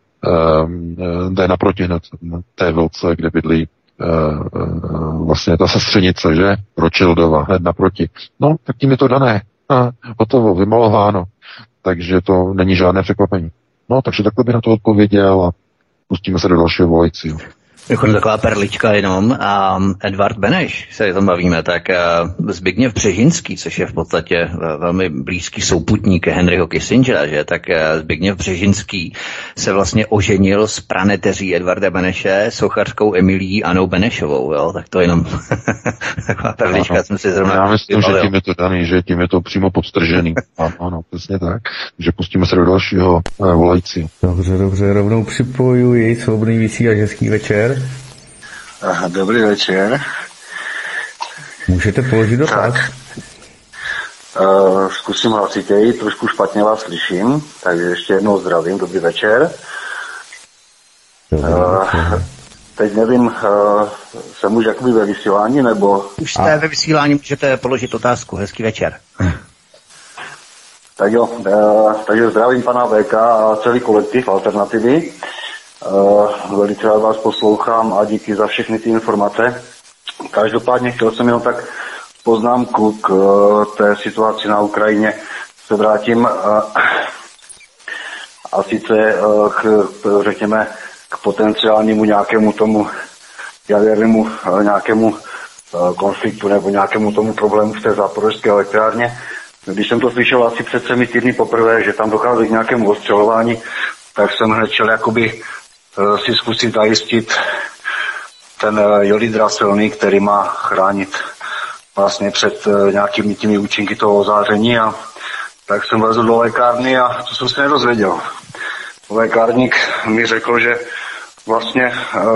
S3: to je naproti hned té vilce, kde bydlí e, e, vlastně ta sestřenice, že? Rothschildova, hned naproti. No, tak tím je to dané. A, hotovo, vymalováno. Takže to není žádné překvapení. No, takže takhle bych na to odpověděl a pustíme se do dalšího volajícího.
S1: Jako taková perlička jenom. A Edvard Beneš, se tam bavíme, tak Zbigněv Břežinský, což je v podstatě velmi blízký souputník Henryho Kissingera, že? Tak Zbigněv Břežinský se vlastně oženil s praneteří Edvarda Beneše, sochařkou Emilií Anou Benešovou, jo? Tak to jenom taková perlička, ano, jsem si zrovna...
S3: Já myslím,
S1: vybalil.
S3: Že tím je to daný, že tím je to přímo podstržený. Ano, ano, přesně tak. Takže pustíme se do dalšího eh, volajícího.
S2: Dobře, dobře, rovnou připojuji svobodný vysílač, hezký večer.
S4: Aha, dobrý večer.
S2: Můžete položit dotaz.
S4: Uh, zkusím hlasitěji, trošku špatně vás slyším, takže ještě jednou zdravím, dobrý večer.
S2: Dobrý
S4: uh,
S2: večer.
S4: Teď nevím, uh, jsem už jakoby ve vysílání, nebo...
S1: Už jste a... ve vysílání, můžete položit otázku. Hezký večer.
S4: Tak jo, uh, takže zdravím pana V K a celý kolektiv Alternativy. Uh, velice rád vás poslouchám a díky za všechny ty informace. Každopádně chtěl jsem jenom tak poznámku k uh, té situaci na Ukrajině se vrátím uh, a sice uh, k, řekněme, k potenciálnímu nějakému tomu jadernému uh, nějakému uh, konfliktu nebo nějakému tomu problému v té záporožské elektrárně. Když jsem to slyšel asi před třemi týdny poprvé, že tam dochází k nějakému ostřelování, tak jsem hned čel jakoby si zkusit zajistit ten jodidraselný, který má chránit vlastně před nějakými těmi účinky toho ozáření. A tak jsem vlezl do lékárny a to jsem se nedozvěděl. Lékárník mi řekl, že vlastně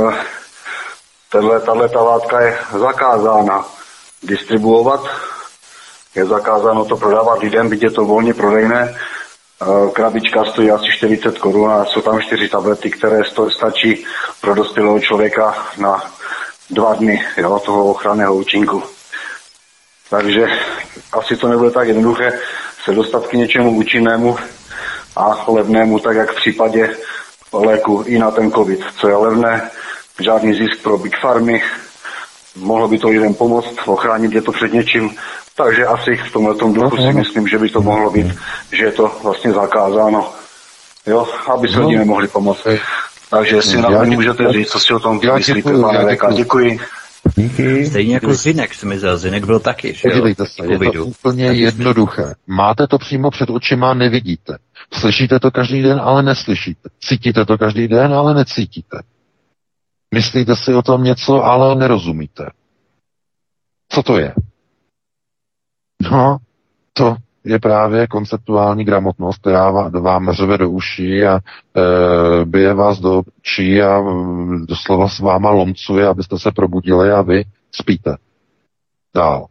S4: tato látka je zakázána distribuovat, je zakázáno to prodávat lidem, byť je to volně prodejné. Krabička stojí asi čtyřicet korun a jsou tam čtyři tablety, které sto, stačí pro dospělého člověka na dva dny, jo, toho ochranného účinku. Takže asi to nebude tak jednoduché se dostat k něčemu účinnému a levnému, tak jak v případě léku i na ten covid, co je levné, žádný zisk pro big farmy, mohlo by to lidem pomoct, ochránit je to před něčím, takže asi v tomhletom duchu si myslím, že by to mohlo být, že je to vlastně zakázáno, jo, aby se lidi nemohli pomoct. Takže jestli nám můžete říct, co si o tom myslíte, pane Veka, děkuji.
S2: Díky.
S1: Stejně jako Zinek zmizel, Zinek byl taky, že
S3: Podívejte se, je to úplně jednoduché. Máte to přímo před očima, nevidíte. Slyšíte to každý den, ale neslyšíte. Cítíte to každý den, ale necítíte. Myslíte si o tom něco, ale nerozumíte. Co to je? No, to je právě konceptuální gramotnost, která vám řve do uší a e, bije vás do očí a doslova s váma lomcuje, abyste se probudili a vy spíte. Dál.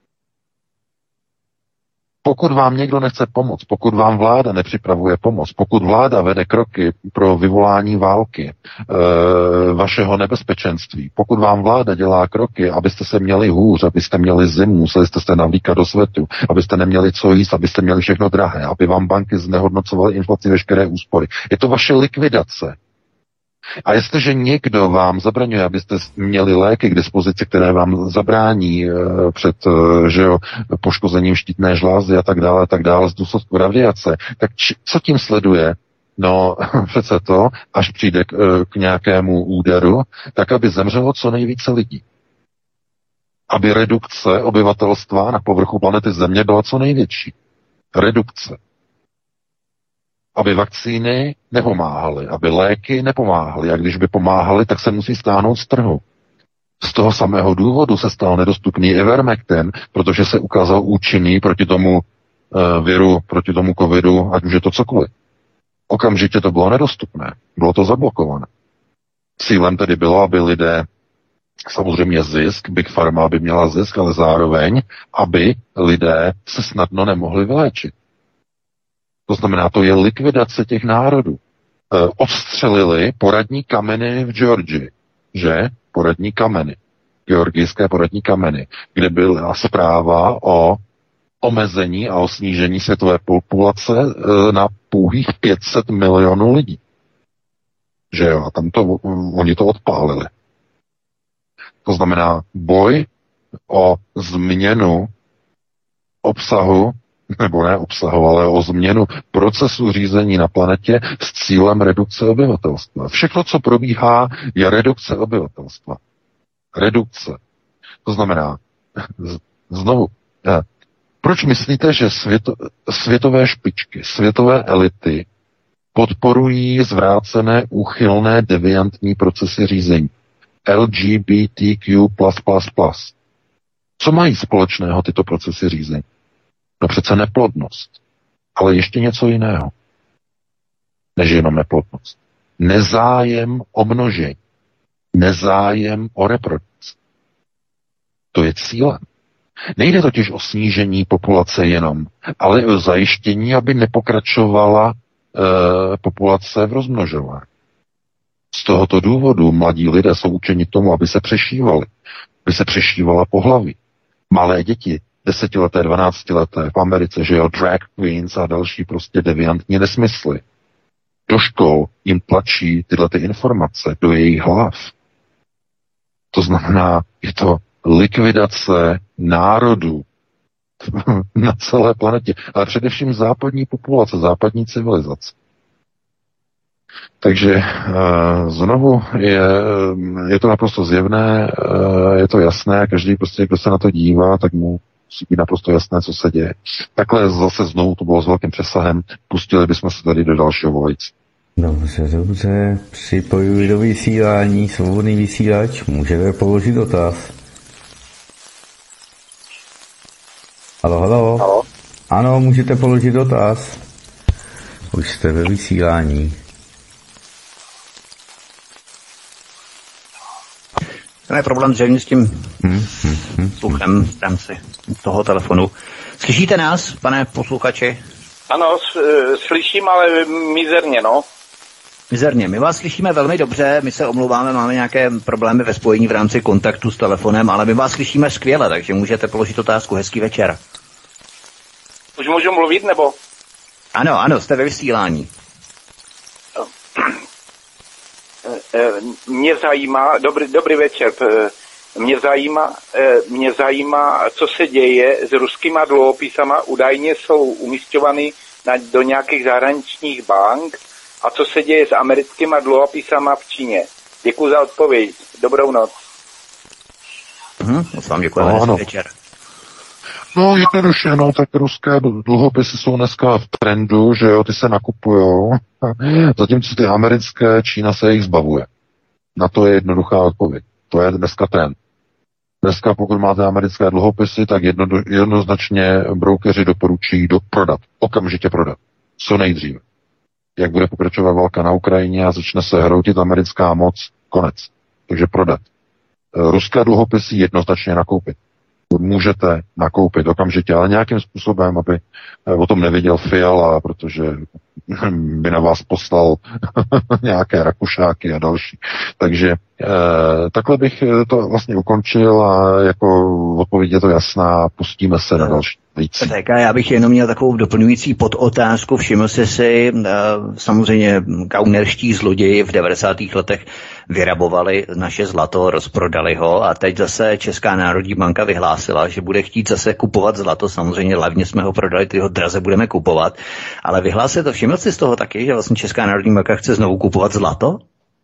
S3: Pokud vám někdo nechce pomoct, pokud vám vláda nepřipravuje pomoc, pokud vláda vede kroky pro vyvolání války, e, vašeho nebezpečenství, pokud vám vláda dělá kroky, abyste se měli hůř, abyste měli zimu, museli jste se navlíkat do světu, abyste neměli co jíst, abyste měli všechno drahé, aby vám banky znehodnocovaly inflaci veškeré úspory. Je to vaše likvidace. A jestliže někdo vám zabraňuje, abyste měli léky k dispozici, které vám zabrání e, před e, že jo, poškozením štítné žlázy a tak dále, a tak dále z důsledku radiace, tak či, co tím sleduje? No přece to, až přijde k, e, k nějakému úderu, tak aby zemřelo co nejvíce lidí. Aby redukce obyvatelstva na povrchu planety Země byla co největší. Redukce. Aby vakcíny nepomáhaly, aby léky nepomáhaly. A když by pomáhaly, tak se musí stáhnout z trhu. Z toho samého důvodu se stal nedostupný Ivermectin, protože se ukázal účinný proti tomu uh, viru, proti tomu covidu, ať už je to cokoliv. Okamžitě to bylo nedostupné. Bylo to zablokované. Cílem tedy bylo, aby lidé, samozřejmě zisk, Big Pharma by měla zisk, ale zároveň, aby lidé se snadno nemohli vyléčit. To znamená, to je likvidace těch národů. E, odstřelili poradní kameny v Georgii, že? Poradní kameny. Georgijské poradní kameny, kde byla zpráva o omezení a o snížení světové populace e, na pouhých pět set milionů lidí. Že jo? A tam to, oni to odpálili. To znamená boj o změnu obsahu, nebo ne obsahu, ale o změnu procesu řízení na planetě s cílem redukce obyvatelstva. Všechno, co probíhá, je redukce obyvatelstva. Redukce. To znamená, znovu, proč myslíte, že světo, světové špičky, světové elity podporují zvrácené, úchylné, deviantní procesy řízení? L G B T Q plus plus plus. Co mají společného tyto procesy řízení? No přece neplodnost, ale ještě něco jiného, než jenom neplodnost. Nezájem o množení, nezájem o reprodukci. To je cílem. Nejde totiž o snížení populace jenom, ale o zajištění, aby nepokračovala e, populace v rozmnožování. Z tohoto důvodu mladí lidé jsou učeni tomu, aby se přešívali, aby se přešívala pohlaví. Malé děti, desetileté, dvanáctileté v Americe, že jo, drag queens a další prostě deviantní nesmysly. Do škol jim tlačí tyhle ty informace do jejich hlav. To znamená, je to likvidace národů na celé planetě, ale především západní populace, západní civilizace. Takže znovu je, je to naprosto zjevné, je to jasné, každý prostě, kdo se na to dívá, tak mu musí být naprosto jasné, co se děje. Takhle zase znovu to bylo s velkým přesahem, pustili bychom se tady do dalšího volající.
S2: Dobře, dobře, připojuji do vysílání, svobodný vysílač, můžete položit dotaz. Halo, halo.
S5: Halo?
S2: Ano, můžete položit dotaz. Už jste ve vysílání.
S1: To je problém zřejmě s tím
S2: hmm, hmm, hmm,
S1: sluchem v rámci toho telefonu. Slyšíte nás, pane posluchači?
S10: Ano, slyším, ale mizerně, no.
S1: Mizerně. My vás slyšíme velmi dobře, my se omlouváme, máme nějaké problémy ve spojení v rámci kontaktu s telefonem, ale my vás slyšíme skvěle, takže můžete položit otázku. Hezký večer.
S10: Už můžu mluvit, nebo?
S1: Ano, ano, jste ve vysílání.
S10: Mě zajímá, dobrý, dobrý večer, mě zajímá, mě zajímá, co se děje s ruskýma dluhopisama, údajně jsou umisťovány na, do nějakých zahraničních bank, a co se děje s americkýma dluhopisama v Číně. Děkuji za odpověď. Dobrou noc.
S1: Mhm, moc vám děkujeme, hezký večer.
S3: No jednoduše, no, tak ruské dluhopisy jsou dneska v trendu, že jo, ty se nakupujou, zatímco ty americké, Čína se jich zbavuje. Na to je jednoduchá odpověď. To je dneska trend. Dneska, pokud máte americké dluhopisy, tak jedno, jednoznačně brokeři doporučují do prodat. Okamžitě prodat. Co nejdříve. Jak bude pokračovat válka na Ukrajině a začne se hroutit americká moc, konec. Takže prodat. Ruské dluhopisy jednoznačně nakoupit. Můžete nakoupit okamžitě, ale nějakým způsobem, aby o tom nevěděl Fiala, protože by na vás poslal nějaké Rakušáky a další. Takže eh, takhle bych to vlastně ukončil a jako odpověď je to jasná, pustíme se na další víc.
S1: Tak já bych jenom měl takovou doplňující podotázku. Všiml jsi si, eh, samozřejmě kaunerští zloději v devadesátých letech vyrabovali naše zlato, rozprodali ho a teď zase Česká národní banka vyhlásila, že bude chtít zase kupovat zlato. Samozřejmě levně jsme ho prodali, ty ho draze budeme kupovat, ale vyhlásili to. Všiml jsi z toho taky, že vlastně Česká národní banka chce znovu kupovat zlato?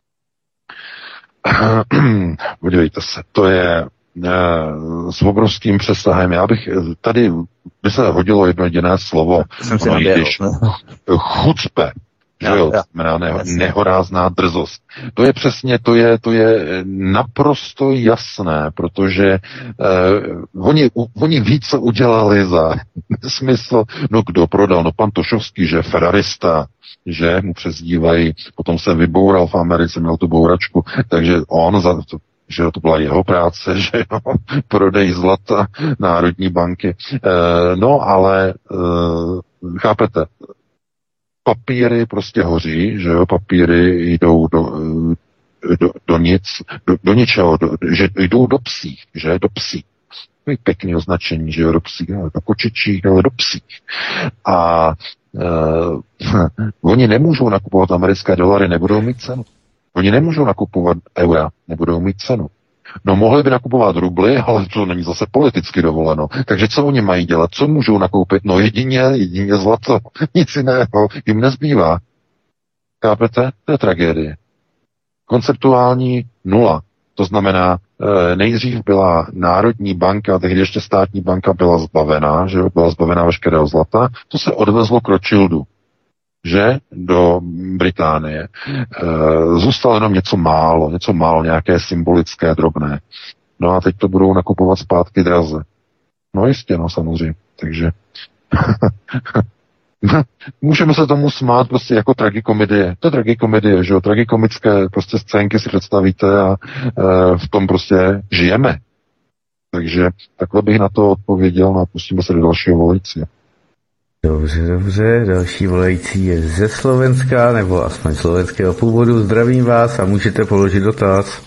S3: Podívejte se, to je uh, s obrovským přesahem. Já bych tady, by se hodilo jedno jediné slovo.
S1: Jsem si naběhl.
S3: Chucpe. Že jo, znamená neho, nehorázná drzost. To je přesně, to je, to je naprosto jasné, protože eh, oni, oni ví, co udělali za smysl, no kdo prodal, no pan Tošovský, že ferrarista, že mu přezdívají, potom se vyboural v Americe, měl tu bouračku, takže on za to, že to byla jeho práce, že jo, prodej zlata Národní banky. Eh, no ale eh, chápete, papíry prostě hoří, že jo, papíry jdou do, do, do nic, do, do ničeho, do, že jdou do psích, že, do psích. To je pěkný označení, že jo, do psích, do kočičích, ale do psích. A uh, oni nemůžou nakupovat americké dolary, nebudou mít cenu. Oni nemůžou nakupovat eura, nebudou mít cenu. No mohli by nakupovat rubly, ale to není zase politicky dovoleno. Takže co oni mají dělat? Co můžou nakoupit? No jedině, jedině zlato. Nic jiného jim nezbývá. Chápete? To je tragédie. Konceptuální nula. To znamená, nejdřív byla Národní banka, tehdy ještě státní banka byla zbavená, že jo, byla zbavená veškerého zlata. To se odvezlo k Rothschildu, že do Británie. E, zůstalo jenom něco málo, něco málo, nějaké symbolické, drobné. No a teď to budou nakupovat zpátky draze. No jistě, no samozřejmě. Takže můžeme se tomu smát prostě jako tragikomedie. To je tragikomedie, že jo? Tragikomické prostě scénky si představíte a e, v tom prostě žijeme. Takže takhle bych na to odpověděl, no a pustíme se do dalšího volající.
S2: Dobře, dobře, další volající je ze Slovenska, nebo aspoň slovenského původu. Zdravím vás a můžete položit dotaz.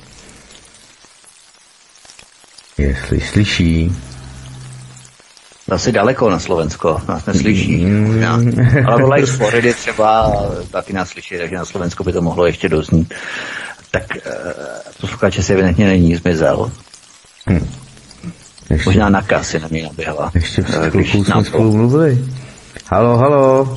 S2: Jestli slyší.
S1: Asi daleko na Slovensko, nás neslyší. Mm. Ale volají z Floridy třeba, taky nás slyší, takže na Slovensko by to mohlo ještě doznít. Tak posluchače se evidentně není, zmizel. Hmm. Ještě, možná na kasy na mě naběhla.
S2: Ještě před chvilkou jsme spolu mluvili. Halo, halo.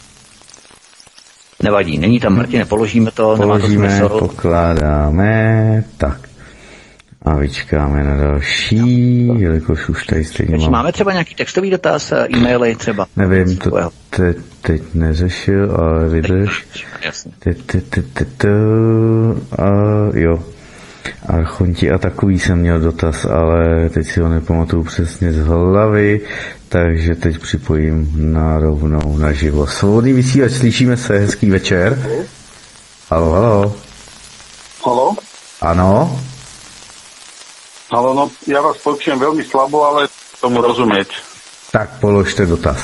S1: Nevadí, není tam, Martine, položíme to,
S2: položíme,
S1: nemá to smysl.
S2: Pokládáme, tak. A vyčkáme na další, jelikož už tady stejně mám...
S1: Máme třeba nějaký textový dotaz, e-maily třeba?
S2: Nevím, to te, teď neřešil, ale vydrž.
S1: Jasně.
S2: Te, te, te, te, te, a jo. Archonti a takový jsem měl dotaz, ale teď si ho nepamatuju přesně z hlavy, takže teď připojím na rovnou naživo. Svobodný vysílač, slyšíme se, hezký večer. Halo, halo.
S11: Halo?
S2: Ano?
S11: Halo, no ja vás počujem veľmi slabo, ale tomu rozumieť.
S2: Tak položte dotaz.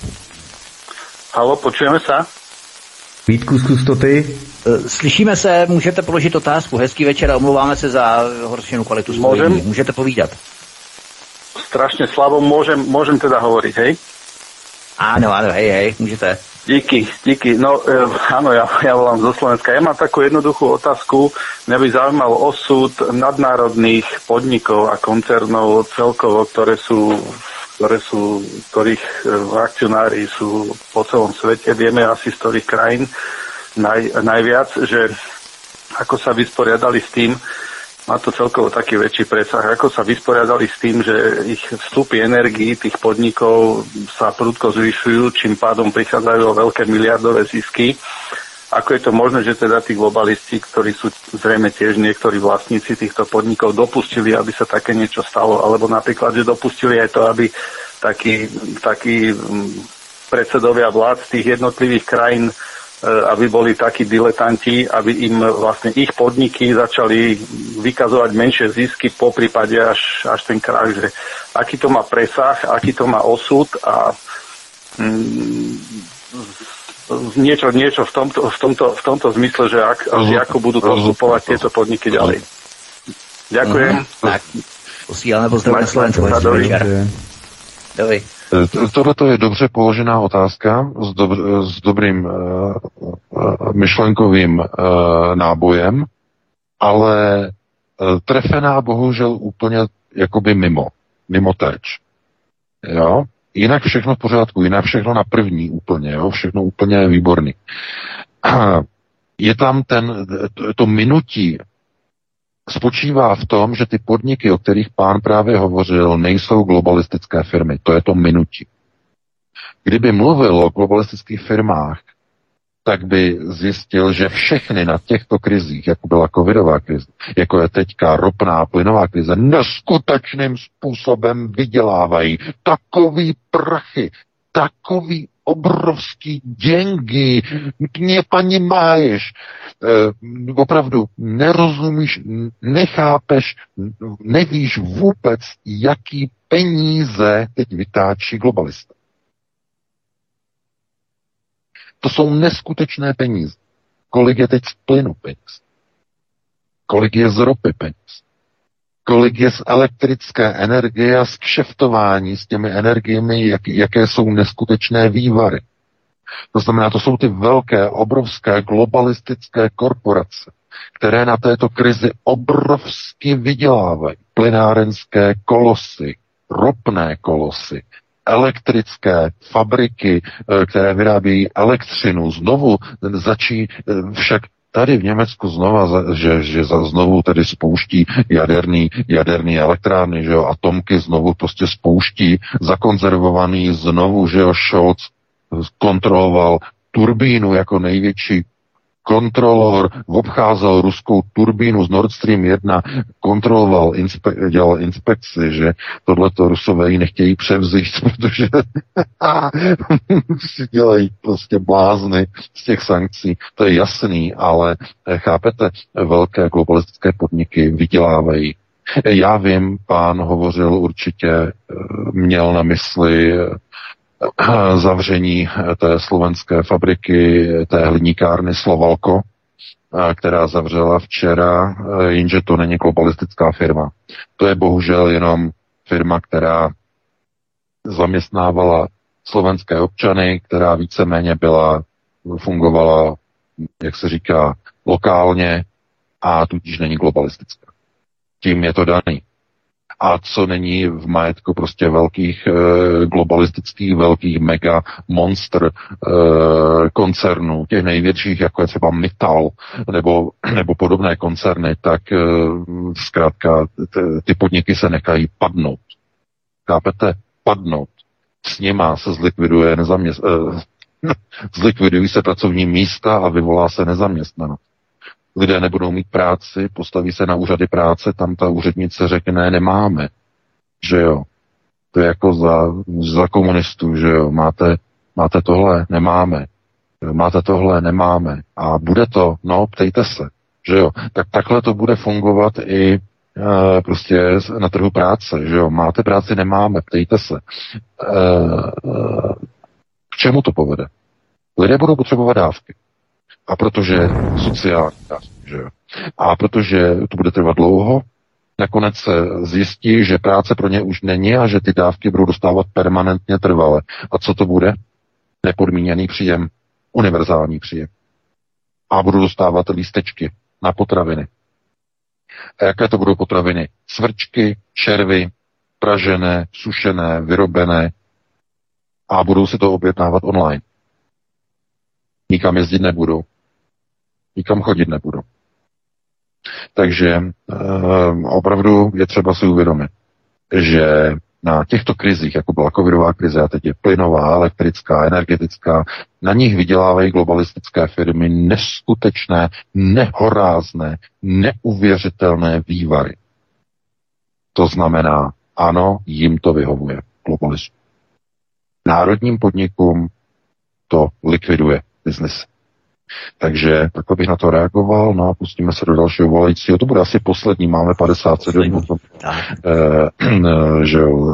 S11: Halo, počujeme sa?
S2: Vítku, zkus to ty.
S1: Slyšíme se, můžete položit otázku. Hezký večer a omlouváme se za horšenou kvalitu spojení. Můžete povídat.
S11: Strašne slabo, môžem, môžem teda hovoriť, hej?
S1: Áno, áno, hej, hej, môžete.
S11: Díky, díky. No, e, áno, ja, ja volám zo Slovenska. Ja mám takú jednoduchú otázku. Mňa by zaujímal osud nadnárodných podnikov a koncernov celkovo, ktoré sú, ktoré sú, ktorých e, akcionári sú po celom svete. Vieme asi z ktorých krajín naj, najviac, že ako sa vysporiadali s tým, má to celkovo taký väčší presah, ako sa vysporiadali s tým, že ich vstupy energií tých podnikov sa prudko zvyšujú, čím pádom prichádzajú o veľké miliardové zisky. Ako je to možné, že teda tí globalisti, ktorí sú zrejme tiež niektorí vlastníci týchto podnikov, dopustili, aby sa také niečo stalo, alebo napríklad, že dopustili aj to, aby takí, takí predsedovia vlád z tých jednotlivých krajín, aby boli takí diletanti, aby im vlastne ich podniky začali vykazovať menšie zisky, po prípade až, až ten krach, že aký to má presah, aký to má osud a mm, niečo, niečo v tomto, v tomto, v tomto zmysle, že ak, asi ako budú postupovať tieto podniky ďalej. Ďakujem.
S1: Mm-hmm. Tak, posíláme pozdrav na Slovensku. Dobrý.
S3: Tohle je dobře položená otázka s, dobr, s dobrým uh, uh, myšlenkovým uh, nábojem, ale uh, trefená bohužel úplně jakoby mimo, mimo terč. Jo? Jinak všechno v pořádku, jinak všechno na první úplně, jo? Všechno úplně výborný. Je tam ten, to, to minutí spočívá v tom, že ty podniky, o kterých pán právě hovořil, nejsou globalistické firmy. To je to minutí. Kdyby mluvil o globalistických firmách, tak by zjistil, že všechny na těchto krizích, jako byla covidová krize, jako je teďka ropná plynová krize, neskutečným způsobem vydělávají takový prachy, takový obrovský děngy, mě paní máješ, e, opravdu nerozumíš, nechápeš, nevíš vůbec, jaký peníze teď vytáčí globalista. To jsou neskutečné peníze. Kolik je teď z plynu peněz? Kolik je z ropy peněz? Kolik je z elektrické energie a z kšeftování s těmi energiemi, jak, jaké jsou neskutečné vývary. To znamená, to jsou ty velké, obrovské globalistické korporace, které na této krizi obrovsky vydělávají. Plynárenské kolosy, ropné kolosy, elektrické fabriky, které vyrábějí elektřinu. Znovu začí však tady v Německu znova, že, že znovu tedy spouští jaderný, jaderný elektrárny, že jo, atomky znovu prostě spouští, zakonzervovaný znovu, že jo, Scholz kontroloval turbínu jako největší kontrolor, obcházel ruskou turbínu z Nord Stream jedna, kontroloval, inspe- dělal inspekci, že tohleto Rusové ji nechtějí převzít, protože si dělají prostě blázny z těch sankcí. To je jasný, ale chápete, velké globalistické podniky vydělávají. Já vím, pán hovořil určitě, měl na mysli zavření té slovenské fabriky, té hliníkárny Slovalko, která zavřela včera, jenže to není globalistická firma. To je bohužel jenom firma, která zaměstnávala slovenské občany, která víceméně byla, fungovala, jak se říká, lokálně a tudíž není globalistická. Tím je to daný. a co není v majetku prostě velkých e, globalistických, velkých mega monster e, koncernů, těch největších, jako je třeba Mittal nebo, nebo podobné koncerny, tak e, zkrátka t, ty podniky se nechají padnout. Chápete? Padnout. S nima se zlikviduje nezaměst... E, zlikvidují se pracovní místa a vyvolá se nezaměstnanost. Lidé nebudou mít práci, postaví se na úřady práce, tam ta úřednice řekne, nemáme. Že jo? To je jako za, za komunistů, že jo? Máte, máte tohle? Nemáme. Máte tohle? Nemáme. A bude to? No, ptejte se. Že jo? Tak takhle to bude fungovat i e, prostě na trhu práce, že jo? Máte práci? Nemáme. Ptejte se. E, e, k čemu to povede? Lidé budou potřebovat dávky. A protože sociální dávky, že jo? A protože to bude trvat dlouho, nakonec se zjistí, že práce pro ně už není a že ty dávky budou dostávat permanentně trvale. A co to bude? Nepodmíněný příjem, univerzální příjem. A budou dostávat lístečky na potraviny. A jaké to budou potraviny? Svrčky, červy, pražené, sušené, vyrobené a budou si to objednávat online. Nikam jezdit nebudou. Nikam chodit nebudou. Takže e, opravdu je třeba si uvědomit, že na těchto krizích, jako byla covidová krize, a teď je plynová, elektrická, energetická, na nich vydělávají globalistické firmy neskutečné, nehorázné, neuvěřitelné vývary. To znamená, ano, jim to vyhovuje, globalismu. Národním podnikům to likviduje biznis. Takže takhle bych na to reagoval, no a pustíme se do dalšího volajícího. To bude asi poslední, máme padesát sedm, potom, eh, že jo.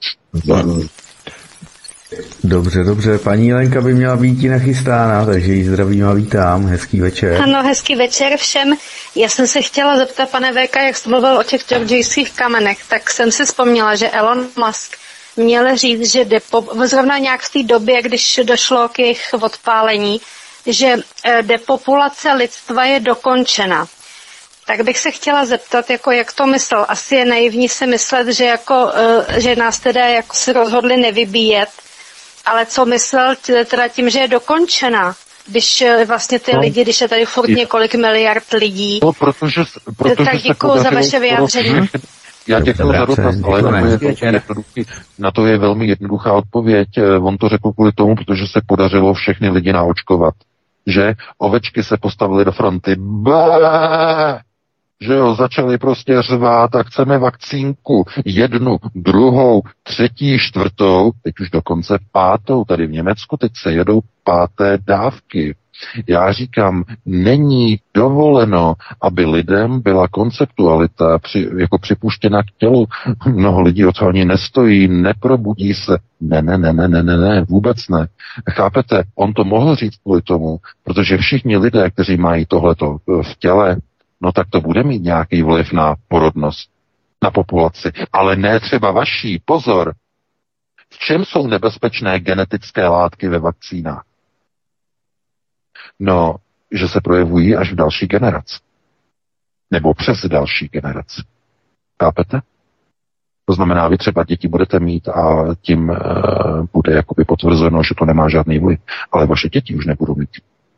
S2: Dobře, dobře, paní Lenka by měla být i nachystána, takže ji zdravím a vítám, hezký večer.
S12: Ano, hezký večer všem. Já jsem se chtěla zeptat, pane V K, jak jste mluvil o těch georgijských kamenech, tak jsem si vzpomněla, že Elon Musk měl říct, že depo, zrovna nějak v té době, když došlo k jejich odpálení, že depopulace lidstva je dokončena. Tak bych se chtěla zeptat, jako jak to myslel. Asi je naivní si myslet, že, jako, že nás teda jako se rozhodli nevybíjet, ale co myslel teda tím, že je dokončena, když vlastně ty no, lidi, když je tady furt několik miliard lidí.
S3: No, protože, protože
S12: tak děkuju za vaše vyjádření.
S3: Já děkuji za dotaz, ale na to, je na to je velmi jednoduchá odpověď. On to řekl kvůli tomu, protože se podařilo všechny lidi naočkovat. Že ovečky se postavily do fronty. Bá! Že jo, začali prostě řvát a chceme vakcínku. Jednu, druhou, třetí, čtvrtou, teď už dokonce pátou. Tady v Německu teď se jedou páté dávky. Já říkám, není dovoleno, aby lidem byla konceptualita při, jako připuštěna k tělu. Mnoho lidí o to ani nestojí, neprobudí se. Ne, ne, ne, ne, ne, ne, ne, vůbec ne. Chápete, on to mohl říct kvůli tomu, protože všichni lidé, kteří mají tohleto v těle, no tak to bude mít nějaký vliv na porodnost, na populaci. Ale ne třeba vaší. Pozor. V čem jsou nebezpečné genetické látky ve vakcínách? No, že se projevují až v další generaci. Nebo přes další generaci. Chápete? To znamená, vy třeba děti budete mít a tím uh, bude jakoby potvrzeno, že to nemá žádný vliv. Ale vaše děti už nebudou mít.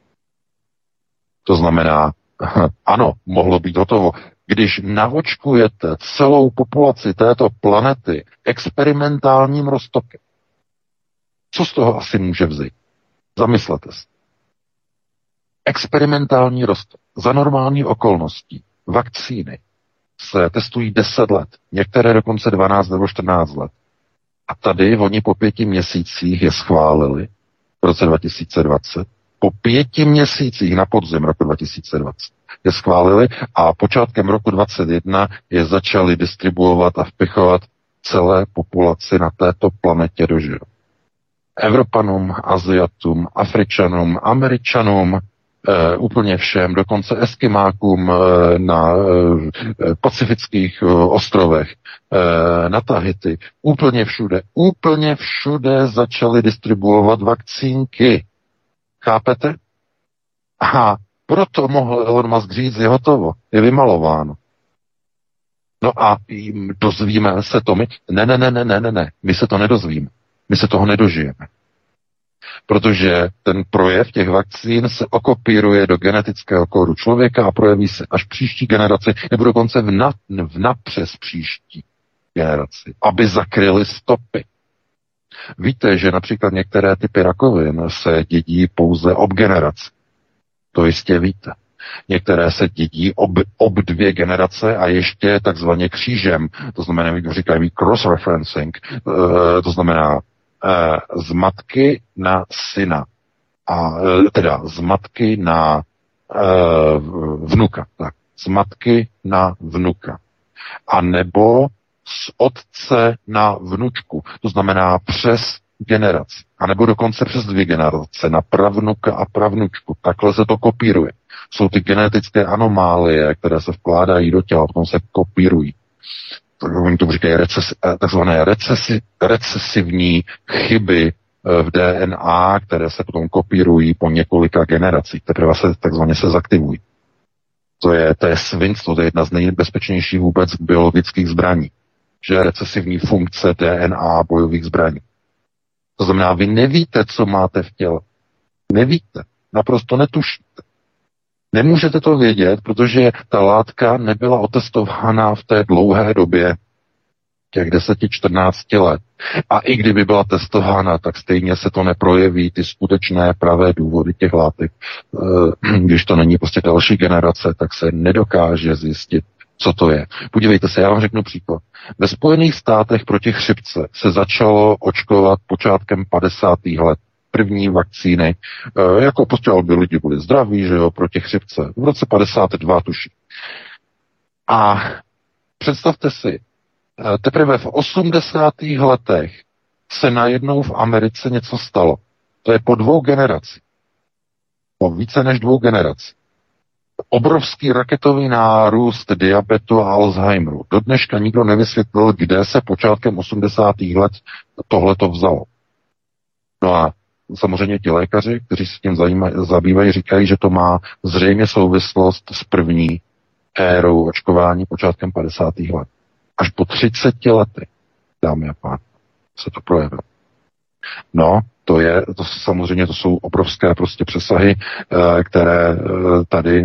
S3: To znamená, ano, mohlo být hotovo. Když navočkujete celou populaci této planety experimentálním roztokem, co z toho asi může vzít? Zamyslete se. Experimentální roztok. Za normální okolností vakcíny se testují deset let, některé dokonce dvanáct nebo čtrnáct let. A tady oni po pěti měsících je schválili v roce dva tisíce dvacet. Po pěti měsících na podzim roku dva tisíce dvacet je schválili a počátkem roku dvacet jedna je začali distribuovat a vpichovat celé populaci na této planetě do života. Evropanům, Aziatům, Afričanům, Američanům, e, úplně všem, dokonce Eskimákům e, na e, pacifických e, ostrovech, e, na Tahiti, úplně všude, úplně všude začali distribuovat vakcínky. Chápete? A proto mohl Elon Musk říct, je hotovo, je vymalováno. No a dozvíme se to my? Ne, ne, ne, ne, ne, ne, ne. My se to nedozvíme. My se toho nedožijeme. Protože ten projev těch vakcín se okopíruje do genetického kódu člověka a projeví se až příští generaci, nebo dokonce v, na, v napřes příští generaci, aby zakryly stopy. Víte, že například některé typy rakovin se dědí pouze ob generaci. To jistě víte. Některé se dědí ob, ob dvě generace a ještě takzvaně křížem. To znamená, jak říkají cross-referencing. E, to znamená e, z matky na syna. A e, teda z matky na e, vnuka. Tak. Z matky na vnuka. A nebo z otce na vnučku. To znamená přes generaci. A nebo dokonce přes dvě generace na pravnuka a pravnučku. Takhle se to kopíruje. Jsou ty genetické anomálie, které se vkládají do těla, potom se kopírují. Oni tomu říkají recesi, takzvané recesi, recesivní chyby v D N A, které se potom kopírují po několika generacích. Teprve se takzvaně se zaktivují. To je, to je svinstvo, to je jedna z nejbezpečnějších vůbec biologických zbraní. Že recesivní funkce D N A bojových zbraní. To znamená, vy nevíte, co máte v těle. Nevíte. Naprosto netušíte. Nemůžete to vědět, protože ta látka nebyla otestována v té dlouhé době, těch deset čtrnáct let. A i kdyby byla testována, tak stejně se to neprojeví, ty skutečné pravé důvody těch látek. Když to není prostě další generace, tak se nedokáže zjistit, co to je. Podívejte se, já vám řeknu příklad. Ve Spojených státech proti chřipce se začalo očkovat počátkem padesátých let. První vakcíny, jako prostě aby lidi byli zdraví, že jo, proti chřipce. V roce padesát dva tuším. A představte si, teprve v osmdesátých letech se najednou v Americe něco stalo. To je po dvou generacích. Po více než dvou generacích. Obrovský raketový nárůst diabetu a Alzheimeru. Do dneška nikdo nevysvětlil, kde se počátkem osmdesátých let tohleto vzalo. No a samozřejmě ti lékaři, kteří se tím zajímají, zabývají, říkají, že to má zřejmě souvislost s první érou očkování počátkem padesátých let. Až po třiceti lety, dámy a pánové, se to projevilo. No, to je, to samozřejmě to jsou obrovské prostě přesahy, které tady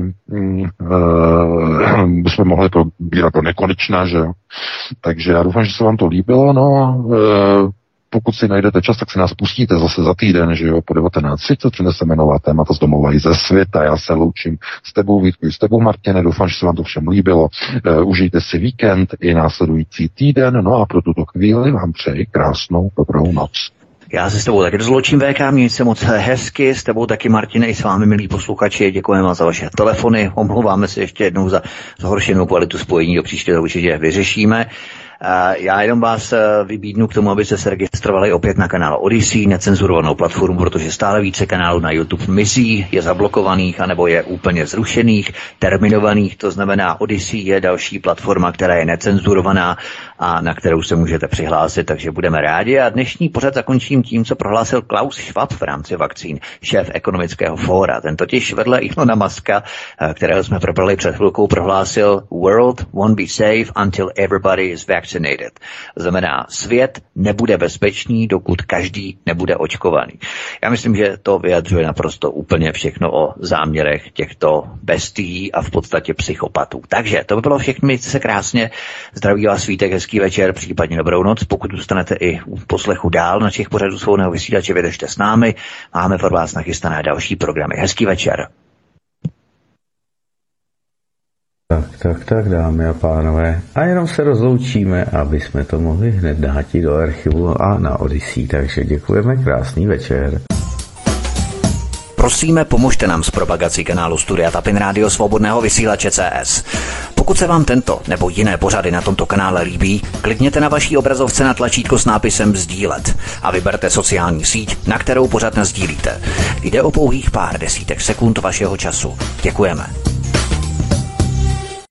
S3: bychom mohli probírat do nekonečna, že jo. Takže já doufám, že se vám to líbilo, no pokud si najdete čas, tak si nás pustíte zase za týden, že jo, po devatenáct třicet přineseme nová témata z domova i ze světa. Já se loučím s tebou, Vítku, s tebou, Martine, doufám, že se vám to všem líbilo. Uh, užijte si víkend i následující týden, no a pro tuto chvíli vám přeji krásnou dobrou noc.
S1: Já se s tebou taky rozloučím, V K, mějte se moc hezky, s tebou taky, Martine, i s vámi, milí posluchači, děkujeme vám za vaše telefony, omlouváme se ještě jednou za zhoršenou kvalitu spojení, do příště to určitě vyřešíme. Já jenom vás vybídnu k tomu, abyste se registrovali opět na kanál Odyssey, necenzurovanou platformu, protože stále více kanálů na YouTube mizí, je zablokovaných, anebo je úplně zrušených, terminovaných, to znamená Odyssey je další platforma, která je necenzurovaná a na kterou se můžete přihlásit, takže budeme rádi. A dnešní pořad zakončím tím, co prohlásil Klaus Schwab v rámci vakcín, šéf ekonomického fóra. Ten totiž vedle Ilona Muska, kterého jsme probrali před chvilkou, prohlásil World won't be safe until everybody is vaccinated. Znamená, svět nebude bezpečný, dokud každý nebude očkovaný. Já myslím, že to vyjadřuje naprosto úplně všechno o záměrech těchto bestií a v podstatě psychopatů. Takže to by bylo všechno, mějte se krásně, zdraví vás Vítek, hezký večer, případně dobrou noc. Pokud zůstanete i u poslechu dál našich pořadů svobodného vysílače, vydržte s námi, máme pro vás nachystané další programy. Hezký večer.
S2: Tak, tak, tak, dámy a pánové. A jenom se rozloučíme, aby jsme to mohli hned dát do archivu a na Odyssey. Takže děkujeme, krásný večer.
S1: Prosíme, pomožte nám s propagací kanálu Studia Tapin Rádio Svobodného vysílače C S. Pokud se vám tento nebo jiné pořady na tomto kanále líbí, klikněte na vaší obrazovce na tlačítko s nápisem sdílet a vyberte sociální síť, na kterou pořad nasdílíte. Jde o pouhých pár desítek sekund vašeho času. Děkujeme.